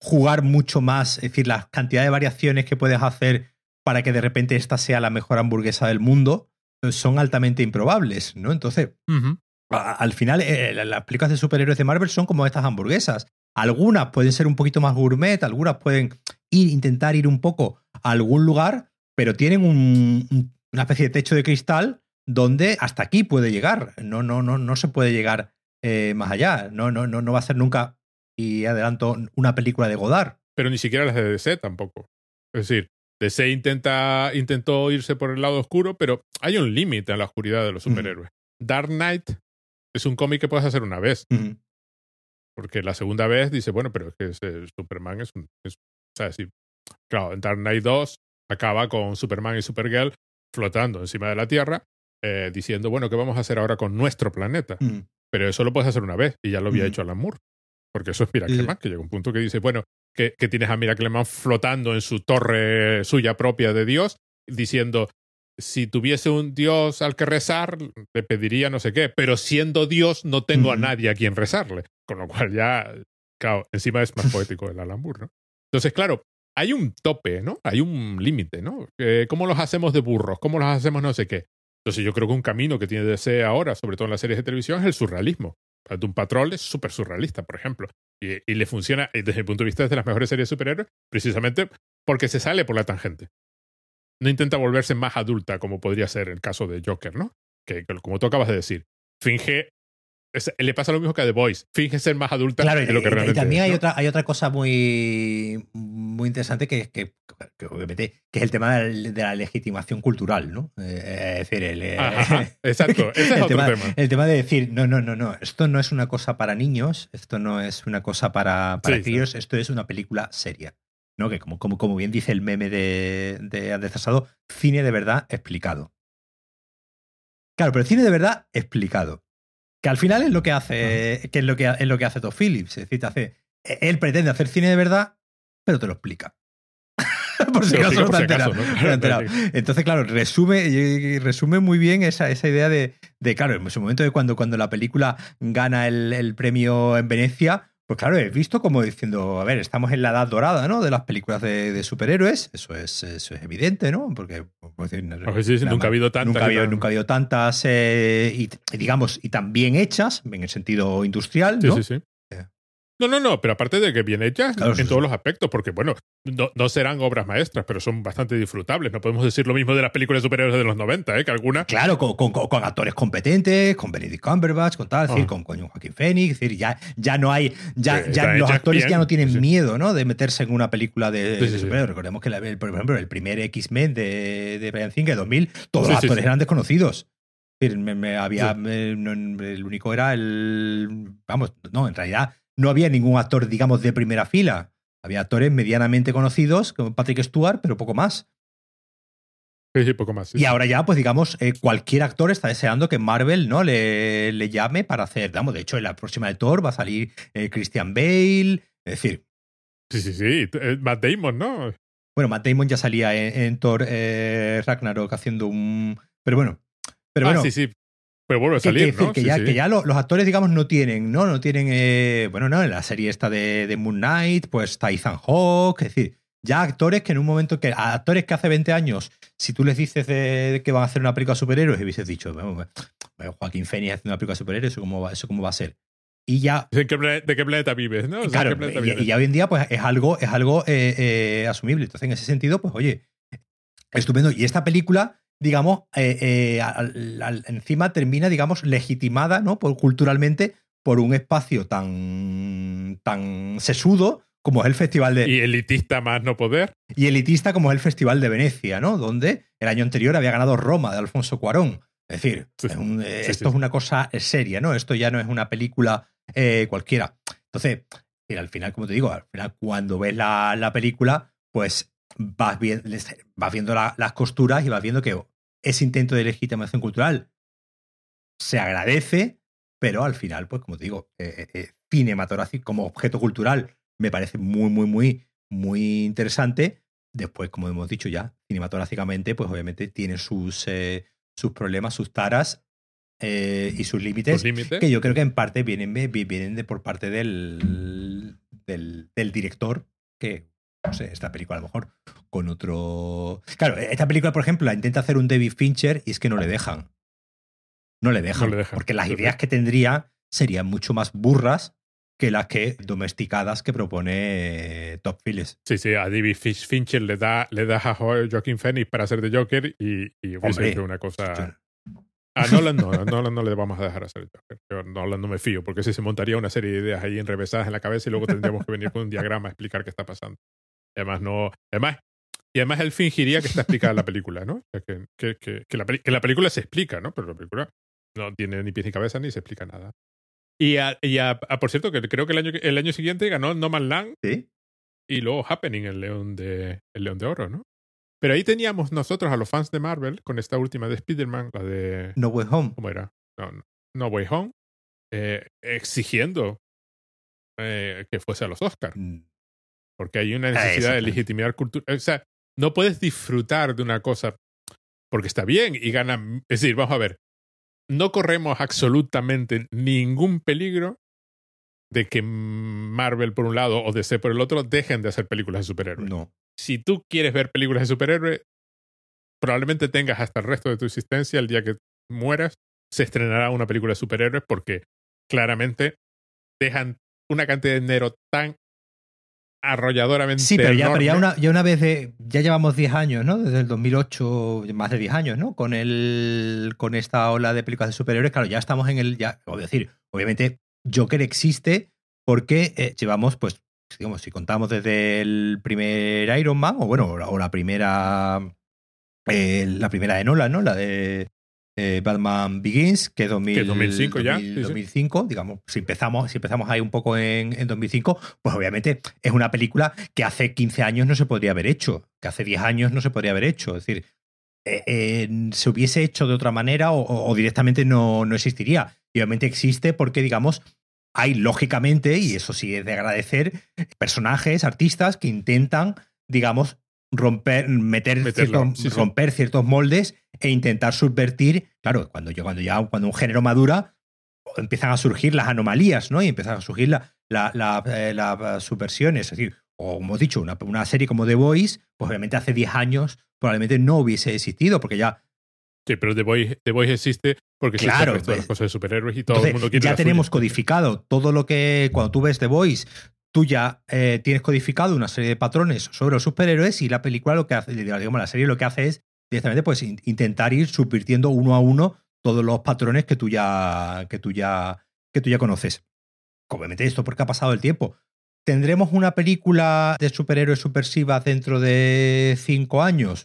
jugar mucho más, es decir, la cantidad de variaciones que puedes hacer para que de repente esta sea la mejor hamburguesa del mundo son altamente improbables, ¿no? Entonces, uh-huh. a, al final, eh, las películas de superhéroes de Marvel son como estas hamburguesas. Algunas pueden ser un poquito más gourmet, algunas pueden ir, intentar ir un poco a algún lugar, pero tienen un, un, una especie de techo de cristal donde hasta aquí puede llegar. No, no, no, no se puede llegar eh, más allá. No, no, no, no va a ser nunca, y adelanto, una película de Godard. Pero ni siquiera las de D C tampoco. Es decir, D C intenta, intentó irse por el lado oscuro, pero hay un límite a la oscuridad de los superhéroes. Uh-huh. Dark Knight es un cómic que puedes hacer una vez. Uh-huh. Porque la segunda vez dice, bueno, pero es que ese Superman es un... Es, o sea, sí, claro, en Dark Knight dos acaba con Superman y Supergirl flotando encima de la Tierra, eh, diciendo, bueno, ¿qué vamos a hacer ahora con nuestro planeta? Uh-huh. Pero eso lo puedes hacer una vez, y ya lo había uh-huh. hecho Alan Moore. Porque eso es Miracle Man, que llega un punto que dice, bueno, que, que tienes a Miracle Man flotando en su torre suya propia de Dios, diciendo, si tuviese un Dios al que rezar, le pediría no sé qué, pero siendo Dios no tengo uh-huh. a nadie a quien rezarle. Con lo cual ya, claro, encima es más poético el Alan Moore, ¿no? Entonces, claro, hay un tope, ¿no? Hay un límite, ¿no? Eh, ¿Cómo los hacemos de burros? ¿Cómo los hacemos no sé qué? Entonces yo creo que un camino que tiene D C ahora, sobre todo en las series de televisión, es el surrealismo. Doom Patrol es súper surrealista, por ejemplo. Y, y le funciona, desde mi punto de vista, es de las mejores series de superhéroes, precisamente porque se sale por la tangente. No intenta volverse más adulta, como podría ser el caso de Joker, ¿no? Que, que como tú acabas de decir, finge... Es, le pasa lo mismo que a The Voice. Finge ser más adulta claro, de lo que y, realmente y también es, hay, ¿no? otra, hay otra cosa muy, muy interesante que, que, que obviamente que es el tema de la legitimación cultural, ¿no? Eh, es decir, el, Ajá, exacto, ese es el otro tema, tema. El tema de decir, no, no, no, no, esto no es una cosa para niños, esto no es una cosa para, para Sí, críos, sí. esto es una película seria, ¿no? Que como, como, como bien dice el meme de, de Andrés Zasado, cine de verdad explicado. Claro, pero cine de verdad explicado. Que al final es lo que hace, que es lo que, es lo que hace Todd Phillips. Es decir, te hace, él pretende hacer cine de verdad, pero te lo explica. por si acaso no te has enterado. ¿no? Entonces, claro, resume, resume muy bien esa, esa idea de, de, claro, en ese momento de cuando, cuando la película gana el, el premio en Venecia, pues claro, he visto como diciendo, a ver, estamos en la edad dorada, ¿no? De las películas de, de superhéroes, eso es, eso es evidente, ¿no? Porque, pues, decir, Porque sí, sí, nunca ha habido tantas. Nunca ha habido, nunca ha habido tantas, eh, y, digamos, y tan bien hechas, en el sentido industrial, ¿no? Sí, sí, sí. No, no, no, pero aparte de que bien hechas claro, en sí, todos sí. los aspectos, porque bueno, no, no serán obras maestras, pero son bastante disfrutables. No podemos decir lo mismo de las películas de superhéroes de los noventa, ¿eh? Que algunas... Claro, con, con, con actores competentes, con Benedict Cumberbatch, con tal, oh. decir, con, con Joaquin Phoenix, es decir, ya, ya no hay, ya, sí, ya los actores bien. ya no tienen sí. miedo, ¿no? De meterse en una película de, sí, de superhéroes. Sí. Recordemos que, la, por ejemplo, el primer X-Men de, de Bryan Singer, dos mil, todos sí, los actores sí, sí. eran desconocidos. Es decir, me, me había, sí. me, no, el único era el... Vamos, no, en realidad... No había ningún actor, digamos, de primera fila. Había actores medianamente conocidos, como Patrick Stewart, pero poco más. Sí, sí, poco más. Sí, y sí. ahora ya, pues digamos, eh, cualquier actor está deseando que Marvel, ¿no? le, le llame para hacer, digamos, de hecho, en la próxima de Thor va a salir eh, Christian Bale, es decir... Sí, sí, sí. Matt Damon, ¿no? Bueno, Matt Damon ya salía en, en Thor eh, Ragnarok haciendo un... Pero bueno... Pero ah, bueno, sí, sí. Pero vuelve a salir, que, que, ¿no? Que sí, ya, sí. que ya lo, los actores, digamos, no tienen, ¿no? No tienen, eh, bueno, no, en la serie esta de, de Moon Knight, pues está Ethan Hawke, es decir, ya actores que en un momento que, a actores que hace veinte años, si tú les dices de, de que van a hacer una película de superhéroes, y hubieses dicho, bueno, Joaquín Phoenix haciendo una película de superhéroes, ¿eso cómo va, eso cómo va a ser? Y ya... ¿De qué, ¿De qué planeta vives, no? O sea, claro, planeta y, vives? y ya hoy en día, pues, es algo, es algo eh, eh, asumible. Entonces, en ese sentido, pues, oye, estupendo. Y esta película... digamos, eh, eh, al, al, encima termina, digamos, legitimada, ¿no? Por, culturalmente por un espacio tan, tan sesudo como es el Festival de... Y elitista más no poder. Y elitista como es el Festival de Venecia, ¿no? Donde el año anterior había ganado Roma, de Alfonso Cuarón. Es decir, sí, es un, eh, sí, esto sí. es una cosa seria, ¿no? Esto ya no es una película eh, cualquiera. Entonces, al final, como te digo, al final cuando ves la, la película, pues vas, bien, vas viendo la, las costuras y vas viendo que ese intento de legitimación cultural se agradece, pero al final, pues como te digo, eh, eh, cinematográfico como objeto cultural me parece muy, muy, muy, muy interesante. Después, como hemos dicho ya, cinematográficamente, pues obviamente tiene sus, eh, sus problemas, sus taras eh, y sus límites, que yo creo que en parte vienen, vienen de por parte del, del, del director, que, no sé, esta película a lo mejor con otro... Claro, esta película, por ejemplo, la intenta hacer un David Fincher y es que no le dejan. No le dejan, No le dejan. porque las Perfecto. ideas que tendría serían mucho más burras que las que domesticadas que propone Todd Phillips. Sí, sí, a David Fincher le da, le da a Joaquin Phoenix para hacer de Joker y, y hubiese Hombre, hecho una cosa... A Nolan no, a Nolan no le vamos a dejar hacer Joker. Yo a Nolan no me fío, porque si se montaría una serie de ideas ahí enrevesadas en la cabeza y luego tendríamos que venir con un diagrama a explicar qué está pasando. Además, no. Además, y además él fingiría que está explicada la película, ¿no? O sea, que, que, que, que, la, que la película se explica, ¿no? Pero la película no tiene ni pies ni cabeza ni se explica nada. Y, a, y a, a, por cierto, que creo que el año, el año siguiente ganó No Man's Land. ¿Sí? Y luego Happening, el León de, el León de Oro, ¿no? Pero ahí teníamos nosotros a los fans de Marvel con esta última de Spider-Man, la de... No Way Home. ¿Cómo era? No, no, no Way Home, eh, exigiendo eh, que fuese a los Oscars. Mm. Porque hay una necesidad de legitimidad cultural. O sea, no puedes disfrutar de una cosa porque está bien y gana... Es decir, vamos a ver, no corremos absolutamente ningún peligro de que Marvel por un lado o D C por el otro dejen de hacer películas de superhéroes. No. Si tú quieres ver películas de superhéroes, probablemente tengas hasta el resto de tu existencia, el día que mueras, se estrenará una película de superhéroes porque claramente dejan una cantidad de dinero tan arrolladoramente Sí, pero ya, enorme. pero ya, una, ya una vez de... Ya llevamos diez años, ¿no? Desde el dos mil ocho, más de diez años, ¿no? Con el con esta ola de películas de superhéroes, claro, ya estamos en el... Ya, voy a decir, obviamente Joker existe porque eh, llevamos, pues, digamos, si contamos desde el primer Iron Man, o bueno, o la primera... Eh, la primera de Nolan, ¿no? La de eh, Batman Begins, que es dos mil, que dos mil cinco ya. dos mil, Sí, dos mil cinco, sí. Digamos, si empezamos, si empezamos ahí un poco en, en dos mil cinco, pues obviamente es una película que hace quince años no se podría haber hecho, que hace diez años no se podría haber hecho. Es decir, eh, eh, se hubiese hecho de otra manera o, o directamente no, no existiría. Y obviamente existe porque, digamos, hay lógicamente, y eso sí es de agradecer, personajes, artistas que intentan, digamos, romper, meter ciertos, sí, romper sí. ciertos moldes e intentar subvertir. Claro, cuando, yo, cuando ya cuando un género madura, empiezan a surgir las anomalías, ¿no? Y empiezan a surgir las la, la, eh, la subversiones. Es decir, o como hemos dicho, una, una serie como The Voice, pues obviamente hace diez años probablemente no hubiese existido, porque ya. Sí, pero The Voice, The Voice existe porque claro, existen pues, las cosas de superhéroes y todo entonces, el mundo quiere ya la tenemos suya. Codificado todo lo que. Cuando tú ves The Voice, tú ya eh, tienes codificado una serie de patrones sobre los superhéroes y la película lo que hace, digamos, la serie lo que hace es directamente pues in, intentar ir subvirtiendo uno a uno todos los patrones que tú ya que tú ya que tú ya conoces. Obviamente esto porque ha pasado el tiempo. ¿Tendremos una película de superhéroes subversiva dentro de cinco años?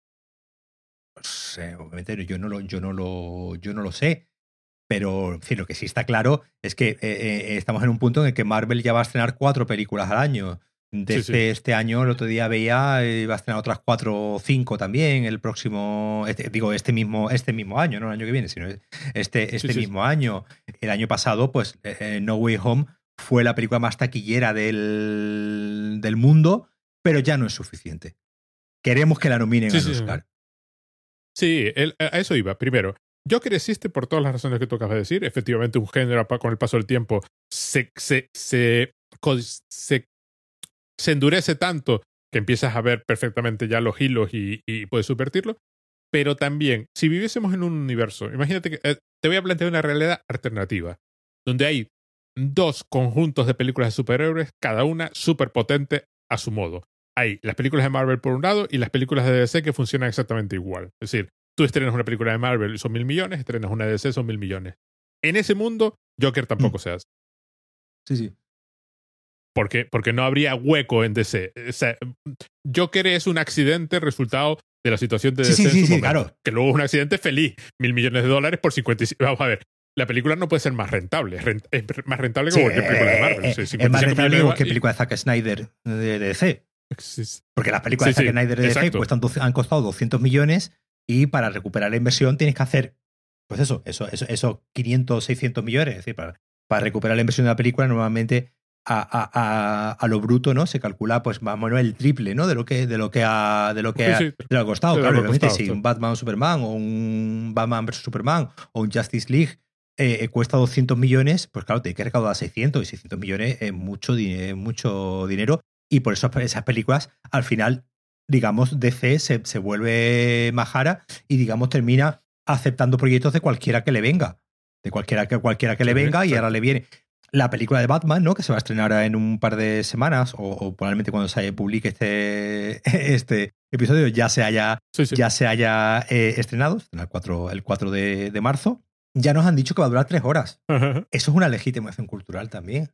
Pues, eh, obviamente yo no lo yo no lo yo no lo sé. Pero en fin, lo que sí está claro es que eh, eh, estamos en un punto en el que Marvel ya va a estrenar cuatro películas al año. Desde sí, sí. este año, el otro día veía, eh, va a estrenar otras cuatro o cinco también el próximo, este, digo, este mismo, este mismo año, no el año que viene, sino este, este sí, mismo sí. año. El año pasado, pues, eh, No Way Home fue la película más taquillera del, del mundo, pero ya no es suficiente. Queremos que la nominen sí, al sí, Oscar. Sí, el, a eso iba. Primero, Joker existe por todas las razones que tú acabas de decir. Efectivamente, un género con el paso del tiempo se, se, se, se, se endurece tanto que empiezas a ver perfectamente ya los hilos y, y puedes subvertirlo. Pero también, si viviésemos en un universo, imagínate que eh, te voy a plantear una realidad alternativa, donde hay dos conjuntos de películas de superhéroes, cada una súper potente a su modo. Hay las películas de Marvel por un lado y las películas de D C que funcionan exactamente igual. Es decir, tú estrenas una película de Marvel y son mil millones, estrenas una de D C son mil millones. En ese mundo, Joker tampoco mm. se hace. Sí, sí. Porque, porque no habría hueco en D C. O sea, Joker es un accidente resultado de la situación de D C sí, sí, en su sí, sí, momento. claro. Que luego es un accidente feliz. Mil millones de dólares por cincuenta y cinco. Vamos a ver. La película no puede ser más rentable. Es, rent, es más rentable que sí, cualquier película de Marvel. Eh, o sea, es más rentable que cualquier película de Zack Snyder de D C. Porque las películas sí, de Zack sí, Snyder de D C cuestan, han costado doscientos millones y para recuperar la inversión tienes que hacer, pues eso, eso, eso, eso quinientos, seiscientos millones. Es decir, para, para recuperar la inversión de la película normalmente a, a, a, a lo bruto, ¿no? Se calcula pues más o menos el triple, ¿no? De lo que, de lo que ha, de lo que, sí, ha, sí. de lo que ha costado. De claro, lo obviamente, costado, si sí. un Batman o Superman o un Batman versus Superman o un Justice League eh, cuesta doscientos millones, pues claro, tiene que recaudar seiscientos, y seiscientos millones es mucho, es mucho dinero, y por eso esas películas, al final, digamos, D C se, se vuelve majara y, digamos, termina aceptando proyectos de cualquiera que le venga, de cualquiera que, cualquiera que sí, le venga, y ahora le viene la película de Batman, ¿no? Que se va a estrenar en un par de semanas, o, o probablemente cuando se publique este, este episodio ya se haya, sí, sí. Ya se haya eh, estrenado, el cuatro, el cuatro de, de marzo. Ya nos han dicho que va a durar tres horas. Uh-huh. Eso es una legitimación cultural también.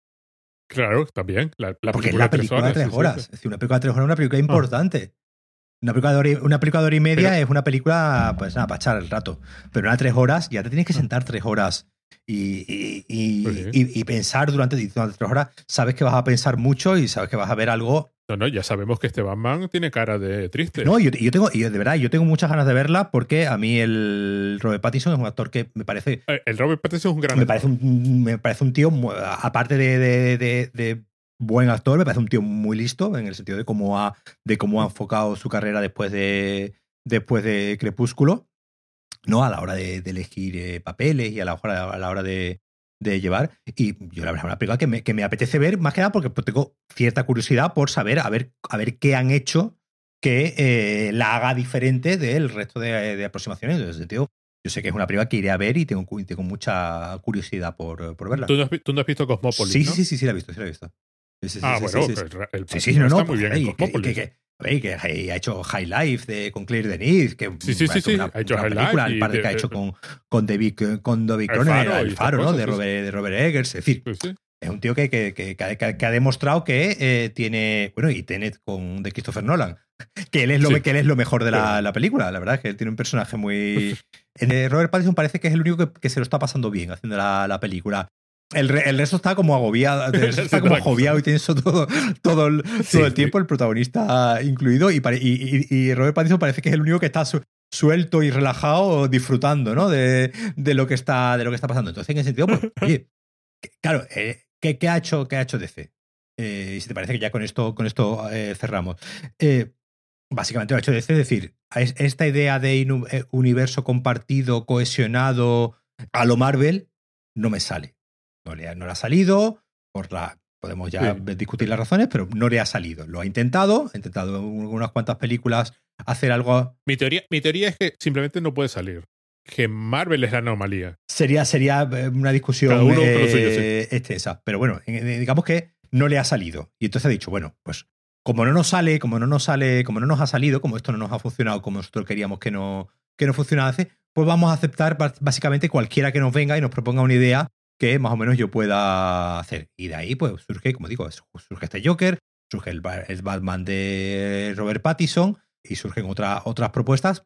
Claro, también. La, la Porque es la película de tres horas. Sí, sí, sí. Es decir, una película de tres horas es una película importante. Uh. Una película de hora, una película de hora y media Pero, es una película, pues nada, para echar el rato. Pero una de tres horas, ya te tienes que sentar tres horas y, y, y, pues sí. y, y pensar durante, durante tres horas. Sabes que vas a pensar mucho y sabes que vas a ver algo. No, no, ya sabemos que este Batman tiene cara de triste. No, yo, yo tengo, yo, de verdad, yo tengo muchas ganas de verla porque a mí el Robert Pattinson es un actor que me parece... El Robert Pattinson es un gran me parece un, me parece un tío, aparte de, de, de, de buen actor, me parece un tío muy listo en el sentido de cómo ha, de cómo ha enfocado su carrera después de, después de Crepúsculo, ¿no? A la hora de, de elegir eh, papeles y a la hora, a la hora de... de llevar, y yo la verdad es una película que me, que me apetece ver más que nada porque tengo cierta curiosidad por saber a ver, a ver qué han hecho que eh, la haga diferente del resto de, de aproximaciones. En ese sentido, yo sé que es una película que iré a ver y tengo, tengo mucha curiosidad por, por verla. ¿Tú no, has, ¿Tú no has visto Cosmópolis? Sí, ¿no? sí, sí, sí, la he visto, sí la he visto. Sí, sí, ah, sí, bueno, sí, sí, sí, el sí, sí, no, no, está muy bien en Cosmópolis. Que, que, que, que ha hecho High Life de, con Claire Denis, que sí, sí, sí, sí. Una, ha hecho una High película, Life el par de, que ha hecho de, con, con David, con David Cronenberg, El Faro, ¿no? De Robert, de Robert Eggers, es decir, sí, sí. Es un tío que, que, que, que, que ha demostrado que eh, tiene, bueno, y Tenet con de Christopher Nolan, que él es lo, sí. que él es lo mejor de la, la película, la verdad es que él tiene un personaje muy... En Robert Pattinson parece que es el único que, que se lo está pasando bien haciendo la, la película. El, re, el resto está como agobiado, el resto está como agobiado y tenso todo, todo, el, sí, todo el tiempo, sí. El protagonista incluido, y, y, y, y Robert Pattinson parece que es el único que está su, suelto y relajado disfrutando, ¿no? de, de, lo que está, de lo que está pasando. Entonces, en ese sentido, pues, oye, claro, eh, ¿qué, ¿qué, ha hecho, ¿qué ha hecho D C? Eh, y si te parece que ya con esto, con esto eh, cerramos. Eh, básicamente lo ha hecho D C, es decir, esta idea de universo compartido, cohesionado a lo Marvel, no me sale. No le, no le ha salido, por la, podemos ya sí. discutir las razones, pero no le ha salido. Lo ha intentado, ha intentado en unas cuantas películas hacer algo... Mi teoría, mi teoría es que simplemente no puede salir. Que Marvel es la anomalía. Sería, sería una discusión Cada uno eh, con lo suyo, sí. extensa. Pero bueno, digamos que no le ha salido. Y entonces ha dicho, bueno, pues como no nos sale, como no nos sale, como no nos ha salido, como esto no nos ha funcionado como nosotros queríamos que no, que no funcionase, pues vamos a aceptar básicamente cualquiera que nos venga y nos proponga una idea que más o menos yo pueda hacer. Y de ahí pues surge, como digo, surge este Joker, surge el, el Batman de Robert Pattinson y surgen otra, otras propuestas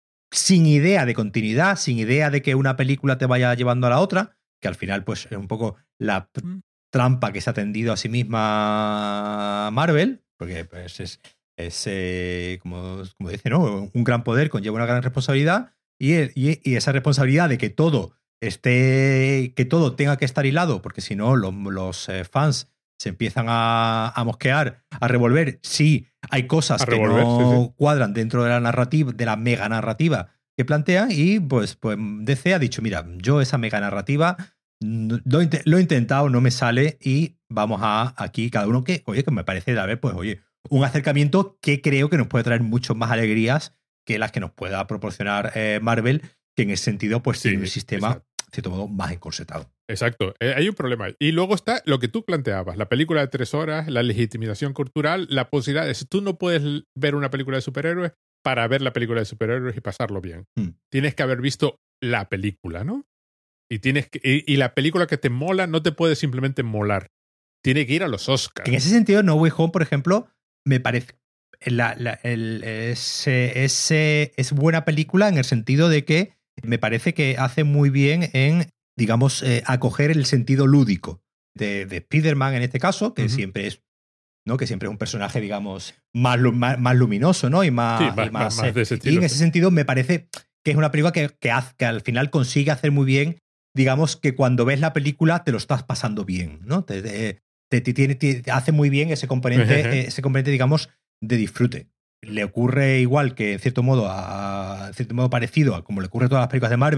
sin idea de continuidad, sin idea de que una película te vaya llevando a la otra, que al final pues es un poco la mm. trampa que se ha tendido a sí misma Marvel, porque pues es, es eh, como, como dice, ¿no? Un gran poder conlleva una gran responsabilidad y, y, y esa responsabilidad de que todo esté, que todo tenga que estar hilado, porque si no los, los eh, fans se empiezan a, a mosquear, a revolver. Sí, hay cosas a que revolver, no sí, sí. cuadran dentro de la narrativa, de la mega narrativa que plantean, y pues, pues D C ha dicho, mira, yo esa mega narrativa lo, lo he intentado, no me sale, y vamos a aquí cada uno que, oye, que me parece de haber, pues, oye, un acercamiento que creo que nos puede traer mucho más alegrías que las que nos pueda proporcionar eh, Marvel, que en ese sentido, pues, sí, tiene un sistema, exacto. de cierto modo, más encorsetado. Exacto, eh, hay un problema. Y luego está lo que tú planteabas, la película de tres horas, la legitimización cultural, la posibilidad de, tú no puedes ver una película de superhéroes para ver la película de superhéroes y pasarlo bien. Mm. Tienes que haber visto la película, ¿no? Y, tienes que, y, y la película que te mola no te puede simplemente molar. Tiene que ir a los Oscars. En ese sentido, No Way Home, por ejemplo, me parece... La, la, el, es, es, es buena película en el sentido de que me parece que hace muy bien en, digamos, eh, acoger el sentido lúdico de, de Spider-Man en este caso, que uh-huh. siempre es, ¿no? Que siempre es un personaje, digamos, más, más, más luminoso, ¿no? Y más, sí, más, y más, más, más de ese estilo, y en ese sí. sentido me parece que es una película que, que, haz, que al final consigue hacer muy bien, digamos, que cuando ves la película te lo estás pasando bien, ¿no? Te, te, te, te, te, te hace muy bien ese componente, uh-huh. ese componente, digamos, de disfrute. Le ocurre igual que, en cierto modo, a, en cierto modo parecido a como le ocurre a todas las películas de Marvel,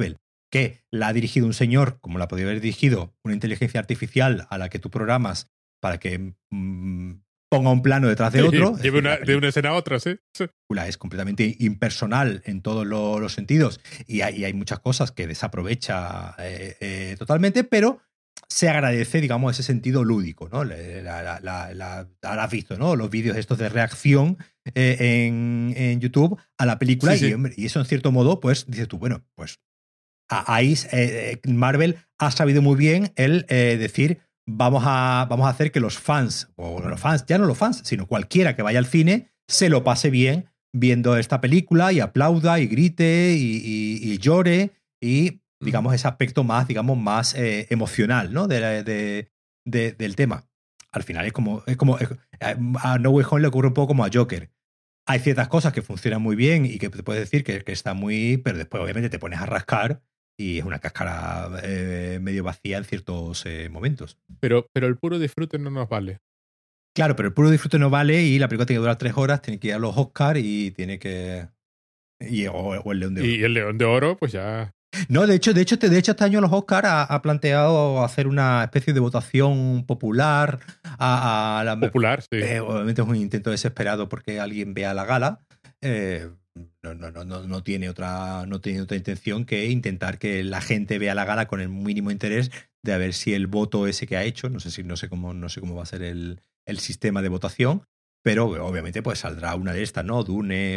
que la ha dirigido un señor, como la podría haber dirigido una inteligencia artificial a la que tú programas para que mmm, ponga un plano detrás de otro. Sí, lleve una, de una escena a otra, sí. sí. Es completamente impersonal en todos lo, los sentidos y hay, y hay muchas cosas que desaprovecha eh, eh, totalmente, pero se agradece, digamos, ese sentido lúdico, ¿no? La, la, la, la, ahora has visto, ¿no? Los vídeos estos de reacción eh, en, en YouTube a la película sí, y, sí. Hombre, y eso en cierto modo, pues dices tú, bueno, pues ahí eh, Marvel ha sabido muy bien el eh, decir vamos a, vamos a hacer que los fans, o los fans, ya no los fans, sino cualquiera que vaya al cine se lo pase bien viendo esta película y aplauda y grite y, y, y llore y digamos ese aspecto más, digamos, más eh, emocional, ¿no? De, de, de, del tema. Al final es como, es como es, a No Way Home le ocurre un poco como a Joker. Hay ciertas cosas que funcionan muy bien y que te puedes decir que, que está muy, pero después obviamente te pones a rascar y es una cáscara eh, medio vacía en ciertos eh, momentos. Pero, pero el puro disfrute no nos vale. Claro, pero el puro disfrute no vale y la película tiene que durar tres horas, tiene que ir a los Oscars y tiene que... Y, o, o el León de Oro. Y el León de Oro, pues ya... No, de hecho, de hecho, de hecho este año los Oscars ha, ha planteado hacer una especie de votación popular. A, a la, popular, sí. Eh, obviamente es un intento desesperado porque alguien vea la gala. Eh, no, no, no, no, no tiene otra, no tiene otra intención que intentar que la gente vea la gala con el mínimo interés de a ver si el voto ese que ha hecho, no sé si no sé cómo, no sé cómo va a ser el, el sistema de votación, pero obviamente pues saldrá una de estas, ¿no? Dune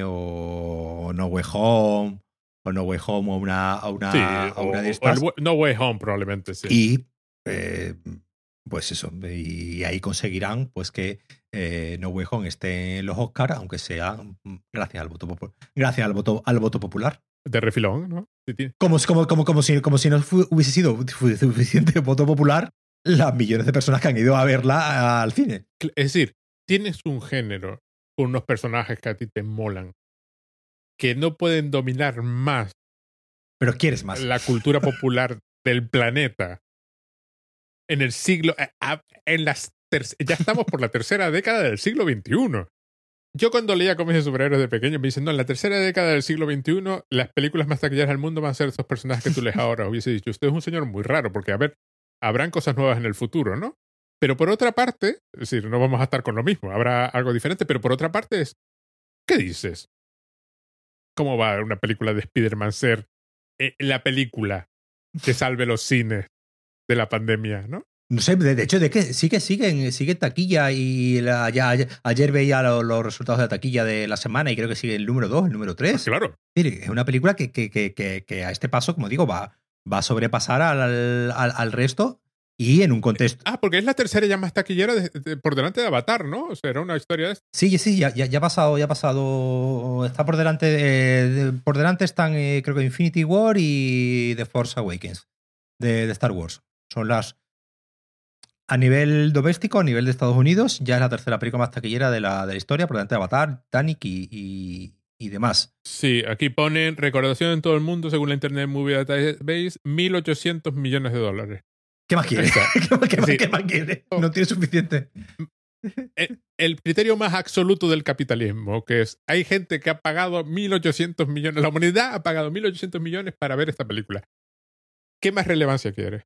o No Way Home. O No Way Home o una, a una, sí, a una o, de estas. O el No Way Home probablemente, sí. Y eh, pues eso, y ahí conseguirán pues que eh, No Way Home esté en los Oscars, aunque sea gracias al voto gracias al voto al voto popular. De refilón, ¿no? Sí, sí. Como, como, como, como, si, como si no fu, hubiese sido suficiente voto popular las millones de personas que han ido a verla al cine. Es decir, tienes un género con unos personajes que a ti te molan, que no pueden dominar más, pero quieres más, la cultura popular del planeta en el siglo, en las ya estamos por la tercera década del siglo veintiuno. Yo cuando leía cómics de superhéroes de pequeño me dicen, no, en la tercera década del siglo veintiuno las películas más taquilleras del mundo van a ser esos personajes que tú lees ahora. Hubiese dicho, usted es un señor muy raro, porque a ver, habrán cosas nuevas en el futuro, ¿no? Pero por otra parte, es decir, no vamos a estar con lo mismo, habrá algo diferente, pero por otra parte es, ¿qué dices? ¿Cómo va una película de Spider-Man ser eh, la película que salve los cines de la pandemia, ¿no? No sé, de, de hecho, de que sigue, sigue, sigue taquilla y la, ya, ayer, ayer veía los, los resultados de la taquilla de la semana y creo que sigue el número dos, el número tres. Pues claro. Es una película que, que, que, que, que a este paso, como digo, va, va a sobrepasar al, al, al resto y en un contexto... Ah, porque es la tercera ya más taquillera de, de, por delante de Avatar, ¿no? O sea, era una historia de... Sí, sí, ya, ya, ya ha pasado, ya ha pasado... Está por delante, eh, de, por delante están eh, creo que Infinity War y The Force Awakens de, de Star Wars. Son las... A nivel doméstico, a nivel de Estados Unidos, ya es la tercera película más taquillera de la, de la historia, por delante de Avatar, Titanic y, y, y demás. Sí, aquí ponen recordación en todo el mundo, según la Internet Movie Database, mil ochocientos millones de dólares. ¿Qué más quiere? ¿Qué más, qué más, sí. ¿Qué más quiere? No tiene suficiente. El, el criterio más absoluto del capitalismo, que es, hay gente que ha pagado mil ochocientos millones, la humanidad ha pagado mil ochocientos millones para ver esta película. ¿Qué más relevancia quiere?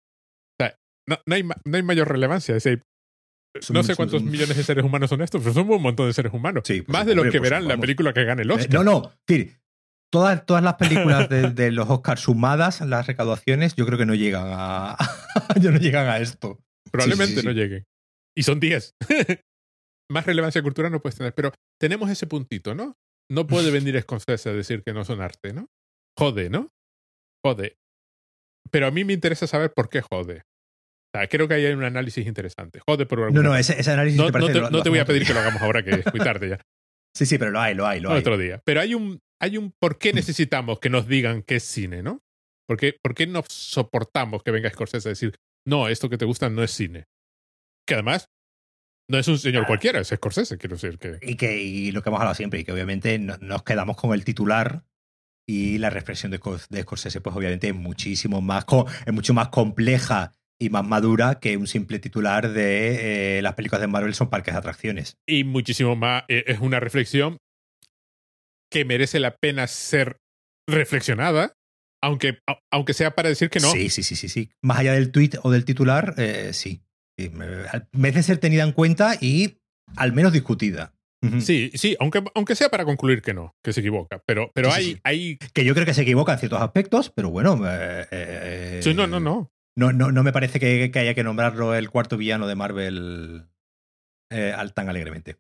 No, no, hay, no hay mayor relevancia. Es decir, no sé cuántos son, millones de seres humanos son estos, pero son un montón de seres humanos. Sí, pues, Más de los que pues, verán vamos. La película que gane el Oscar. Eh, no, no. Sí, todas, todas las películas de, de los Oscars sumadas, las recaudaciones, yo creo que no llegan a, yo no llegan a esto. Probablemente sí, sí, sí, no sí. lleguen. Y son diez. Más relevancia cultural no puedes tener. Pero tenemos ese puntito, ¿no? No puede venir Scorsese a decir que no son arte, ¿no? Jode, ¿no? Jode. Pero a mí me interesa saber por qué jode. O sea, creo que ahí hay un análisis interesante. Jode por alguna... No, no, ese, ese análisis no, te parece... No te, lo, no lo te voy a pedir que lo hagamos ahora, que es muy tarde ya. Sí, sí, pero lo hay, lo hay, lo hay. Otro día. Pero hay un, hay un por qué necesitamos que nos digan qué es cine, ¿no? ¿Por qué, por qué no soportamos que venga Scorsese a decir, no, esto que te gusta no es cine? Que además no es un señor cualquiera, es Scorsese, quiero decir que... Y, que, y lo que hemos hablado siempre, y que obviamente no, nos quedamos con el titular y la reflexión de, de Scorsese, pues obviamente es muchísimo más, es mucho más compleja y más madura que un simple titular de eh, las películas de Marvel son parques de atracciones. Y muchísimo más, eh, es una reflexión que merece la pena ser reflexionada Aunque, a- aunque sea para decir que no. Sí, sí, sí, sí, sí. Más allá del tweet o del titular, eh, sí. Sí, me- Merece ser tenida en cuenta y al menos discutida. Ujú. Sí, sí, aunque, aunque sea para concluir que no, que se equivoca. Pero, pero Sí, sí, hay, sí. hay. Que yo creo que se equivoca en ciertos aspectos, pero bueno. eh, eh, Sí, no, no, no. No, no, no me parece que, que haya que nombrarlo el cuarto villano de Marvel eh, al tan alegremente.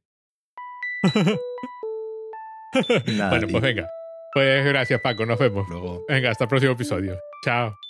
Nada, Bueno, tío. pues venga. Pues gracias, Paco. Nos vemos. Luego. Venga, hasta el próximo episodio. Chao.